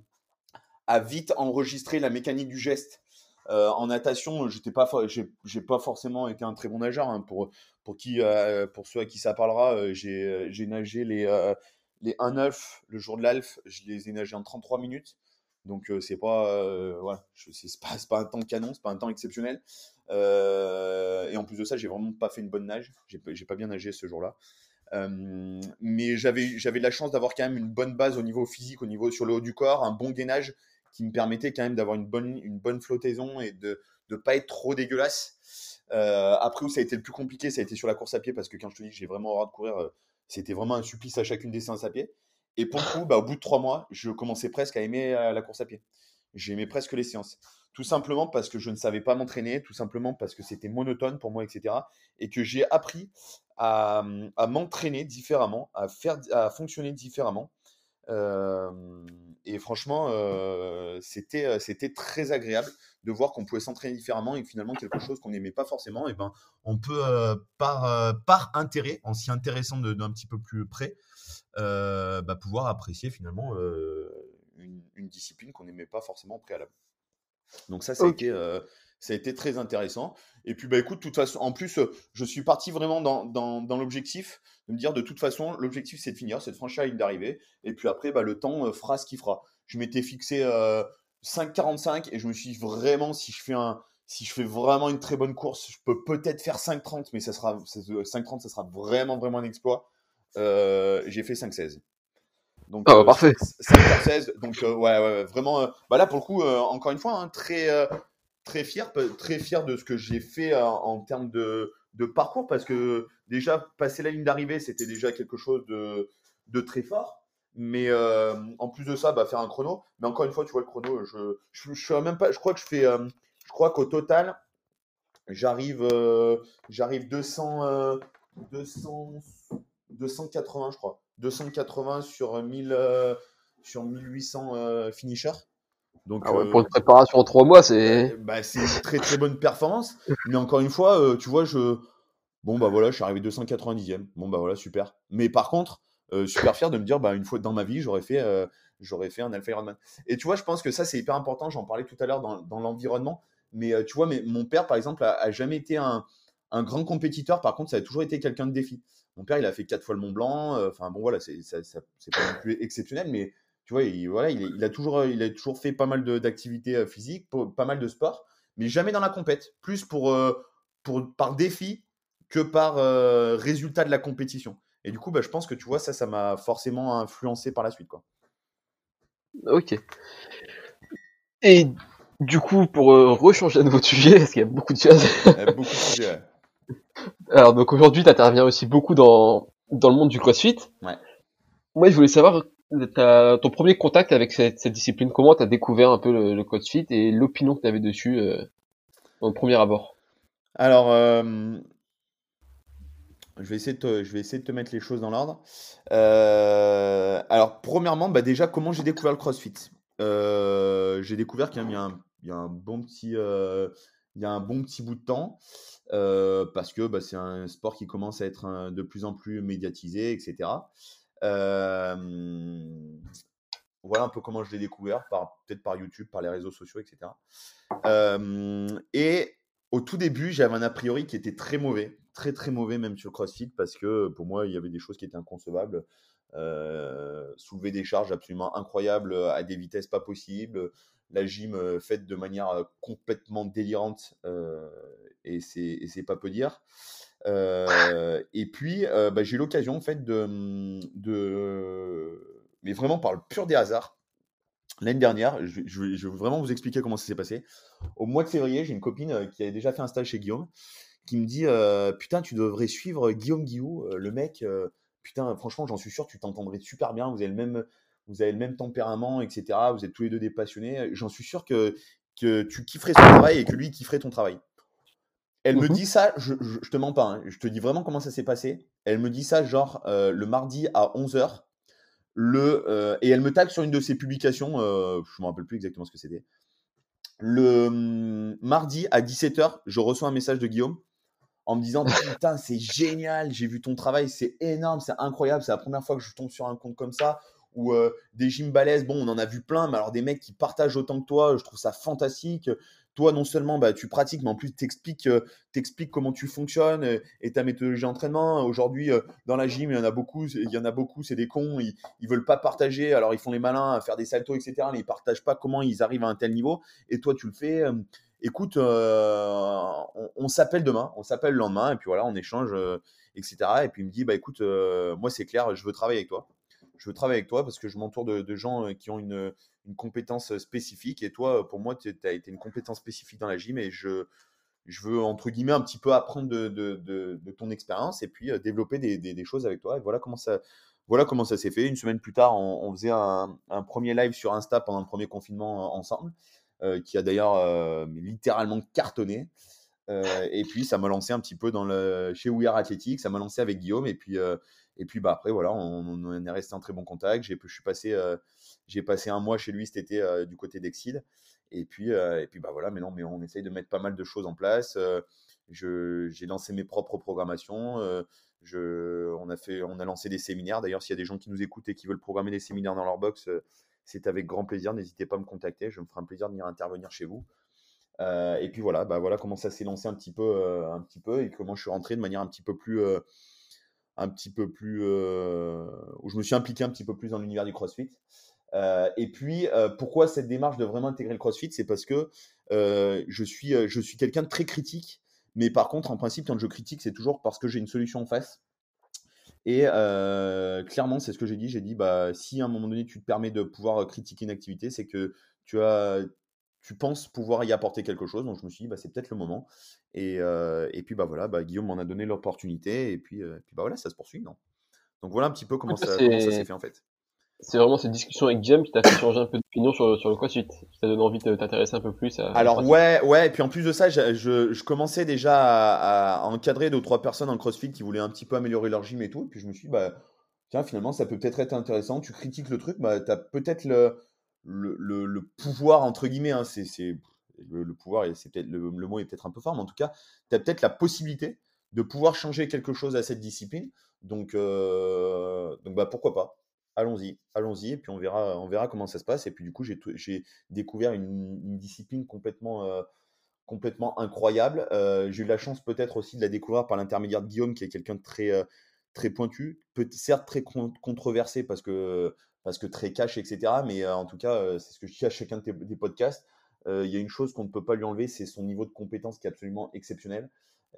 à vite enregistrer la mécanique du geste. En natation, j'ai pas forcément été un très bon nageur. Hein. Pour ceux à qui ça parlera, j'ai nagé les 1,9 le jour de l'Alf. Je les ai nagés en 33 minutes. Donc, c'est pas, voilà, c'est pas un temps canon, c'est pas un temps exceptionnel. Et en plus de ça, j'ai vraiment pas fait une bonne nage. J'ai pas bien nagé ce jour-là. Mais j'avais de la chance d'avoir quand même une bonne base au niveau physique, au niveau sur le haut du corps, un bon gainage qui me permettait quand même d'avoir une bonne flottaison et de ne pas être trop dégueulasse. Après, où ça a été le plus compliqué, ça a été sur la course à pied parce que quand je te dis que j'ai vraiment horreur de courir, c'était vraiment un supplice à chacune des séances à pied. Et pour le coup, bah, au bout de 3 mois, je commençais presque à aimer la course à pied. J'aimais presque les séances. Tout simplement parce que je ne savais pas m'entraîner, tout simplement parce que c'était monotone pour moi, etc. Et que j'ai appris à m'entraîner différemment, à fonctionner différemment. Euh, et franchement, c'était très agréable de voir qu'on pouvait s'entraîner différemment et que finalement quelque chose qu'on n'aimait pas forcément, et ben, on peut par intérêt, en s'y intéressant d'un petit peu plus près, bah, pouvoir apprécier finalement une discipline qu'on n'aimait pas forcément au préalable. Donc Ok. ça a été très intéressant. Et puis bah écoute, de toute façon, en plus, je suis parti vraiment dans l'objectif de me dire de toute façon, l'objectif c'est de finir, c'est de franchir la ligne d'arrivée. Et puis après, bah, le temps fera ce qu'il fera. Je m'étais fixé 5,45 et je me suis dit vraiment, si je fais vraiment une très bonne course, je peux peut-être faire 5,30, mais 5,30, ça sera vraiment, vraiment un exploit. J'ai fait 5,16. Donc Ah bah parfait. 5h16, donc ouais, vraiment, bah là pour le coup, encore une fois, hein, très fier de ce que j'ai fait en termes de parcours, parce que déjà, passer la ligne d'arrivée, c'était déjà quelque chose de très fort. Mais en plus de ça, bah, faire un chrono. Mais encore une fois, tu vois, le chrono, je suis même pas, je crois que je crois qu'au total, j'arrive, j'arrive 200, 280, je crois. 280 sur 1800 finishers. Donc, Ah ouais, pour une préparation en 3 mois, c'est. bah, c'est une très très bonne performance. Mais encore une fois, tu vois, bon, bah voilà, je suis arrivé 290e. Bon, bah voilà, super. Mais par contre, super fier de me dire, bah, une fois dans ma vie, j'aurais fait un Alpha Ironman. Et tu vois, je pense que ça, c'est hyper important. J'en parlais tout à l'heure dans l'environnement. Mais tu vois, mon père, par exemple, a jamais été un grand compétiteur. Par contre, ça a toujours été quelqu'un de défi. Mon père, il a fait 4 fois le Mont Blanc. Enfin, bon, voilà, c'est pas non plus exceptionnel. Mais tu vois, voilà, il a toujours fait pas mal d'activités physiques, pas mal de sport. Mais jamais dans la compète. Plus par défi que par résultat de la compétition. Et du coup, bah, je pense que tu vois, ça m'a forcément influencé par la suite, quoi. Ok. Et du coup, pour rechanger à nouveau de sujet, parce qu'il y a beaucoup de choses. Beaucoup de sujets, ouais. Alors donc aujourd'hui, tu interviens aussi beaucoup dans le monde du CrossFit. Ouais. Moi, je voulais savoir ton premier contact avec cette discipline. Comment tu as découvert un peu le CrossFit et l'opinion que tu avais dessus au premier abord. Alors, je vais essayer de te mettre les choses dans l'ordre. Alors, premièrement, bah déjà, comment j'ai découvert le CrossFit? J'ai découvert il y a un bon petit, il y a un bon petit bout de temps, parce que bah, c'est un sport qui commence à être de plus en plus médiatisé, etc. Euh, voilà un peu comment je l'ai découvert, peut-être par YouTube, par les réseaux sociaux, etc. Et au tout début, j'avais un a priori qui était très mauvais, très très mauvais même sur CrossFit, parce que pour moi, il y avait des choses qui étaient inconcevables. Soulever des charges absolument incroyables à des vitesses pas possibles, la gym faite de manière complètement délirante, et c'est pas peu dire. Et puis, j'ai eu l'occasion en fait mais vraiment par le pur des hasards, l'année dernière, je vais vraiment vous expliquer comment ça s'est passé. Au mois de février, j'ai une copine qui avait déjà fait un stage chez Guillaume, qui me dit putain, tu devrais suivre Guillaume Guillou, le mec, putain, franchement, j'en suis sûr, tu t'entendrais super bien, vous avez le même tempérament, etc. Vous êtes tous les deux des passionnés. J'en suis sûr que tu kifferais son travail et que lui kifferait ton travail. Elle me dit ça, je te mens pas, hein, je te dis vraiment comment ça s'est passé. Elle me dit ça genre le mardi à 11h. Et elle me tag sur une de ses publications, je me rappelle plus exactement ce que c'était. Le mardi à 17h, je reçois un message de Guillaume en me disant putain, c'est génial, j'ai vu ton travail, c'est énorme, c'est incroyable, c'est la première fois que je tombe sur un compte comme ça, ou des gym balèzes, bon, on en a vu plein, mais alors des mecs qui partagent autant que toi, je trouve ça fantastique. Toi, non seulement tu pratiques, mais en plus t'expliques comment tu fonctionnes et ta méthodologie d'entraînement. Aujourd'hui, dans la gym, il y en a beaucoup, c'est des cons, ils veulent pas partager, alors ils font les malins à faire des saltos, etc., mais ils partagent pas comment ils arrivent à un tel niveau, et toi, tu le fais. Écoute, on s'appelle demain, on s'appelle le lendemain, et puis voilà, on échange, etc. Et puis il me dit, bah écoute, moi c'est clair, je veux travailler avec toi. Je veux travailler avec toi parce que je m'entoure de gens qui ont une compétence spécifique. Et toi, pour moi, tu as été une compétence spécifique dans la gym et je veux, entre guillemets, un petit peu apprendre de ton expérience et puis développer des choses avec toi. Et voilà comment ça s'est fait. Une semaine plus tard, on faisait un premier live sur Insta pendant le premier confinement ensemble, qui a d'ailleurs littéralement cartonné. Et puis, ça m'a lancé un petit peu chez We Are Athletic. Ça m'a lancé avec Guillaume. Et puis après, voilà, on est resté en très bon contact. J'ai passé un mois chez lui cet été du côté d'Exceed. Et puis voilà, mais on essaye de mettre pas mal de choses en place. J'ai lancé mes propres programmations. On a lancé des séminaires. D'ailleurs, s'il y a des gens qui nous écoutent et qui veulent programmer des séminaires dans leur box, c'est avec grand plaisir. N'hésitez pas à me contacter. Je me ferai un plaisir de venir intervenir chez vous. Et puis voilà comment ça s'est lancé un petit peu et comment je suis rentré de manière où je me suis impliqué un petit peu plus dans l'univers du CrossFit. Et puis pourquoi cette démarche de vraiment intégrer le CrossFit, c'est parce que je suis quelqu'un de très critique, mais par contre en principe quand je critique c'est toujours parce que j'ai une solution en face. Et clairement, c'est ce que j'ai dit. J'ai dit, si à un moment donné, tu te permets de pouvoir critiquer une activité, c'est que tu penses pouvoir y apporter quelque chose. Donc, je me suis dit, c'est peut-être le moment. Et puis, voilà, Guillaume m'en a donné l'opportunité. Et puis, voilà, ça se poursuit. Non. Donc, voilà un petit peu comment ça s'est fait, en fait. C'est vraiment cette discussion avec Guillaume qui t'a fait changer un peu d'opinion sur le CrossFit, qui t'a donné envie de t'intéresser un peu plus à Alors, ouais. Et puis, en plus de ça, je commençais déjà à encadrer 2 ou 3 personnes en CrossFit qui voulaient un petit peu améliorer leur gym et tout. Et puis, je me suis dit, tiens, finalement, ça peut peut-être être intéressant. Tu critiques le truc, tu as peut-être le pouvoir, entre guillemets, hein, le pouvoir, et c'est peut-être le mot est peut-être un peu fort, mais en tout cas, tu as peut-être la possibilité de pouvoir changer quelque chose à cette discipline. Donc pourquoi pas? Allons-y, et puis on verra comment ça se passe. Et puis du coup, j'ai découvert une discipline complètement incroyable. J'ai eu la chance peut-être aussi de la découvrir par l'intermédiaire de Guillaume, qui est quelqu'un de très pointu, certes très controversé parce que très cash, etc. Mais en tout cas, c'est ce que je dis à chacun des podcasts. Il y a une chose qu'on ne peut pas lui enlever, c'est son niveau de compétence qui est absolument exceptionnel.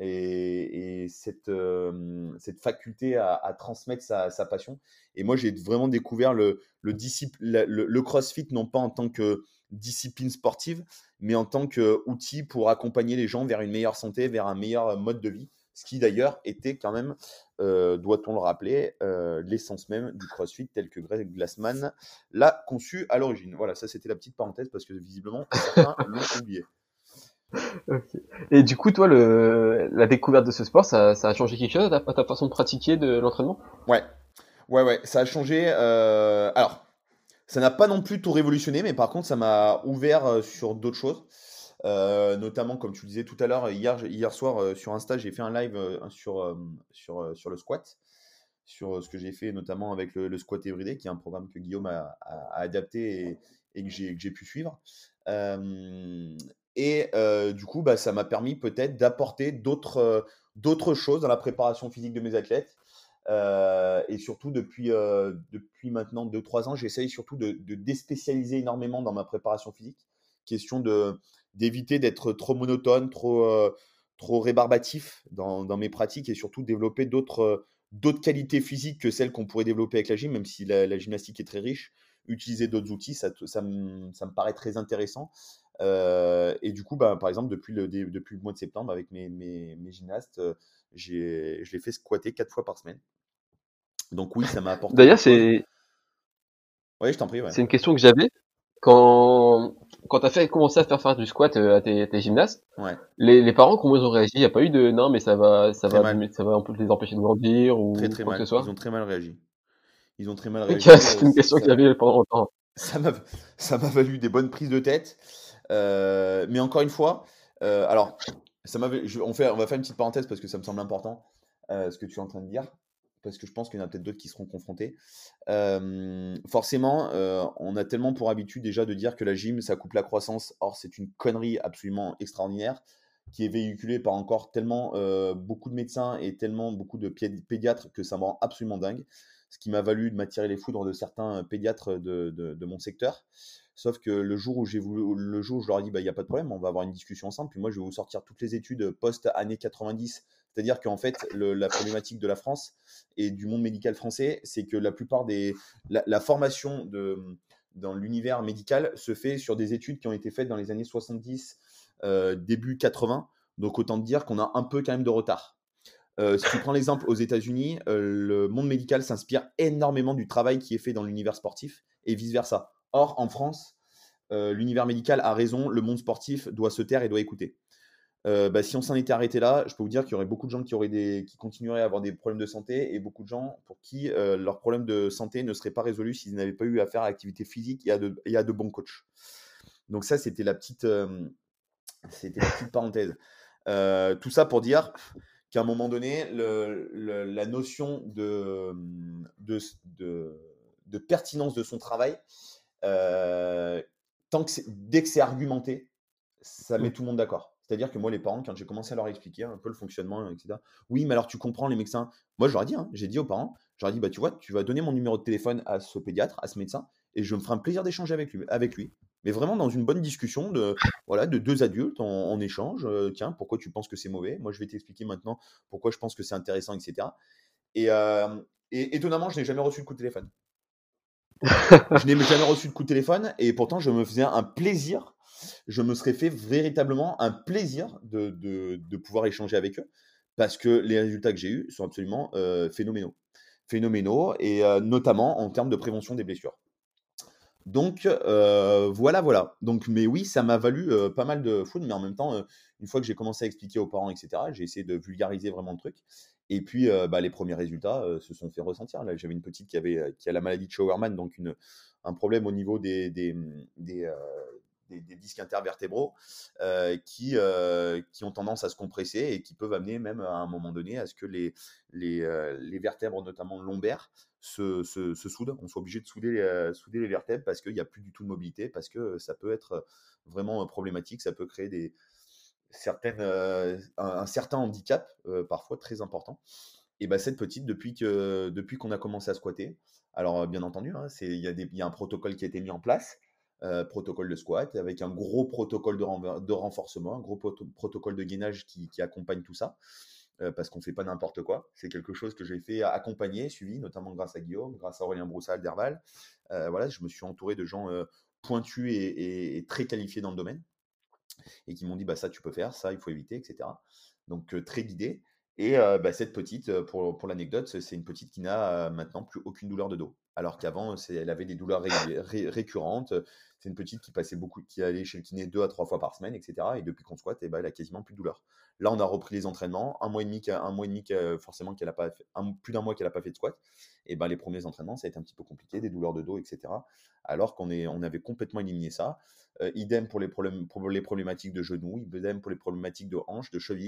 Et cette faculté à transmettre sa passion. Et moi, j'ai vraiment découvert le CrossFit, non pas en tant que discipline sportive, mais en tant qu'outil pour accompagner les gens vers une meilleure santé, vers un meilleur mode de vie. Ce qui d'ailleurs était quand même, doit-on le rappeler, l'essence même du CrossFit tel que Greg Glassman l'a conçu à l'origine. Voilà, ça c'était la petite parenthèse parce que visiblement certains l'ont oublié. Okay. Et du coup, toi, la découverte de ce sport, ça a changé quelque chose à ta façon de pratiquer de l'entraînement? Ouais, ça a changé. Alors, ça n'a pas non plus tout révolutionné, mais par contre, ça m'a ouvert sur d'autres choses. Notamment, comme tu le disais tout à l'heure, hier soir sur Insta, j'ai fait un live sur le squat, sur ce que j'ai fait, notamment avec le squat everyday, qui est un programme que Guillaume a adapté et que j'ai pu suivre. Du coup, bah, ça m'a permis peut-être d'apporter d'autres choses dans la préparation physique de mes athlètes. Et surtout, depuis maintenant 2-3 ans, j'essaye surtout de déspécialiser énormément dans ma préparation physique. Question d'éviter d'être trop monotone, trop rébarbatif dans mes pratiques et surtout développer d'autres qualités physiques que celles qu'on pourrait développer avec la gym, même si la gymnastique est très riche. Utiliser d'autres outils, ça me paraît très intéressant. Et du coup, bah, par exemple, depuis le mois de septembre, avec mes gymnastes, je les fais squatter 4 fois par semaine. Donc oui, ça m'a apporté D'ailleurs, d'autres choses. Oui, je t'en prie, ouais. c'est une question que j'avais. Quand t'as commencé à faire du squat à tes gymnastes, Ouais, les parents, comment ils ont réagi? Il n'y a pas eu de non, mais très mal. ça va un peu les empêcher de grandir Très ou très quoi que ce mal. Ils soit? ont très mal réagi. Ils ont très mal Ok, réagi. c'est une question que j'avais pendant longtemps. Ça m'a ça m'a valu des bonnes prises de tête. Mais encore une fois, alors, on va faire une petite parenthèse parce que ça me semble important, ce que tu es en train de dire, parce que je pense qu'il y en a peut-être d'autres qui seront confrontés. Forcément, on a tellement pour habitude déjà de dire que la gym, ça coupe la croissance. Or, c'est une connerie absolument extraordinaire qui est véhiculée par encore tellement beaucoup de médecins et tellement beaucoup de pédiatres que ça me rend absolument dingue. Ce qui m'a valu de m'attirer les foudres de certains pédiatres de mon secteur. Sauf que le jour où je leur ai dit, bah, il n'y a pas de problème, on va avoir une discussion ensemble. Puis moi, je vais vous sortir toutes les études post-années 90. C'est-à-dire qu'en fait, la problématique de la France et du monde médical français, c'est que la plupart la formation dans l'univers médical se fait sur des études qui ont été faites dans les années 70, début 80. Donc autant te dire qu'on a un peu quand même de retard. Si tu prends l'exemple aux États-Unis, le monde médical s'inspire énormément du travail qui est fait dans l'univers sportif et vice-versa. Or, en France, l'univers médical a raison, le monde sportif doit se taire et doit écouter. Bah, si on s'en était arrêté là, je peux vous dire qu'il y aurait beaucoup de gens qui continueraient à avoir des problèmes de santé et beaucoup de gens pour qui leurs problèmes de santé ne seraient pas résolus s'ils n'avaient pas eu à faire à l'activité physique et à de bons coachs. Donc ça, c'était la petite parenthèse. Tout ça pour dire qu'à un moment donné, la notion de pertinence de son travail, dès que c'est argumenté, ça met Mm. tout le monde d'accord. C'est-à-dire que moi, les parents, quand j'ai commencé à leur expliquer un peu le fonctionnement, etc., oui, mais alors tu comprends les médecins. Moi, je leur ai dit, j'ai dit aux parents, je leur ai dit, bah, tu vois, tu vas donner mon numéro de téléphone à ce pédiatre, à ce médecin, et je me ferai un plaisir d'échanger avec lui. Mais vraiment dans une bonne discussion de deux adultes en échange. Tiens, pourquoi tu penses que c'est mauvais? Moi, je vais t'expliquer maintenant pourquoi je pense que c'est intéressant, etc. Et étonnamment, je n'ai jamais reçu de coup de téléphone. Je n'ai jamais reçu de coup de téléphone et pourtant, je me faisais un plaisir. Je me serais fait véritablement un plaisir de pouvoir échanger avec eux parce que les résultats que j'ai eus sont absolument phénoménaux. Phénoménaux et notamment en termes de prévention des blessures. Donc voilà. Donc, mais oui, ça m'a valu pas mal de foudre, mais en même temps, une fois que j'ai commencé à expliquer aux parents, etc., j'ai essayé de vulgariser vraiment le truc. Et puis, bah, les premiers résultats se sont fait ressentir. Là, j'avais une petite qui a la maladie de Schauerman, donc un problème au niveau des disques intervertébraux qui ont tendance à se compresser et qui peuvent amener même à un moment donné à ce que les vertèbres, notamment lombaires, se soudent. On soit obligé de souder les vertèbres parce qu'il n'y a plus du tout de mobilité, parce que ça peut être vraiment problématique, ça peut créer un certain handicap, parfois très important. Et bah, cette petite, depuis qu'on a commencé à squatter, alors bien entendu, il y a un protocole qui a été mis en place, protocole de squat, avec un gros protocole de renforcement, un gros protocole de gainage qui accompagne tout ça, parce qu'on ne fait pas n'importe quoi. C'est quelque chose que j'ai fait accompagner, suivi, notamment grâce à Guillaume, grâce à Aurélien Broussal d'Herval. Voilà, je me suis entouré de gens pointus et très qualifiés dans le domaine et qui m'ont dit bah, ça tu peux faire, ça il faut éviter, etc. Donc très guidé. Et bah, cette petite, pour l'anecdote, c'est une petite qui n'a maintenant plus aucune douleur de dos. Alors qu'avant, elle avait des douleurs récurrentes. C'est une petite qui allait chez le kiné 2 à 3 fois par semaine, etc. Et depuis qu'on squatte, elle a quasiment plus de douleur. Là, on a repris les entraînements. Un mois et demi, forcément, qu'elle a pas fait, plus d'un mois qu'elle n'a pas fait de squat. Et ben, les premiers entraînements, ça a été un petit peu compliqué, des douleurs de dos, etc. Alors on avait complètement éliminé ça. Idem pour les problématiques de genoux, idem pour les problématiques de hanches, de chevilles.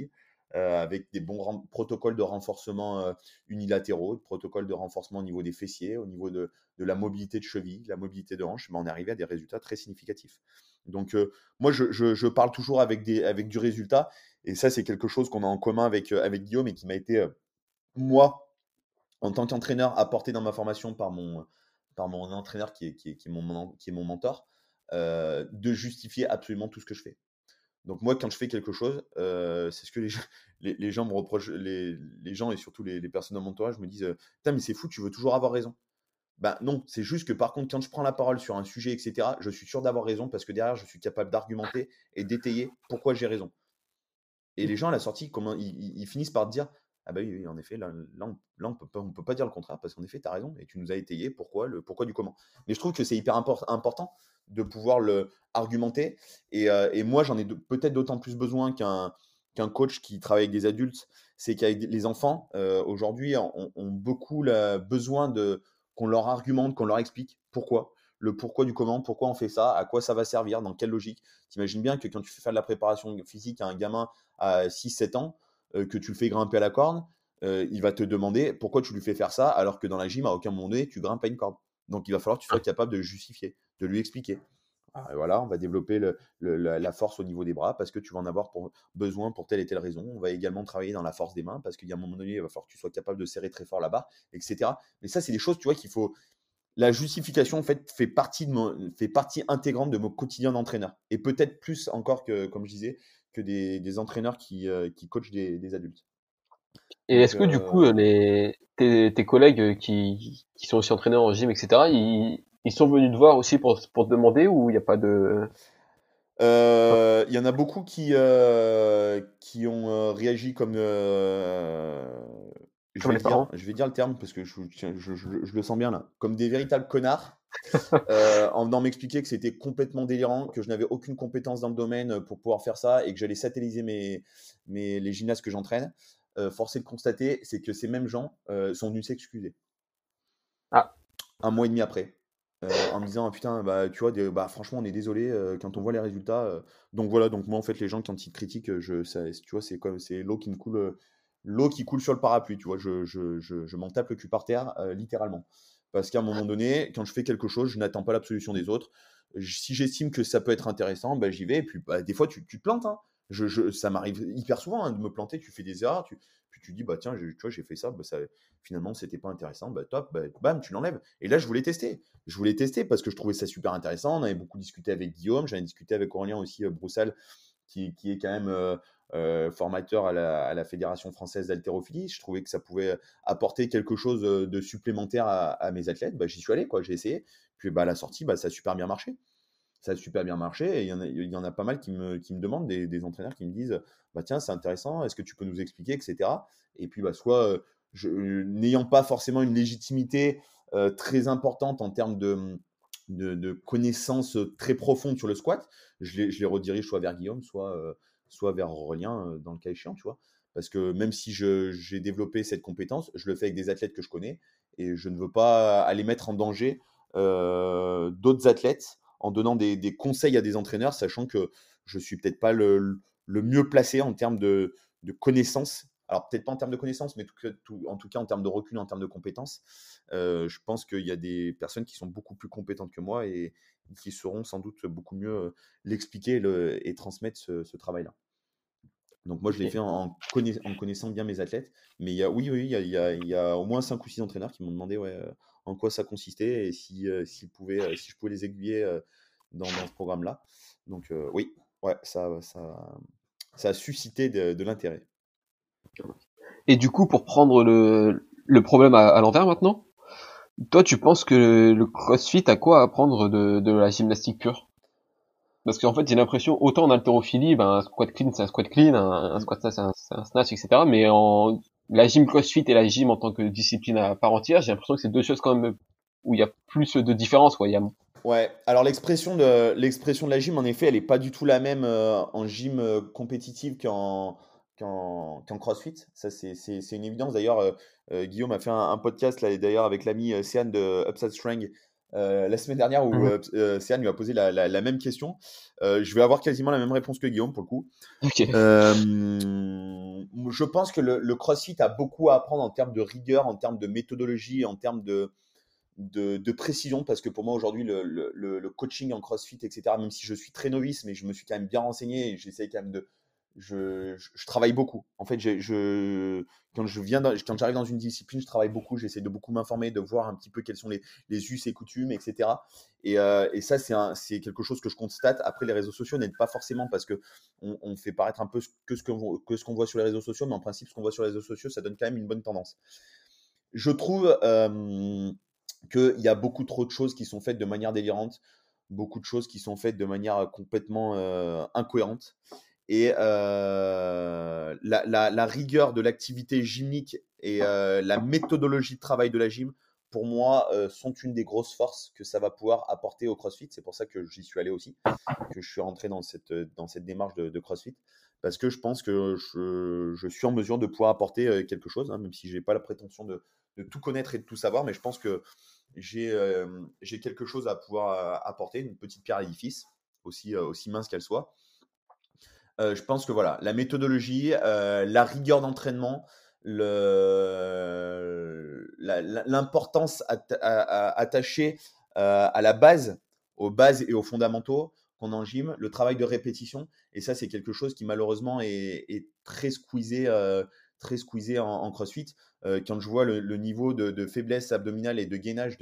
avec des bons protocoles de renforcement unilatéraux, protocoles de renforcement au niveau des fessiers, au niveau de la mobilité de cheville, la mobilité de hanche, on est arrivé à des résultats très significatifs. Donc, moi, je parle toujours avec du résultat, et ça, c'est quelque chose qu'on a en commun avec Guillaume et qui m'a été, moi, en tant qu'entraîneur, apporté dans ma formation par mon entraîneur qui est mon mentor, de justifier absolument tout ce que je fais. Donc moi, quand je fais quelque chose, c'est ce que les gens me reprochent, les gens et surtout les personnes dans mon entourage me disent putain, mais c'est fou, tu veux toujours avoir raison. Ben non, c'est juste que par contre, quand je prends la parole sur un sujet, etc., je suis sûr d'avoir raison parce que derrière, je suis capable d'argumenter et d'étayer pourquoi j'ai raison. Et les gens à la sortie, comment ils finissent par te dire ah bah oui, en effet, là on peut pas dire le contraire parce qu'en effet, tu as raison et tu nous as étayé pourquoi du comment. Mais je trouve que c'est hyper important de pouvoir le argumenter. Et moi, j'en ai peut-être d'autant plus besoin qu'un coach qui travaille avec des adultes. C'est qu'avec les enfants, aujourd'hui, ont beaucoup besoin qu'on leur argumente, qu'on leur explique pourquoi. Le pourquoi du comment, pourquoi on fait ça, à quoi ça va servir, dans quelle logique. T'imagines bien que quand tu fais faire de la préparation physique à un gamin à 6-7 ans, que tu le fais grimper à la corde, il va te demander pourquoi tu lui fais faire ça alors que dans la gym, à aucun moment donné, tu grimpes à une corde. Donc, il va falloir que tu sois capable de justifier, de lui expliquer. Voilà, on va développer la force au niveau des bras parce que tu vas en avoir besoin pour telle et telle raison. On va également travailler dans la force des mains parce qu'il y a un moment donné, il va falloir que tu sois capable de serrer très fort la barre, etc. Mais ça, c'est des choses, tu vois, qu'il faut. La justification, en fait, fait partie intégrante de mon quotidien d'entraîneur. Et peut-être plus encore que, comme je disais, que des entraîneurs qui coachent des adultes. Et Donc, est-ce que du coup, tes collègues qui sont aussi entraîneurs en gym, etc., ils sont venus te voir aussi pour te demander ou il n'y a pas de... il y en a beaucoup qui ont réagi comme, Comme les parents? je vais dire le terme parce que je le sens bien là, comme des véritables connards, en venant m'expliquer que c'était complètement délirant, que je n'avais aucune compétence dans le domaine pour pouvoir faire ça et que j'allais satelliser les gymnastes que j'entraîne. Force est de constater, c'est que ces mêmes gens sont venus s'excuser Ah, un mois et demi après. En me disant: «Ah putain, bah, tu vois, franchement, on est désolé quand on voit les résultats». Donc voilà, donc moi, en fait, les gens, quand ils critiquent, tu vois, c'est l'eau qui coule sur le parapluie, tu vois. Je m'en tape le cul par terre, littéralement. Parce qu'à un moment donné, quand je fais quelque chose, je n'attends pas l'absolution des autres. Si j'estime que ça peut être intéressant, bah, j'y vais. Et puis, bah, des fois, tu te plantes, hein. Ça m'arrive hyper souvent hein, de me planter. Tu fais des erreurs, puis tu dis: «Bah tiens, tu vois, j'ai fait ça, bah, finalement, c'était pas intéressant». Bah top, bah, bam, tu l'enlèves. Et là, je voulais tester parce que je trouvais ça super intéressant. On avait beaucoup discuté avec Guillaume, j'en ai discuté avec Aurélien aussi, Broussal, qui est quand même formateur à la Fédération française d'haltérophilie. Je trouvais que ça pouvait apporter quelque chose de supplémentaire à mes athlètes. Bah, j'y suis allé, quoi, j'ai essayé. Puis bah, à la sortie, bah, ça a super bien marché. Ça a super bien marché et il y en a pas mal qui me demandent, des entraîneurs qui me disent bah, tiens, c'est intéressant, est-ce que tu peux nous expliquer, etc. Et puis, bah, soit n'ayant pas forcément une légitimité très importante en termes de connaissances très profondes sur le squat, je les redirige soit vers Guillaume, soit vers Aurélien dans le cas échéant, tu vois. Parce que même si j'ai développé cette compétence, je le fais avec des athlètes que je connais et je ne veux pas aller mettre en danger d'autres athlètes en donnant des conseils à des entraîneurs, sachant que je ne suis peut-être pas le mieux placé en termes de connaissances. Alors, peut-être pas en termes de connaissances, mais en tout cas en termes de recul, en termes de compétences. Je pense qu'il y a des personnes qui sont beaucoup plus compétentes que moi et qui sauront sans doute beaucoup mieux l'expliquer et transmettre ce travail-là. Donc, moi, je l'ai ok. fait en connaissant bien mes athlètes. Mais oui, il y a au moins 5 ou 6 entraîneurs qui m'ont demandé ouais, en quoi ça consistait et si je pouvais les aiguiller dans ce programme-là. Donc, oui, ouais, ça a suscité de l'intérêt. Et du coup, pour prendre le problème à l'envers maintenant, toi, tu penses que le CrossFit a quoi à apprendre de la gymnastique pure? Parce qu'en fait, j'ai l'impression, autant en haltérophilie, ben, un squat clean, c'est un squat clean, un Mm. squat snatch, c'est un snatch, etc. Mais la gym CrossFit et la gym en tant que discipline à part entière, j'ai l'impression que c'est deux choses quand même où il y a plus de différence, quoi. Ouais, alors l'expression de la gym, en effet, elle n'est pas du tout la même en gym compétitive qu'en CrossFit. Ça, c'est une évidence. D'ailleurs, Guillaume a fait un podcast là, d'ailleurs avec l'ami Céane de Upside Strength la semaine dernière où Mhm. Céane lui a posé la même question. Je vais avoir quasiment la même réponse que Guillaume pour le coup. Ok. Euh, je pense que le CrossFit a beaucoup à apprendre en termes de rigueur, en termes de méthodologie, en termes de précision, parce que pour moi aujourd'hui le coaching en CrossFit, etc., même si je suis très novice, mais je me suis quand même bien renseigné et j'essaie quand même je travaille beaucoup. En fait, quand j'arrive dans une discipline, je travaille beaucoup, j'essaie de beaucoup m'informer, de voir un petit peu quels sont les us et coutumes, etc. Et ça, c'est quelque chose que je constate. Après, les réseaux sociaux n'aident pas forcément parce que on fait paraître un peu ce qu'on voit sur les réseaux sociaux, mais en principe, ce qu'on voit sur les réseaux sociaux, ça donne quand même une bonne tendance. Je trouve qu'il y a beaucoup trop de choses qui sont faites de manière délirante, beaucoup de choses qui sont faites de manière complètement incohérente. Et la rigueur de l'activité gymnique et la méthodologie de travail de la gym, pour moi, sont une des grosses forces que ça va pouvoir apporter au CrossFit. C'est pour ça que j'y suis allé aussi, que je suis rentré dans cette démarche de CrossFit. Parce que je pense que je suis en mesure de pouvoir apporter quelque chose, hein, même si je n'ai pas la prétention de tout connaître et de tout savoir, mais je pense que j'ai quelque chose à pouvoir apporter, une petite pierre à l'édifice, aussi mince qu'elle soit. Je pense que voilà, la méthodologie, la rigueur d'entraînement, l'importance attachée à la base, aux bases et aux fondamentaux qu'on a en gym, le travail de répétition. Et ça, c'est quelque chose qui malheureusement est très squeezé en CrossFit. Quand je vois le niveau de faiblesse abdominale et de gainage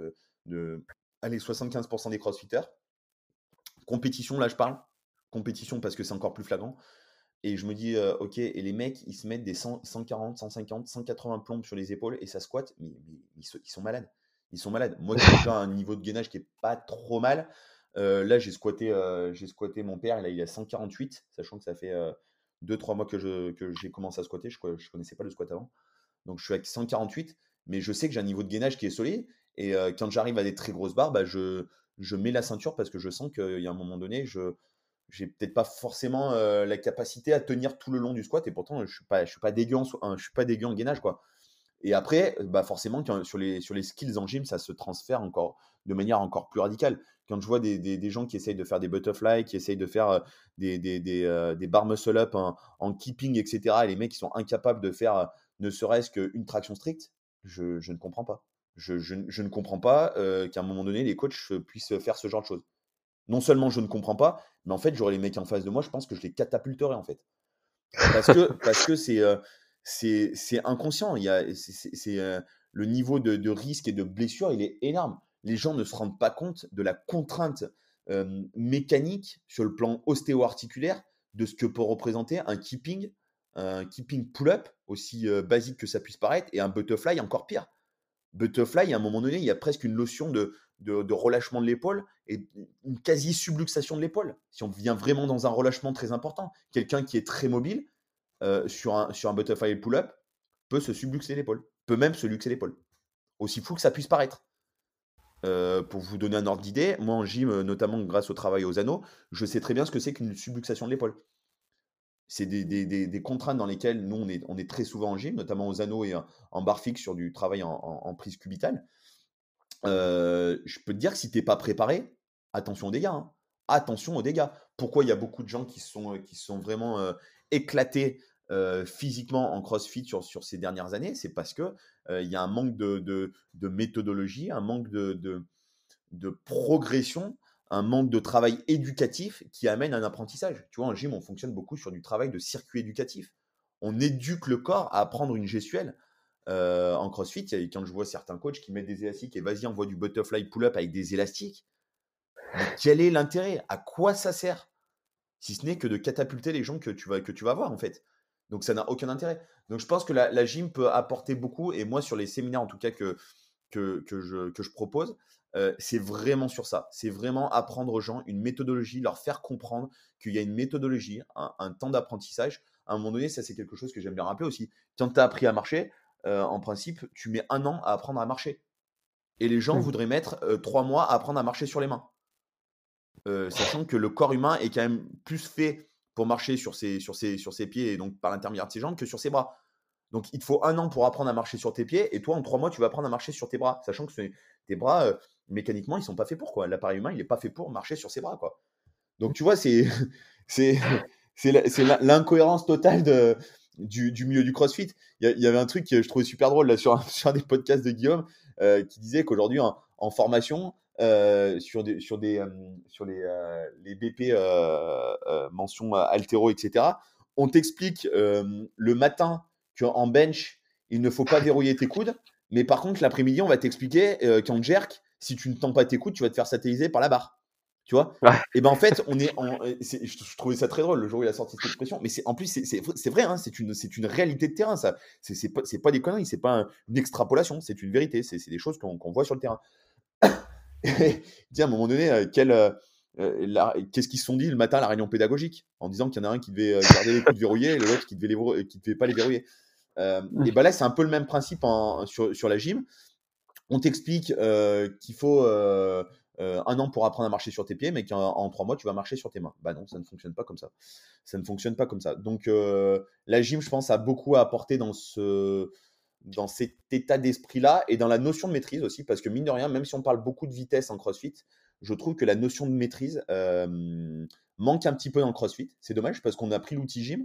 allez, 75% des CrossFitters, compétition, là je parle, compétition parce que c'est encore plus flagrant. Et je me dis, ok, et les mecs, ils se mettent des 140, 150, 180 plombes sur les épaules et ça squatte, mais ils sont malades. Ils sont malades. Moi qui ai déjà un niveau de gainage qui est pas trop mal, là j'ai squatté mon père, là, il a 148, sachant que ça fait 2-3 mois que j'ai commencé à squatter, je connaissais pas le squat avant. Donc je suis avec 148, mais je sais que j'ai un niveau de gainage qui est solide. Et quand j'arrive à des très grosses barres, bah, je mets la ceinture parce que je sens qu'il y a un moment donné, j'ai peut-être pas forcément la capacité à tenir tout le long du squat. Et pourtant, je suis pas dégueu en gainage, quoi. Et après, bah forcément, sur les skills en gym, ça se transfère encore de manière encore plus radicale. Quand je vois des gens qui essayent de faire des butterfly, qui essayent de faire des bar muscle up en keeping, etc., et les mecs qui sont incapables de faire ne serait-ce qu'une traction stricte, je ne comprends pas. Je ne comprends pas qu'à un moment donné, les coachs puissent faire ce genre de choses. Non seulement je ne comprends pas, mais en fait, j'aurais les mecs en face de moi, je pense que je les catapulterais, en fait. Parce que c'est inconscient. Le niveau de risque et de blessure, il est énorme. Les gens ne se rendent pas compte de la contrainte mécanique sur le plan ostéo-articulaire de ce que peut représenter un keeping pull-up, aussi basique que ça puisse paraître, et un butterfly encore pire. Butterfly, à un moment donné, il y a presque une notion de relâchement de l'épaule et une quasi-subluxation de l'épaule. Si on vient vraiment dans un relâchement très important, quelqu'un qui est très mobile, sur un butterfly pull-up, peut se subluxer l'épaule, peut même se luxer l'épaule. Aussi fou que ça puisse paraître. Pour vous donner un ordre d'idée, moi en gym, notamment grâce au travail aux anneaux, je sais très bien ce que c'est qu'une subluxation de l'épaule. C'est des contraintes dans lesquelles nous, on est très souvent en gym, notamment aux anneaux et en barre fixe sur du travail en prise cubitale. Je peux te dire que si tu n'es pas préparé, attention aux dégâts. Hein. Attention aux dégâts. Pourquoi il y a beaucoup de gens qui sont vraiment éclatés physiquement en CrossFit sur ces dernières années? C'est parce que il y a un manque de méthodologie, un manque de progression, un manque de travail éducatif qui amène un apprentissage. Tu vois, en gym, on fonctionne beaucoup sur du travail de circuit éducatif. On éduque le corps à apprendre une gestuelle. En CrossFit, quand je vois certains coachs qui mettent des élastiques et vas-y, envoie du butterfly pull-up avec des élastiques. Mais quel est l'intérêt? À quoi ça sert? Si ce n'est que de catapulter les gens que tu vas voir, en fait. Donc, ça n'a aucun intérêt. Donc, je pense que la gym peut apporter beaucoup. Et moi, sur les séminaires, en tout cas, que je propose, c'est vraiment sur ça. C'est vraiment apprendre aux gens une méthodologie, leur faire comprendre qu'il y a une méthodologie, un temps d'apprentissage. À un moment donné, ça, c'est quelque chose que j'aime bien rappeler aussi. Quand tu as appris à marcher, en principe, tu mets 1 an à apprendre à marcher. Et les gens voudraient mettre 3 mois à apprendre à marcher sur les mains. Sachant que le corps humain est quand même plus fait pour marcher sur ses pieds et donc par l'intermédiaire de ses jambes que sur ses bras. Donc, il te faut 1 an pour apprendre à marcher sur tes pieds et toi, en 3 mois, tu vas apprendre à marcher sur tes bras. Sachant que tes bras, mécaniquement, ils ne sont pas faits pour, quoi. L'appareil humain, il n'est pas fait pour marcher sur ses bras, quoi. Donc, tu vois, c'est l'incohérence totale du milieu du CrossFit. Il y avait un truc que je trouvais super drôle là, sur un des podcasts de Guillaume qui disait qu'aujourd'hui en formation, sur les BP mention haltéro, etc., on t'explique le matin qu'en bench, il ne faut pas verrouiller tes coudes, mais par contre, l'après-midi, on va t'expliquer qu'en jerk, si tu ne tends pas tes coudes, tu vas te faire satelliser par la barre. Tu vois? Ouais. Et ben en fait, je trouvais ça très drôle le jour où il a sorti cette expression, mais en plus, c'est vrai, hein, c'est une réalité de terrain, ça. C'est pas des conneries, c'est pas une extrapolation, c'est une vérité, c'est des choses qu'on voit sur le terrain. Et tiens, à un moment donné, qu'est-ce qu'ils se sont dit le matin à la réunion pédagogique en disant qu'il y en a un qui devait garder les coudes verrouillés et l'autre qui devait pas les verrouiller. Et ben là, c'est un peu le même principe sur la gym. On t'explique qu'il faut 1 an pour apprendre à marcher sur tes pieds, mais qu'en 3 mois, tu vas marcher sur tes mains. Bah non, ça ne fonctionne pas comme ça. Ça ne fonctionne pas comme ça. Donc, la gym, je pense, a beaucoup à apporter dans cet état d'esprit-là et dans la notion de maîtrise aussi, parce que mine de rien, même si on parle beaucoup de vitesse en CrossFit, je trouve que la notion de maîtrise manque un petit peu dans le CrossFit. C'est dommage parce qu'on a pris l'outil gym.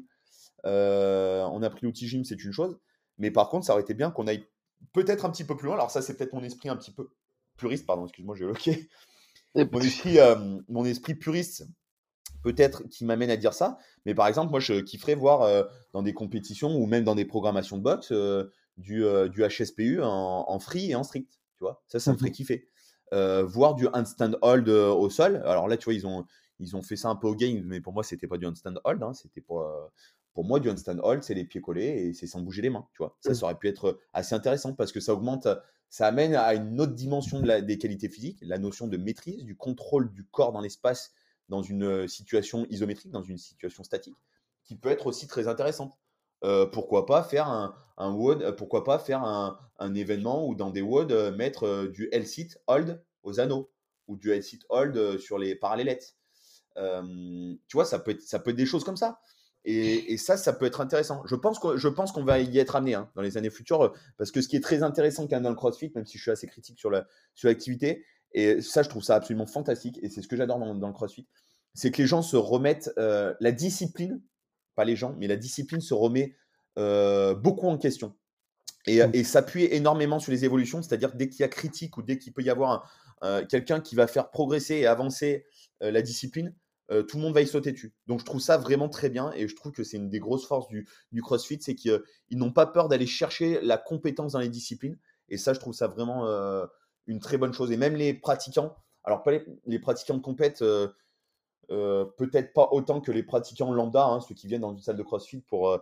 C'est une chose. Mais par contre, ça aurait été bien qu'on aille peut-être un petit peu plus loin. Alors ça, c'est peut-être mon esprit un petit peu puriste, pardon, excuse-moi, j'ai bloqué. Mon esprit puriste, peut-être, qui m'amène à dire ça. Mais par exemple, moi, je kifferais voir dans des compétitions ou même dans des programmations de boxe du HSPU en free et en strict. Tu vois, ça me ferait kiffer. Voir du handstand hold au sol. Alors là, tu vois, ils ont fait ça un peu au game, mais pour moi, c'était pas du handstand hold. Hein, c'était pas. Pour moi, du handstand hold, c'est les pieds collés et c'est sans bouger les mains. Tu vois, ça aurait pu être assez intéressant parce que ça amène à une autre dimension des qualités physiques, la notion de maîtrise, du contrôle du corps dans l'espace, dans une situation isométrique, dans une situation statique, qui peut être aussi très intéressante. Pourquoi pas faire un WOD, pourquoi pas faire un événement où dans des WOD, mettre du L-sit hold aux anneaux ou du L-sit hold sur les parallélettes. Tu vois, ça peut être des choses comme ça. Et ça peut être intéressant. Je pense qu'on va y être amené dans les années futures, parce que ce qui est très intéressant quand même dans le CrossFit, même si je suis assez critique sur l'activité, et ça, je trouve ça absolument fantastique, et c'est ce que j'adore dans le CrossFit, c'est que les gens se remettent, la discipline, pas les gens, mais la discipline se remet beaucoup en question. Et s'appuie énormément sur les évolutions, c'est-à-dire dès qu'il y a critique ou dès qu'il peut y avoir quelqu'un qui va faire progresser et avancer la discipline, tout le monde va y sauter dessus. Donc je trouve ça vraiment très bien et je trouve que c'est une des grosses forces du CrossFit, c'est qu'ils n'ont pas peur d'aller chercher la compétence dans les disciplines. Et ça, je trouve ça vraiment une très bonne chose. Et même les pratiquants, alors pas les pratiquants de compète, peut-être pas autant que les pratiquants lambda, ceux qui viennent dans une salle de CrossFit pour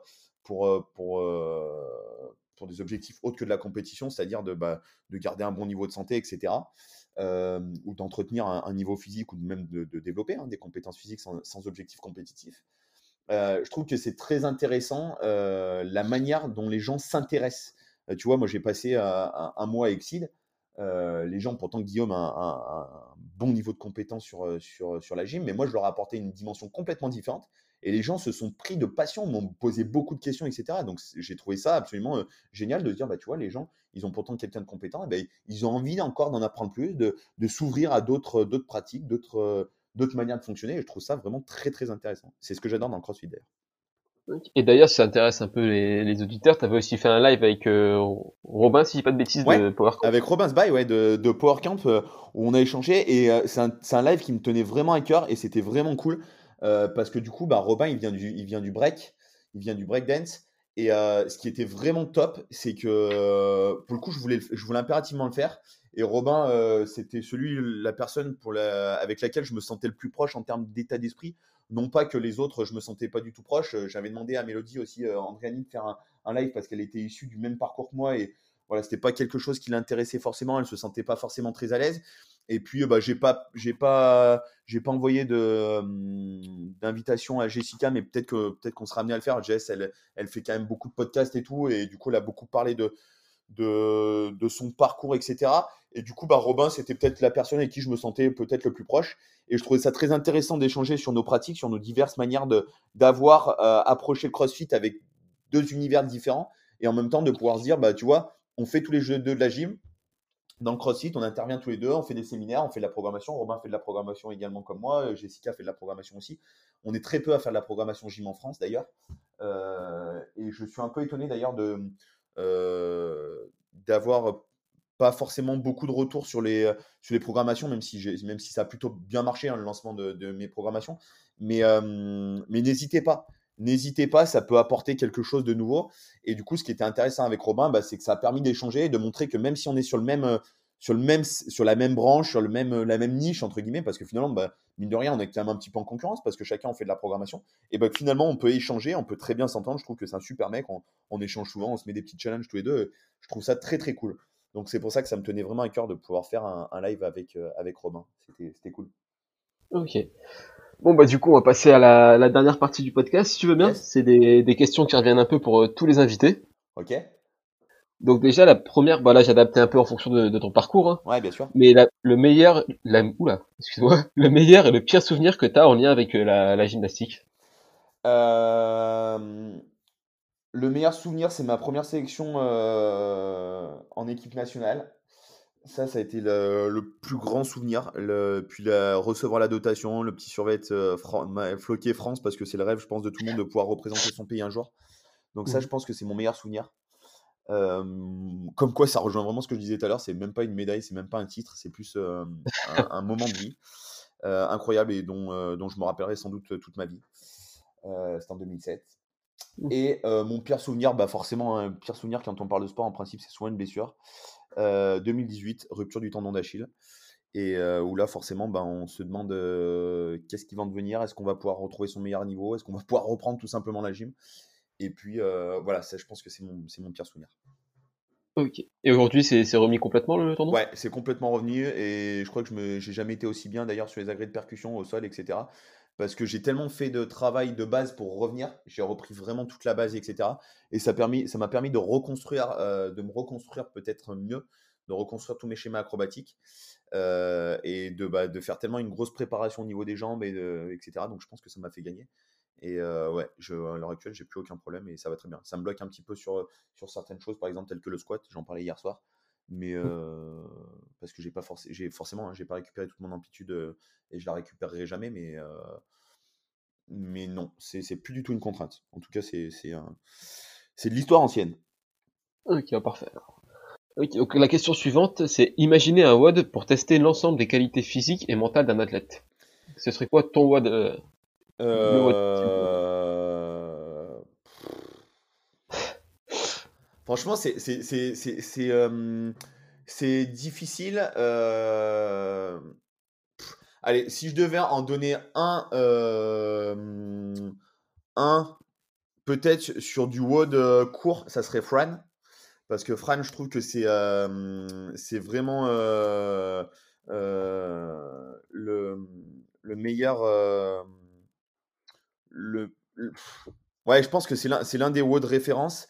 des objectifs autres que de la compétition, c'est-à-dire de garder un bon niveau de santé, etc. Ou d'entretenir un niveau physique ou même de développer des compétences physiques sans objectif compétitif. Je trouve que c'est très intéressant la manière dont les gens s'intéressent. Tu vois, moi j'ai passé un mois à Exceed. Les gens, pourtant Guillaume a un bon niveau de compétence sur la gym, mais moi je leur ai apporté une dimension complètement différente. Et les gens se sont pris de passion, m'ont posé beaucoup de questions, etc. Donc j'ai trouvé ça absolument génial de se dire, tu vois, les gens, ils ont pourtant quelqu'un de compétent, et ils ont envie encore d'en apprendre plus, de s'ouvrir à d'autres pratiques, d'autres manières de fonctionner. Et je trouve ça vraiment très, très intéressant. C'est ce que j'adore dans le CrossFit d'ailleurs. Et d'ailleurs, si ça intéresse un peu les auditeurs, t'avais aussi fait un live avec Robin, si je dis pas de bêtises, de PowerCamp. Avec Robin Sby, de PowerCamp, où on a échangé. Et c'est un live qui me tenait vraiment à cœur et c'était vraiment cool. Parce que du coup, Robin, il vient du break, il vient du breakdance. Et ce qui était vraiment top, c'est que pour le coup, je voulais impérativement le faire. Et Robin, c'était la personne avec laquelle je me sentais le plus proche en termes d'état d'esprit. Non pas que les autres, je me sentais pas du tout proche. J'avais demandé à Mélodie aussi, Andréani, de faire un live parce qu'elle était issue du même parcours que moi. Et voilà, c'était pas quelque chose qui l'intéressait forcément. Elle se sentait pas forcément très à l'aise. Et puis, j'ai pas envoyé d'invitation à Jessica, mais peut-être qu'on sera amené à le faire. Jess, elle fait quand même beaucoup de podcasts et tout, et du coup, elle a beaucoup parlé de son parcours, etc. Et du coup, Robin, c'était peut-être la personne avec qui je me sentais peut-être le plus proche. Et je trouvais ça très intéressant d'échanger sur nos pratiques, sur nos diverses manières d'avoir approché le CrossFit avec deux univers différents, et en même temps de pouvoir se dire, tu vois, on fait tous les deux de la gym. Dans le CrossFit, on intervient tous les deux, on fait des séminaires, on fait de la programmation. Robin fait de la programmation également comme moi. Jessica fait de la programmation aussi. On est très peu à faire de la programmation gym en France d'ailleurs. et je suis un peu étonné d'ailleurs d'avoir pas forcément beaucoup de retours sur les programmations, même si ça a plutôt bien marché, hein, le lancement de mes programmations. Mais n'hésitez pas. N'hésitez pas, ça peut apporter quelque chose de nouveau. Et du coup, ce qui était intéressant avec Robin, c'est que ça a permis d'échanger et de montrer que même si on est sur la même branche, la même niche, entre guillemets, parce que finalement, mine de rien, on est quand même un petit peu en concurrence parce que chacun en fait de la programmation. Et finalement, on peut échanger, on peut très bien s'entendre. Je trouve que c'est un super mec. On échange souvent, on se met des petits challenges tous les deux. Je trouve ça très, très cool. Donc, c'est pour ça que ça me tenait vraiment à cœur de pouvoir faire un live avec Robin. C'était cool. Ok. Bon, bah, du coup, on va passer à la dernière partie du podcast, si tu veux bien. Yes. C'est des questions qui reviennent un peu pour tous les invités. Ok. Donc, déjà, la première, bah, là, j'ai adapté un peu en fonction de ton parcours, hein. Ouais, bien sûr. Mais excuse-moi, le meilleur et le pire souvenir que t'as en lien avec la gymnastique. Euh, Le meilleur souvenir, c'est ma première sélection en équipe nationale. Ça a été le plus grand souvenir. Puis recevoir la dotation, le petit survêt floqué France, parce que c'est le rêve, je pense, de tout le monde de pouvoir représenter son pays un jour. Donc ça, je Mhm. pense que c'est mon meilleur souvenir. Comme quoi, ça rejoint vraiment ce que je disais tout à l'heure. C'est même pas une médaille, c'est même pas un titre, c'est plus un moment de vie incroyable et dont je me rappellerai sans doute toute ma vie. C'était en 2007. Et mon pire souvenir, forcément, un pire souvenir quand on parle de sport, en principe, c'est souvent une blessure. 2018, rupture du tendon d'Achille. Et où là, forcément, on se demande qu'est-ce qui va en devenir. Est-ce qu'on va pouvoir retrouver son meilleur niveau? Est-ce qu'on va pouvoir reprendre tout simplement la gym? Et puis, voilà, ça, je pense que c'est mon pire souvenir. Ok. Et aujourd'hui, c'est remis complètement le tendon? Ouais, c'est complètement revenu et je crois que j'ai jamais été aussi bien d'ailleurs sur les agrès de percussion au sol, etc. Parce que j'ai tellement fait de travail de base pour revenir, j'ai repris vraiment toute la base, etc. Et ça m'a permis de me reconstruire peut-être mieux, de reconstruire tous mes schémas acrobatiques et de faire tellement une grosse préparation au niveau des jambes etc. Donc je pense que ça m'a fait gagner. Et ouais, à l'heure actuelle, j'ai plus aucun problème et ça va très bien. Ça me bloque un petit peu sur certaines choses, par exemple, telles que le squat, j'en parlais hier soir. Mais parce que forcément, hein, j'ai pas récupéré toute mon amplitude et je la récupérerai jamais. Mais non, c'est plus du tout une contrainte. En tout cas, c'est de l'histoire ancienne. Ok, parfait. Ok, donc la question suivante, c'est imaginer un WOD pour tester l'ensemble des qualités physiques et mentales d'un athlète. Ce serait quoi ton WOD, le WOD ultime? Euh, Franchement, c'est difficile. Allez, si je devais en donner un peut-être sur du WOD court, ça serait Fran. Parce que Fran, je trouve que c'est vraiment le meilleur. Ouais, je pense que c'est l'un des WOD références.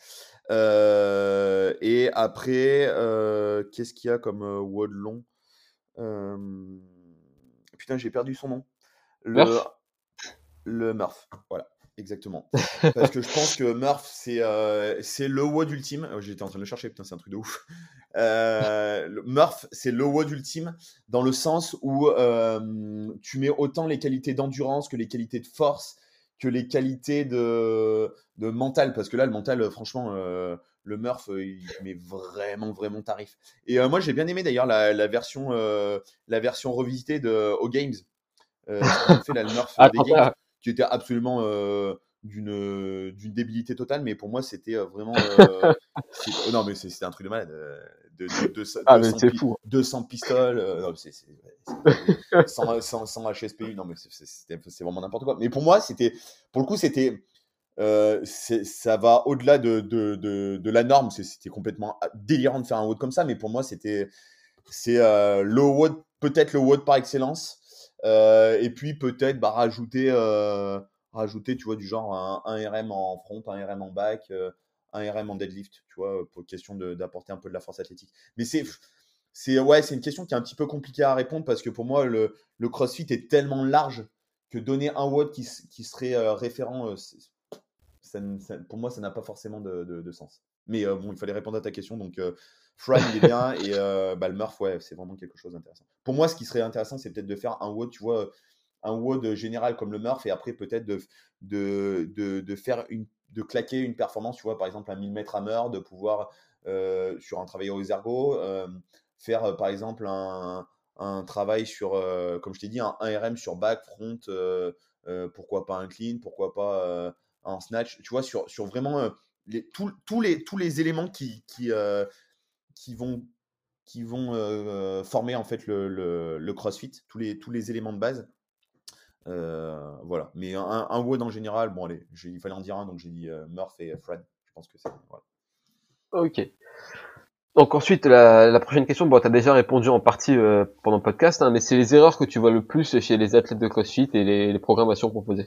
Et après, qu'est-ce qu'il y a comme WOD long? Euh, Putain, j'ai perdu son nom. Le, Murph? le Murph. Voilà, exactement. Parce que je pense que Murph, c'est le WOD ultime. J'étais en train de le chercher, putain, c'est un truc de ouf. Murph, c'est le WOD ultime dans le sens où tu mets autant les qualités d'endurance que les qualités de force, que les qualités de mental. Parce que là, le mental, franchement, le Murph, il met vraiment, vraiment tarif. Et moi, j'ai bien aimé d'ailleurs la version revisitée aux Games. Ce qu'ils ont fait là, le Murph Ah, des trop Games, tard. qui était absolument d'une débilité totale, mais pour moi, c'était vraiment. Oh non, mais c'était un truc de malade. Ah, mais c'est fou. 200 pistoles, non, ouais, 100 HSPU, non, mais c'est vraiment n'importe quoi. Mais pour moi, pour le coup, ça va au-delà de la norme. C'était complètement délirant de faire un WOD comme ça, mais pour moi, c'est le WOD, peut-être le WOD par excellence. Et puis peut-être rajouter, tu vois, du genre un RM en front, un RM en back, un RM en deadlift, tu vois, pour question d'apporter un peu de la force athlétique. Mais ouais, c'est une question qui est un petit peu compliquée à répondre parce que pour moi, le CrossFit est tellement large que donner un WOD qui serait référent, pour moi, ça n'a pas forcément de sens. Mais bon, il fallait répondre à ta question, donc Fran, il est bien, et le Murph, ouais, c'est vraiment quelque chose d'intéressant. Pour moi, ce qui serait intéressant, c'est peut-être de faire un WOD, tu vois, un WOD général comme le Murph, et après peut-être de faire claquer une performance, tu vois, par exemple un 1000 mètres hammer, de pouvoir, sur un travail aux ergos, faire par exemple un travail sur, comme je t'ai dit, un 1RM sur back, front, pourquoi pas un clean, pourquoi pas un snatch, tu vois, sur vraiment tous les éléments qui vont, former en fait le CrossFit, tous les éléments de base. Voilà. Mais un WOD en général, bon, allez, il fallait en dire un, donc j'ai dit Murph et Fred. Je pense que c'est. Voilà. Ok. Donc ensuite, la prochaine question, bon, tu as déjà répondu en partie pendant le podcast, hein, mais c'est les erreurs que tu vois le plus chez les athlètes de CrossFit et les programmations proposées.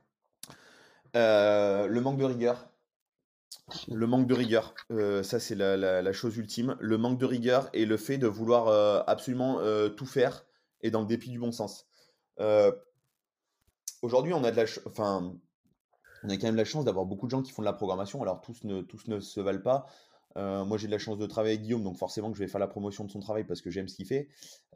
Le manque de rigueur. Le manque de rigueur, ça c'est la chose ultime. Le manque de rigueur et le fait de vouloir absolument tout faire et dans le dépit du bon sens. Euh, Aujourd'hui, enfin, on a quand même la chance d'avoir beaucoup de gens qui font de la programmation. Alors tous ne se valent pas. Moi, j'ai de la chance de travailler avec Guillaume, donc forcément que je vais faire la promotion de son travail parce que j'aime ce qu'il fait.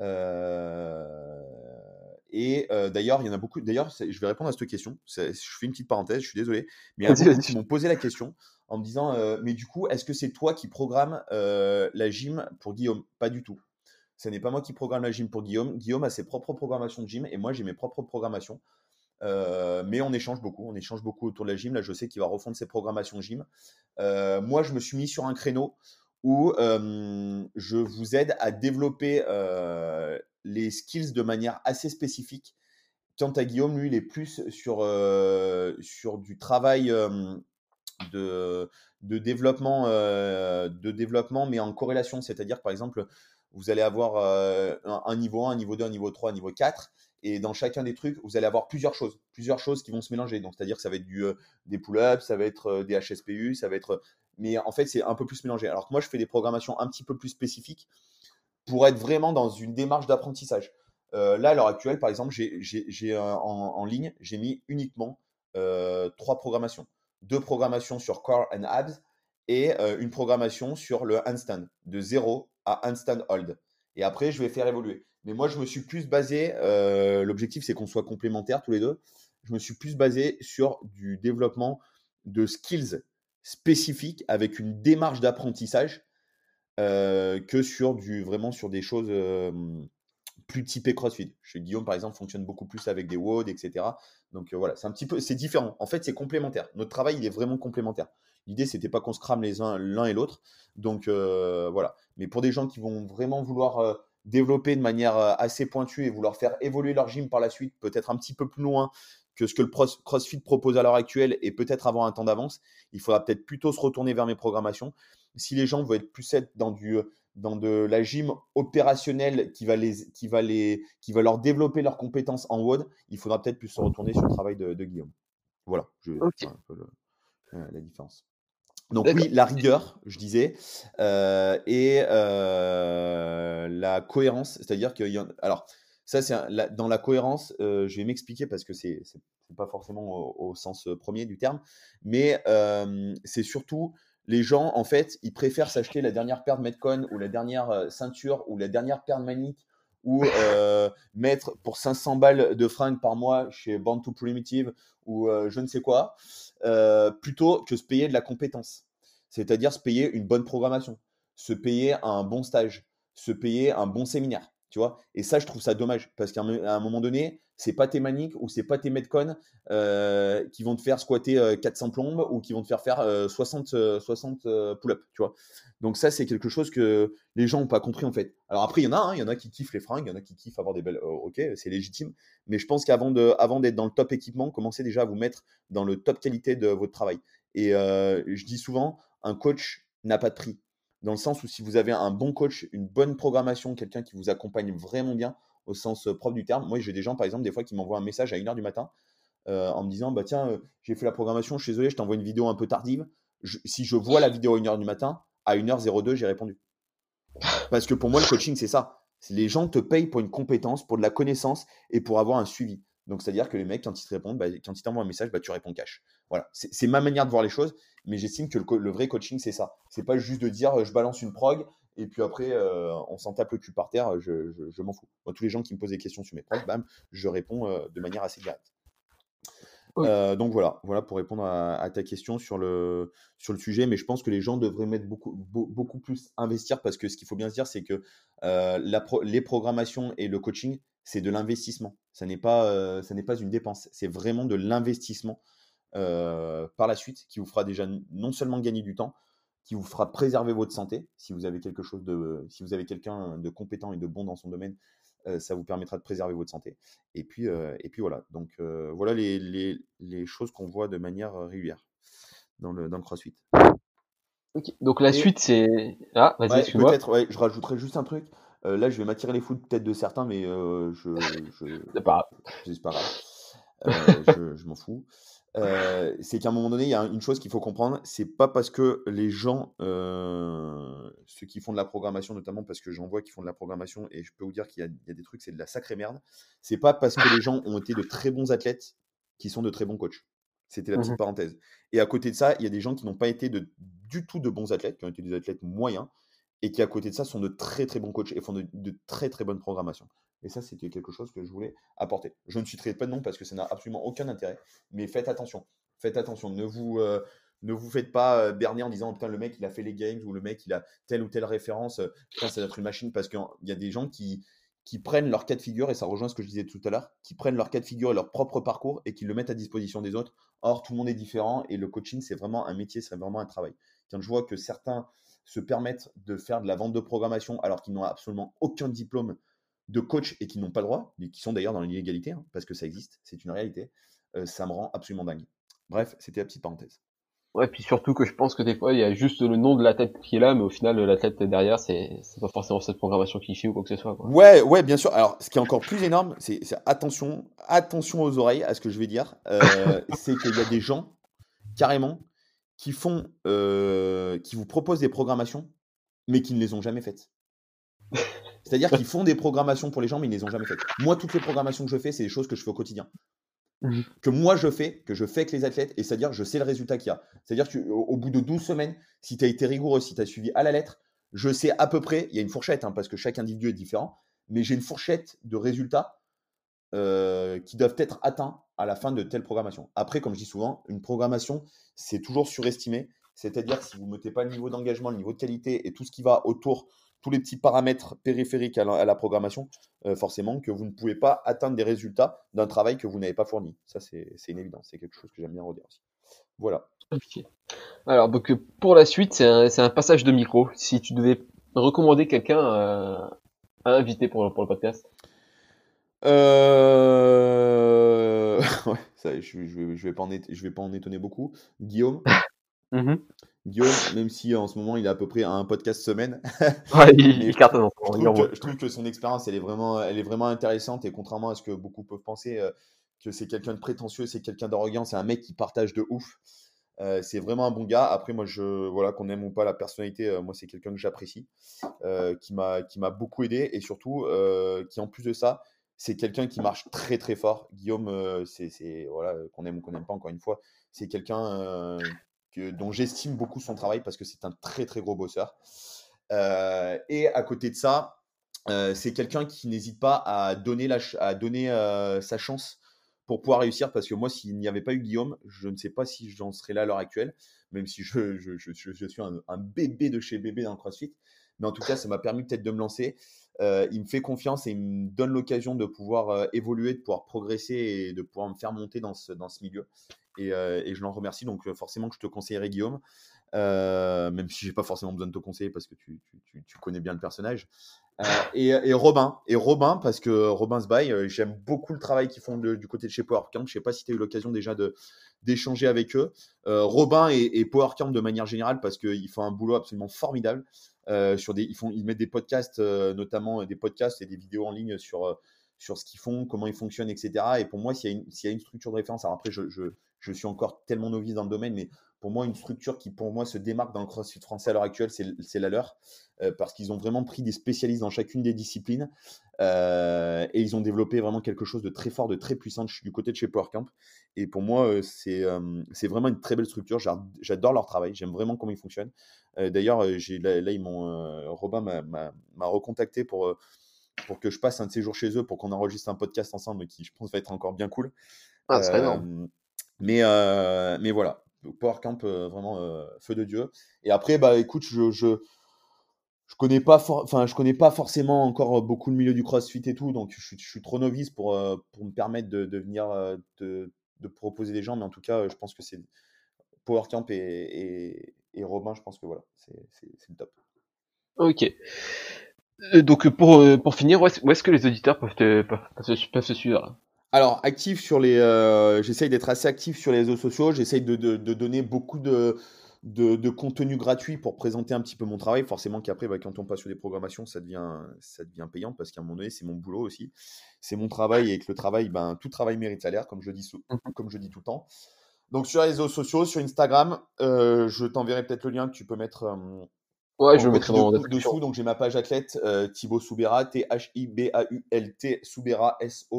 D'ailleurs, il y en a beaucoup. D'ailleurs, je vais répondre à cette question. Je fais une petite parenthèse, je suis désolé, mais il y en a beaucoup qui m'ont posé la question en me disant, mais du coup, est-ce que c'est toi qui programme la gym pour Guillaume? Pas du tout. Ce n'est pas moi qui programme la gym pour Guillaume. Guillaume a ses propres programmations de gym et moi j'ai mes propres programmations. Mais on échange beaucoup autour de la gym. Là, je sais qu'il va refondre ses programmations gym. Moi, je me suis mis sur un créneau où je vous aide à développer les skills de manière assez spécifique. Quant à Guillaume, lui, il est plus sur du travail de, de développement, mais en corrélation. C'est-à-dire, par exemple, vous allez avoir un niveau 1, un niveau 2, un niveau 3, un niveau 4. Et dans chacun des trucs, vous allez avoir plusieurs choses qui vont se mélanger. Donc, c'est-à-dire que ça va être des pull-ups, ça va être des HSPU, ça va être. Mais en fait, c'est un peu plus mélangé. Alors que moi, je fais des programmations un petit peu plus spécifiques pour être vraiment dans une démarche d'apprentissage. Là, à l'heure actuelle, par exemple, en ligne, j'ai mis uniquement 3 programmations. 2 programmations sur core and abs et une programmation sur le handstand, de 0 à handstand hold. Et après, je vais faire évoluer. Mais moi, je me suis plus basé, l'objectif, c'est qu'on soit complémentaires tous les deux. Je me suis plus basé sur du développement de skills spécifiques avec une démarche d'apprentissage que vraiment sur des choses plus typées CrossFit. Chez Guillaume, par exemple, fonctionne beaucoup plus avec des WOD, etc. Donc voilà, c'est différent. En fait, c'est complémentaire. Notre travail, il est vraiment complémentaire. L'idée, c'était pas qu'on se crame l'un et l'autre. Donc voilà. Mais pour des gens qui vont vraiment vouloir développer de manière assez pointue et vouloir faire évoluer leur gym par la suite, peut-être un petit peu plus loin que ce que le CrossFit propose à l'heure actuelle et peut-être avoir un temps d'avance, il faudra peut-être plutôt se retourner vers mes programmations. Si les gens veulent être plus être dans de la gym opérationnelle qui va leur développer leurs compétences en WOD, il faudra peut-être plus se retourner sur le travail de Guillaume. Voilà, Ok. un peu la différence. Donc D'accord. oui, la rigueur, je disais, et la cohérence, c'est-à-dire qu'il y a. Alors, ça, dans la cohérence, je vais m'expliquer parce que c'est pas forcément au sens premier du terme, mais c'est surtout les gens, en fait, ils préfèrent s'acheter la dernière paire de Metcon ou la dernière ceinture ou la dernière paire de maniques ou mettre pour 500 balles de fringues par mois chez Born to Primitive ou je ne sais quoi, plutôt que se payer de la compétence. C'est-à-dire se payer une bonne programmation, se payer un bon stage, se payer un bon séminaire, tu vois. Et ça, je trouve ça dommage parce qu'à un moment donné, c'est pas tes maniques ou c'est pas tes metcon qui vont te faire squatter 400 plombes ou qui vont te faire 60 pull-ups, tu vois. Donc ça, c'est quelque chose que les gens n'ont pas compris en fait. Alors après, il y en a qui kiffent les fringues, il y en a qui kiffent avoir des belles. Ok, c'est légitime. Mais je pense qu'avant d'être dans le top équipement, commencez déjà à vous mettre dans le top qualité de votre travail. Et je dis souvent, un coach n'a pas de prix. Dans le sens où si vous avez un bon coach, une bonne programmation, quelqu'un qui vous accompagne vraiment bien au sens propre du terme. Moi, j'ai des gens, par exemple, des fois qui m'envoient un message à 1h du matin en me disant, bah tiens, j'ai fait la programmation, je suis désolé, je t'envoie une vidéo un peu tardive. Si je vois la vidéo à 1h du matin, à 1h02, j'ai répondu. Parce que pour moi, le coaching, c'est ça. Les gens te payent pour une compétence, pour de la connaissance et pour avoir un suivi. Donc, c'est-à-dire que les mecs, quand ils te répondent, quand ils t'envoient un message, tu réponds cash. Voilà. C'est ma manière de voir les choses, mais j'estime que le vrai coaching, c'est ça. C'est pas juste de dire je balance une prog et puis après, on s'en tape le cul par terre, je m'en fous. Moi, tous les gens qui me posent des questions sur mes progs, bam, je réponds de manière assez directe. Oui. Donc voilà pour répondre à ta question sur le sujet. Mais je pense que les gens devraient mettre beaucoup plus investir parce que ce qu'il faut bien se dire, c'est que les programmations et le coaching, c'est de l'investissement. Ça n'est pas une dépense. C'est vraiment de l'investissement par la suite qui vous fera déjà non seulement gagner du temps, qui vous fera préserver votre santé. Si vous avez si vous avez quelqu'un de compétent et de bon dans son domaine, ça vous permettra de préserver votre santé. Et puis voilà. Donc voilà les choses qu'on voit de manière régulière dans le CrossFit. Ok. Donc la Et suite, c'est... Ah, vas-y, ouais, excuse-moi. peut-être, ouais, je rajouterais juste un truc. Là, je vais m'attirer les foudres peut-être de certains, mais C'est pas c'est pas grave. Je m'en fous. C'est qu'à un moment donné, il y a une chose qu'il faut comprendre, c'est pas parce que les gens, ceux qui font de la programmation notamment, parce que j'en vois qui font de la programmation, et je peux vous dire qu'il y a des trucs, c'est de la sacrée merde. C'est pas parce que les gens ont été de très bons athlètes qui sont de très bons coachs. C'était la petite grave. parenthèse. Et à côté de ça, il y a des gens qui n'ont pas été du tout de bons athlètes, qui ont été des athlètes moyens, et qui à côté de ça sont de très très bons coachs et font de très très bonnes programmations. Et ça, c'était quelque chose que je voulais apporter. Je ne citerai pas de nom parce que ça n'a absolument aucun intérêt, mais faites attention. Faites attention. Ne vous faites pas berner en disant putain, le mec il a fait les games ou le mec il a telle ou telle référence. Putain, ça doit être une machine parce qu'il y a des gens qui prennent leur cas de figure, et ça rejoint ce que je disais tout à l'heure, qui prennent leur cas de figure et leur propre parcours et qui le mettent à disposition des autres. Or, tout le monde est différent et le coaching, c'est vraiment un métier, c'est vraiment un travail. Quand je vois que certains se permettent de faire de la vente de programmation alors qu'ils n'ont absolument aucun diplôme de coach et qui n'ont pas le droit, et qui sont d'ailleurs dans l'illégalité, hein, parce que ça existe, c'est une réalité, ça me rend absolument dingue. Bref, c'était la petite parenthèse. Ouais, puis surtout que je pense que des fois, il y a juste le nom de l'athlète qui est là, mais au final, l'athlète derrière, c'est pas forcément cette programmation qui fait ou quoi que ce soit, quoi. Ouais, ouais, bien sûr. Alors, ce qui est encore plus énorme, c'est attention aux oreilles à ce que je vais dire. C'est qu'il y a des gens, carrément, qui vous proposent des programmations, mais qui ne les ont jamais faites. C'est-à-dire qu'ils font des programmations pour les gens, mais ils ne les ont jamais faites. Moi, toutes les programmations que je fais, c'est des choses que je fais au quotidien. Que moi je fais avec les athlètes, et c'est-à-dire je sais le résultat qu'il y a. C'est-à-dire qu'au bout de 12 semaines, si tu as été rigoureux, si tu as suivi à la lettre, je sais à peu près, il y a une fourchette, hein, parce que chaque individu est différent, mais j'ai une fourchette de résultats qui doivent être atteints à la fin de telle programmation. Après, comme je dis souvent, une programmation, c'est toujours surestimé. C'est-à-dire si vous ne mettez pas le niveau d'engagement, le niveau de qualité et tout ce qui va autour, tous les petits paramètres périphériques à la programmation, forcément que vous ne pouvez pas atteindre des résultats d'un travail que vous n'avez pas fourni. Ça, c'est une évidence. C'est quelque chose que j'aime bien redire aussi. Voilà. Ok. Alors, donc, pour la suite, c'est un passage de micro. Si tu devais recommander quelqu'un à inviter pour le podcast. Ouais, ça, je vais pas en étonner beaucoup. Guillaume, même si en ce moment il est à peu près à un podcast semaine, Ouais, mais il cartonne en ce moment, il envoie. je trouve que son expérience elle est vraiment intéressante, et contrairement à ce que beaucoup peuvent penser, que c'est quelqu'un de prétentieux, c'est quelqu'un d'arrogant, c'est un mec qui partage de ouf. C'est vraiment un bon gars. Après, moi, voilà, qu'on aime ou pas la personnalité, moi, c'est quelqu'un que j'apprécie, qui m'a beaucoup aidé, et surtout, qui en plus de ça, c'est quelqu'un qui marche très très fort. Guillaume, voilà, qu'on aime ou qu'on n'aime pas, encore une fois, c'est quelqu'un dont j'estime beaucoup son travail parce que c'est un très très gros bosseur. Et à côté de ça, c'est quelqu'un qui n'hésite pas à donner, sa chance pour pouvoir réussir, parce que moi, s'il n'y avait pas eu Guillaume, je ne sais pas si j'en serais là à l'heure actuelle, même si je suis un bébé de chez bébé dans le CrossFit. Mais en tout cas, ça m'a permis peut-être de me lancer. Il me fait confiance et il me donne l'occasion de pouvoir évoluer, de pouvoir progresser et de pouvoir me faire monter dans ce milieu. Et je l'en remercie. Donc forcément que je te conseillerais Guillaume, même si j'ai pas forcément besoin de te conseiller parce que tu connais bien le personnage. Et Robin, parce que Robin Sbaille, j'aime beaucoup le travail qu'ils font du côté de chez PowerCamp. Je sais pas si tu as eu l'occasion déjà d'échanger avec eux. Robin et PowerCamp de manière générale, parce qu'ils font un boulot absolument formidable. Ils mettent des podcasts, notamment des podcasts et des vidéos en ligne sur ce qu'ils font, comment ils fonctionnent, etc. Et pour moi, s'il y a une structure de référence, alors après, je suis encore tellement novice dans le domaine, mais pour moi, une structure qui, pour moi, se démarque dans le CrossFit français à l'heure actuelle, c'est la leur, parce qu'ils ont vraiment pris des spécialistes dans chacune des disciplines, et ils ont développé vraiment quelque chose de très fort, de très puissant du côté de chez PowerCamp. Et pour moi, c'est vraiment une très belle structure. J'adore leur travail, j'aime vraiment comment ils fonctionnent. D'ailleurs, Robin m'a recontacté pour que je passe un de ces jours chez eux, pour qu'on enregistre un podcast ensemble qui, je pense, va être encore bien cool. Ah, ce serait énorme. Mais voilà, Power Camp, vraiment feu de Dieu. Et après, bah écoute, je connais pas forcément encore beaucoup le milieu du CrossFit et tout, donc je suis trop novice pour me permettre de venir de proposer des gens. Mais en tout cas, je pense que c'est Power Camp et Robin, je pense que voilà, c'est le top. Ok. Donc pour finir, où est-ce que les auditeurs peuvent se suivre? Alors, actif sur j'essaye d'être assez actif sur les réseaux sociaux. J'essaye de donner beaucoup de contenu gratuit pour présenter un petit peu mon travail. Forcément qu'après, bah, quand on passe sur des programmations, ça devient payant parce qu'à un moment donné, c'est mon boulot aussi. C'est mon travail et que le travail, ben, tout travail mérite salaire, comme je dis tout le temps. Donc, sur les réseaux sociaux, sur Instagram, je t'enverrai peut-être le lien que tu peux mettre Ouais, en je le copie mettrai dans la dessous. description. Donc, j'ai ma page athlète, Thibaut Soubera, Thibault, Soubera,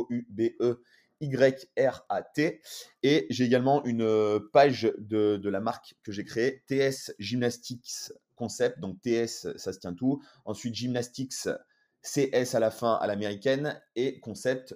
Soubeyrat. Et j'ai également une page de la marque que j'ai créée, TS Gymnastics Concept. Donc, TS, ça se tient tout. Ensuite, Gymnastics, CS à la fin à l'américaine. Et Concept,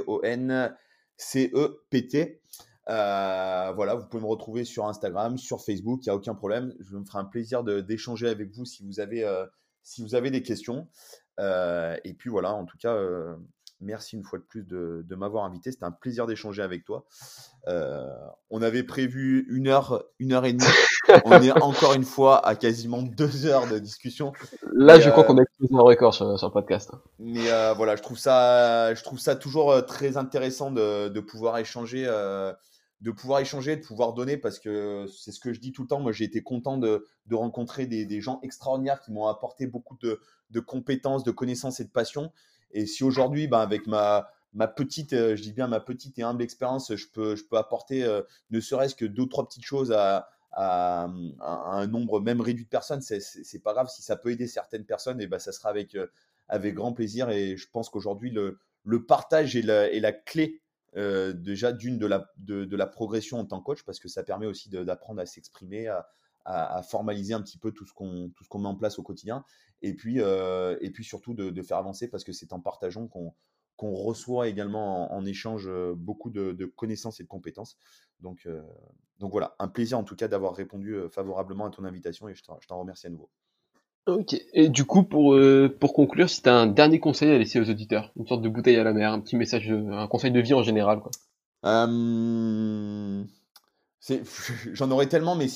CONCEPT. Voilà, vous pouvez me retrouver sur Instagram, sur Facebook, il n'y a aucun problème. Je me ferai un plaisir d'échanger avec vous si vous avez des questions. Et puis voilà, en tout cas, merci une fois de plus de m'avoir invité. C'était un plaisir d'échanger avec toi. On avait prévu une heure et demie. On est encore une fois à quasiment 2 heures de discussion. Là, Mais, je crois qu'on a explosé un record sur le podcast. voilà, je trouve ça toujours très intéressant de pouvoir échanger, de pouvoir donner, parce que c'est ce que je dis tout le temps. Moi, j'ai été content de rencontrer des gens extraordinaires qui m'ont apporté beaucoup de compétences, de connaissances et de passion. Et si aujourd'hui, ben, avec ma petite, je dis bien ma petite et humble expérience, je peux apporter ne serait-ce que deux ou trois petites choses à un nombre même réduit de personnes, c'est pas grave. Si ça peut aider certaines personnes, et ben, ça sera avec grand plaisir. Et je pense qu'aujourd'hui, le partage est la clé déjà de la progression en tant que coach, parce que ça permet aussi d'apprendre à s'exprimer, à formaliser un petit peu tout ce qu'on met en place au quotidien. Et puis surtout de faire avancer, parce que c'est en partageant qu'on reçoit également en échange beaucoup de connaissances et de compétences. Donc, euh, donc voilà, un plaisir en tout cas d'avoir répondu favorablement à ton invitation, et je t'en remercie à nouveau. Ok. Et du coup, pour conclure, si t'as un dernier conseil à laisser aux auditeurs, une sorte de bouteille à la mer, un petit message, un conseil de vie en général, quoi. Euh, c'est, j'en aurais tellement, mais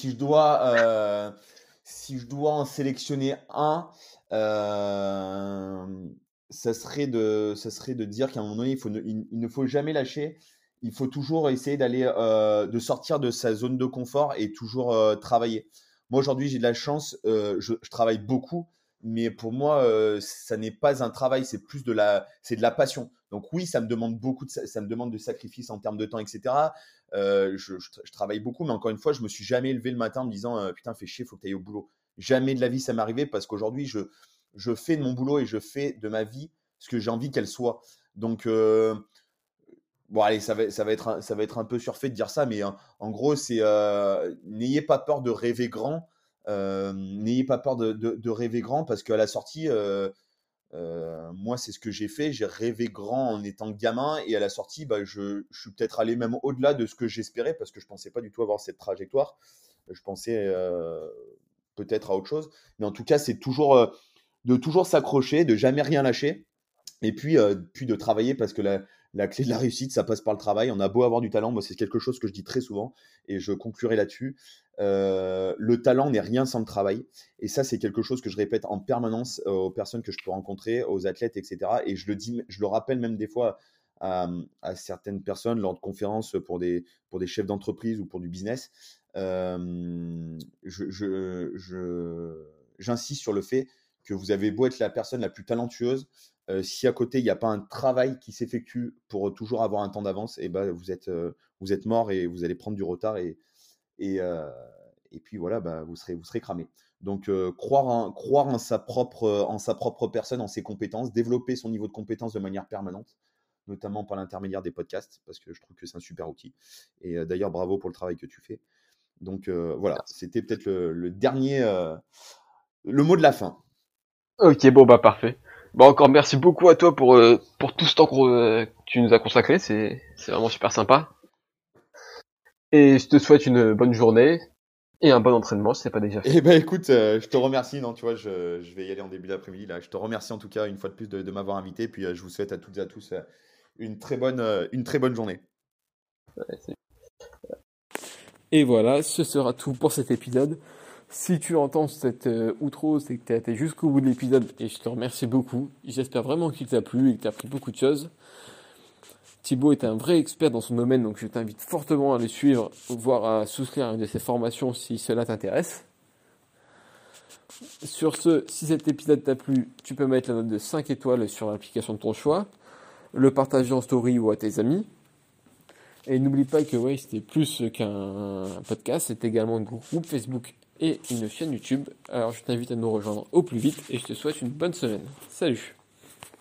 si je dois en sélectionner un, euh, ça serait de dire qu'à un moment donné, il ne faut jamais lâcher. Il faut toujours essayer de sortir de sa zone de confort et toujours travailler. Moi, aujourd'hui, j'ai de la chance. Je travaille beaucoup, mais pour moi, ça n'est pas un travail, c'est de la passion. Donc oui, ça me demande ça me demande de sacrifices en termes de temps, etc. Je travaille beaucoup, mais encore une fois, je me suis jamais levé le matin en me disant putain, fais chier, faut que tu ailles au boulot. Jamais de la vie ça m'est arrivé, parce qu'aujourd'hui, je fais de mon boulot et je fais de ma vie ce que j'ai envie qu'elle soit. Donc, bon, allez, ça va être un peu surfait de dire ça, mais en gros, c'est n'ayez pas peur de rêver grand. N'ayez pas peur de rêver grand, parce qu'à la sortie, moi, c'est ce que j'ai fait. J'ai rêvé grand en étant gamin, et à la sortie, bah, je suis peut-être allé même au-delà de ce que j'espérais, parce que je pensais pas du tout avoir cette trajectoire. Je pensais peut-être à autre chose. Mais en tout cas, c'est toujours de toujours s'accrocher, de jamais rien lâcher. Et puis de travailler, parce que la clé de la réussite, ça passe par le travail. On a beau avoir du talent, moi c'est quelque chose que je dis très souvent, et je conclurai là-dessus. Le talent n'est rien sans le travail. Et ça, c'est quelque chose que je répète en permanence aux personnes que je peux rencontrer, aux athlètes, etc. Et je le rappelle même des fois à certaines personnes lors de conférences pour des chefs d'entreprise ou pour du business. J'insiste sur le fait que vous avez beau être la personne la plus talentueuse, si à côté il n'y a pas un travail qui s'effectue pour toujours avoir un temps d'avance, et ben vous êtes mort, et vous allez prendre du retard, et, euh, et puis voilà, bah, vous serez cramé. Donc croire en sa propre personne, en ses compétences, développer son niveau de compétence de manière permanente, notamment par l'intermédiaire des podcasts, parce que je trouve que c'est un super outil. Et d'ailleurs, bravo pour le travail que tu fais. Donc voilà, c'était peut-être le dernier, le mot de la fin. Ok, bon bah parfait. Bon, encore merci beaucoup à toi pour tout ce temps que tu nous as consacré, c'est vraiment super sympa. Et je te souhaite une bonne journée et un bon entraînement si c'est pas déjà fait. Eh ben écoute, je te remercie. Non, tu vois, je vais y aller en début d'après-midi là. Je te remercie en tout cas une fois de plus de m'avoir invité. Puis je vous souhaite à toutes et à tous une très bonne journée. Ouais, Et voilà, ce sera tout pour cet épisode. Si tu entends cette outro, c'est que tu as été jusqu'au bout de l'épisode et je te remercie beaucoup. J'espère vraiment qu'il t'a plu et que tu as appris beaucoup de choses. Thibaut est un vrai expert dans son domaine, donc je t'invite fortement à le suivre, voire à souscrire à une de ses formations si cela t'intéresse. Sur ce, si cet épisode t'a plu, tu peux mettre la note de 5 étoiles sur l'application de ton choix, le partager en story ou à tes amis. Et n'oublie pas que ouais, c'était plus qu'un podcast, c'est également un groupe Facebook et une chaîne YouTube. Alors je t'invite à nous rejoindre au plus vite et je te souhaite une bonne semaine. Salut!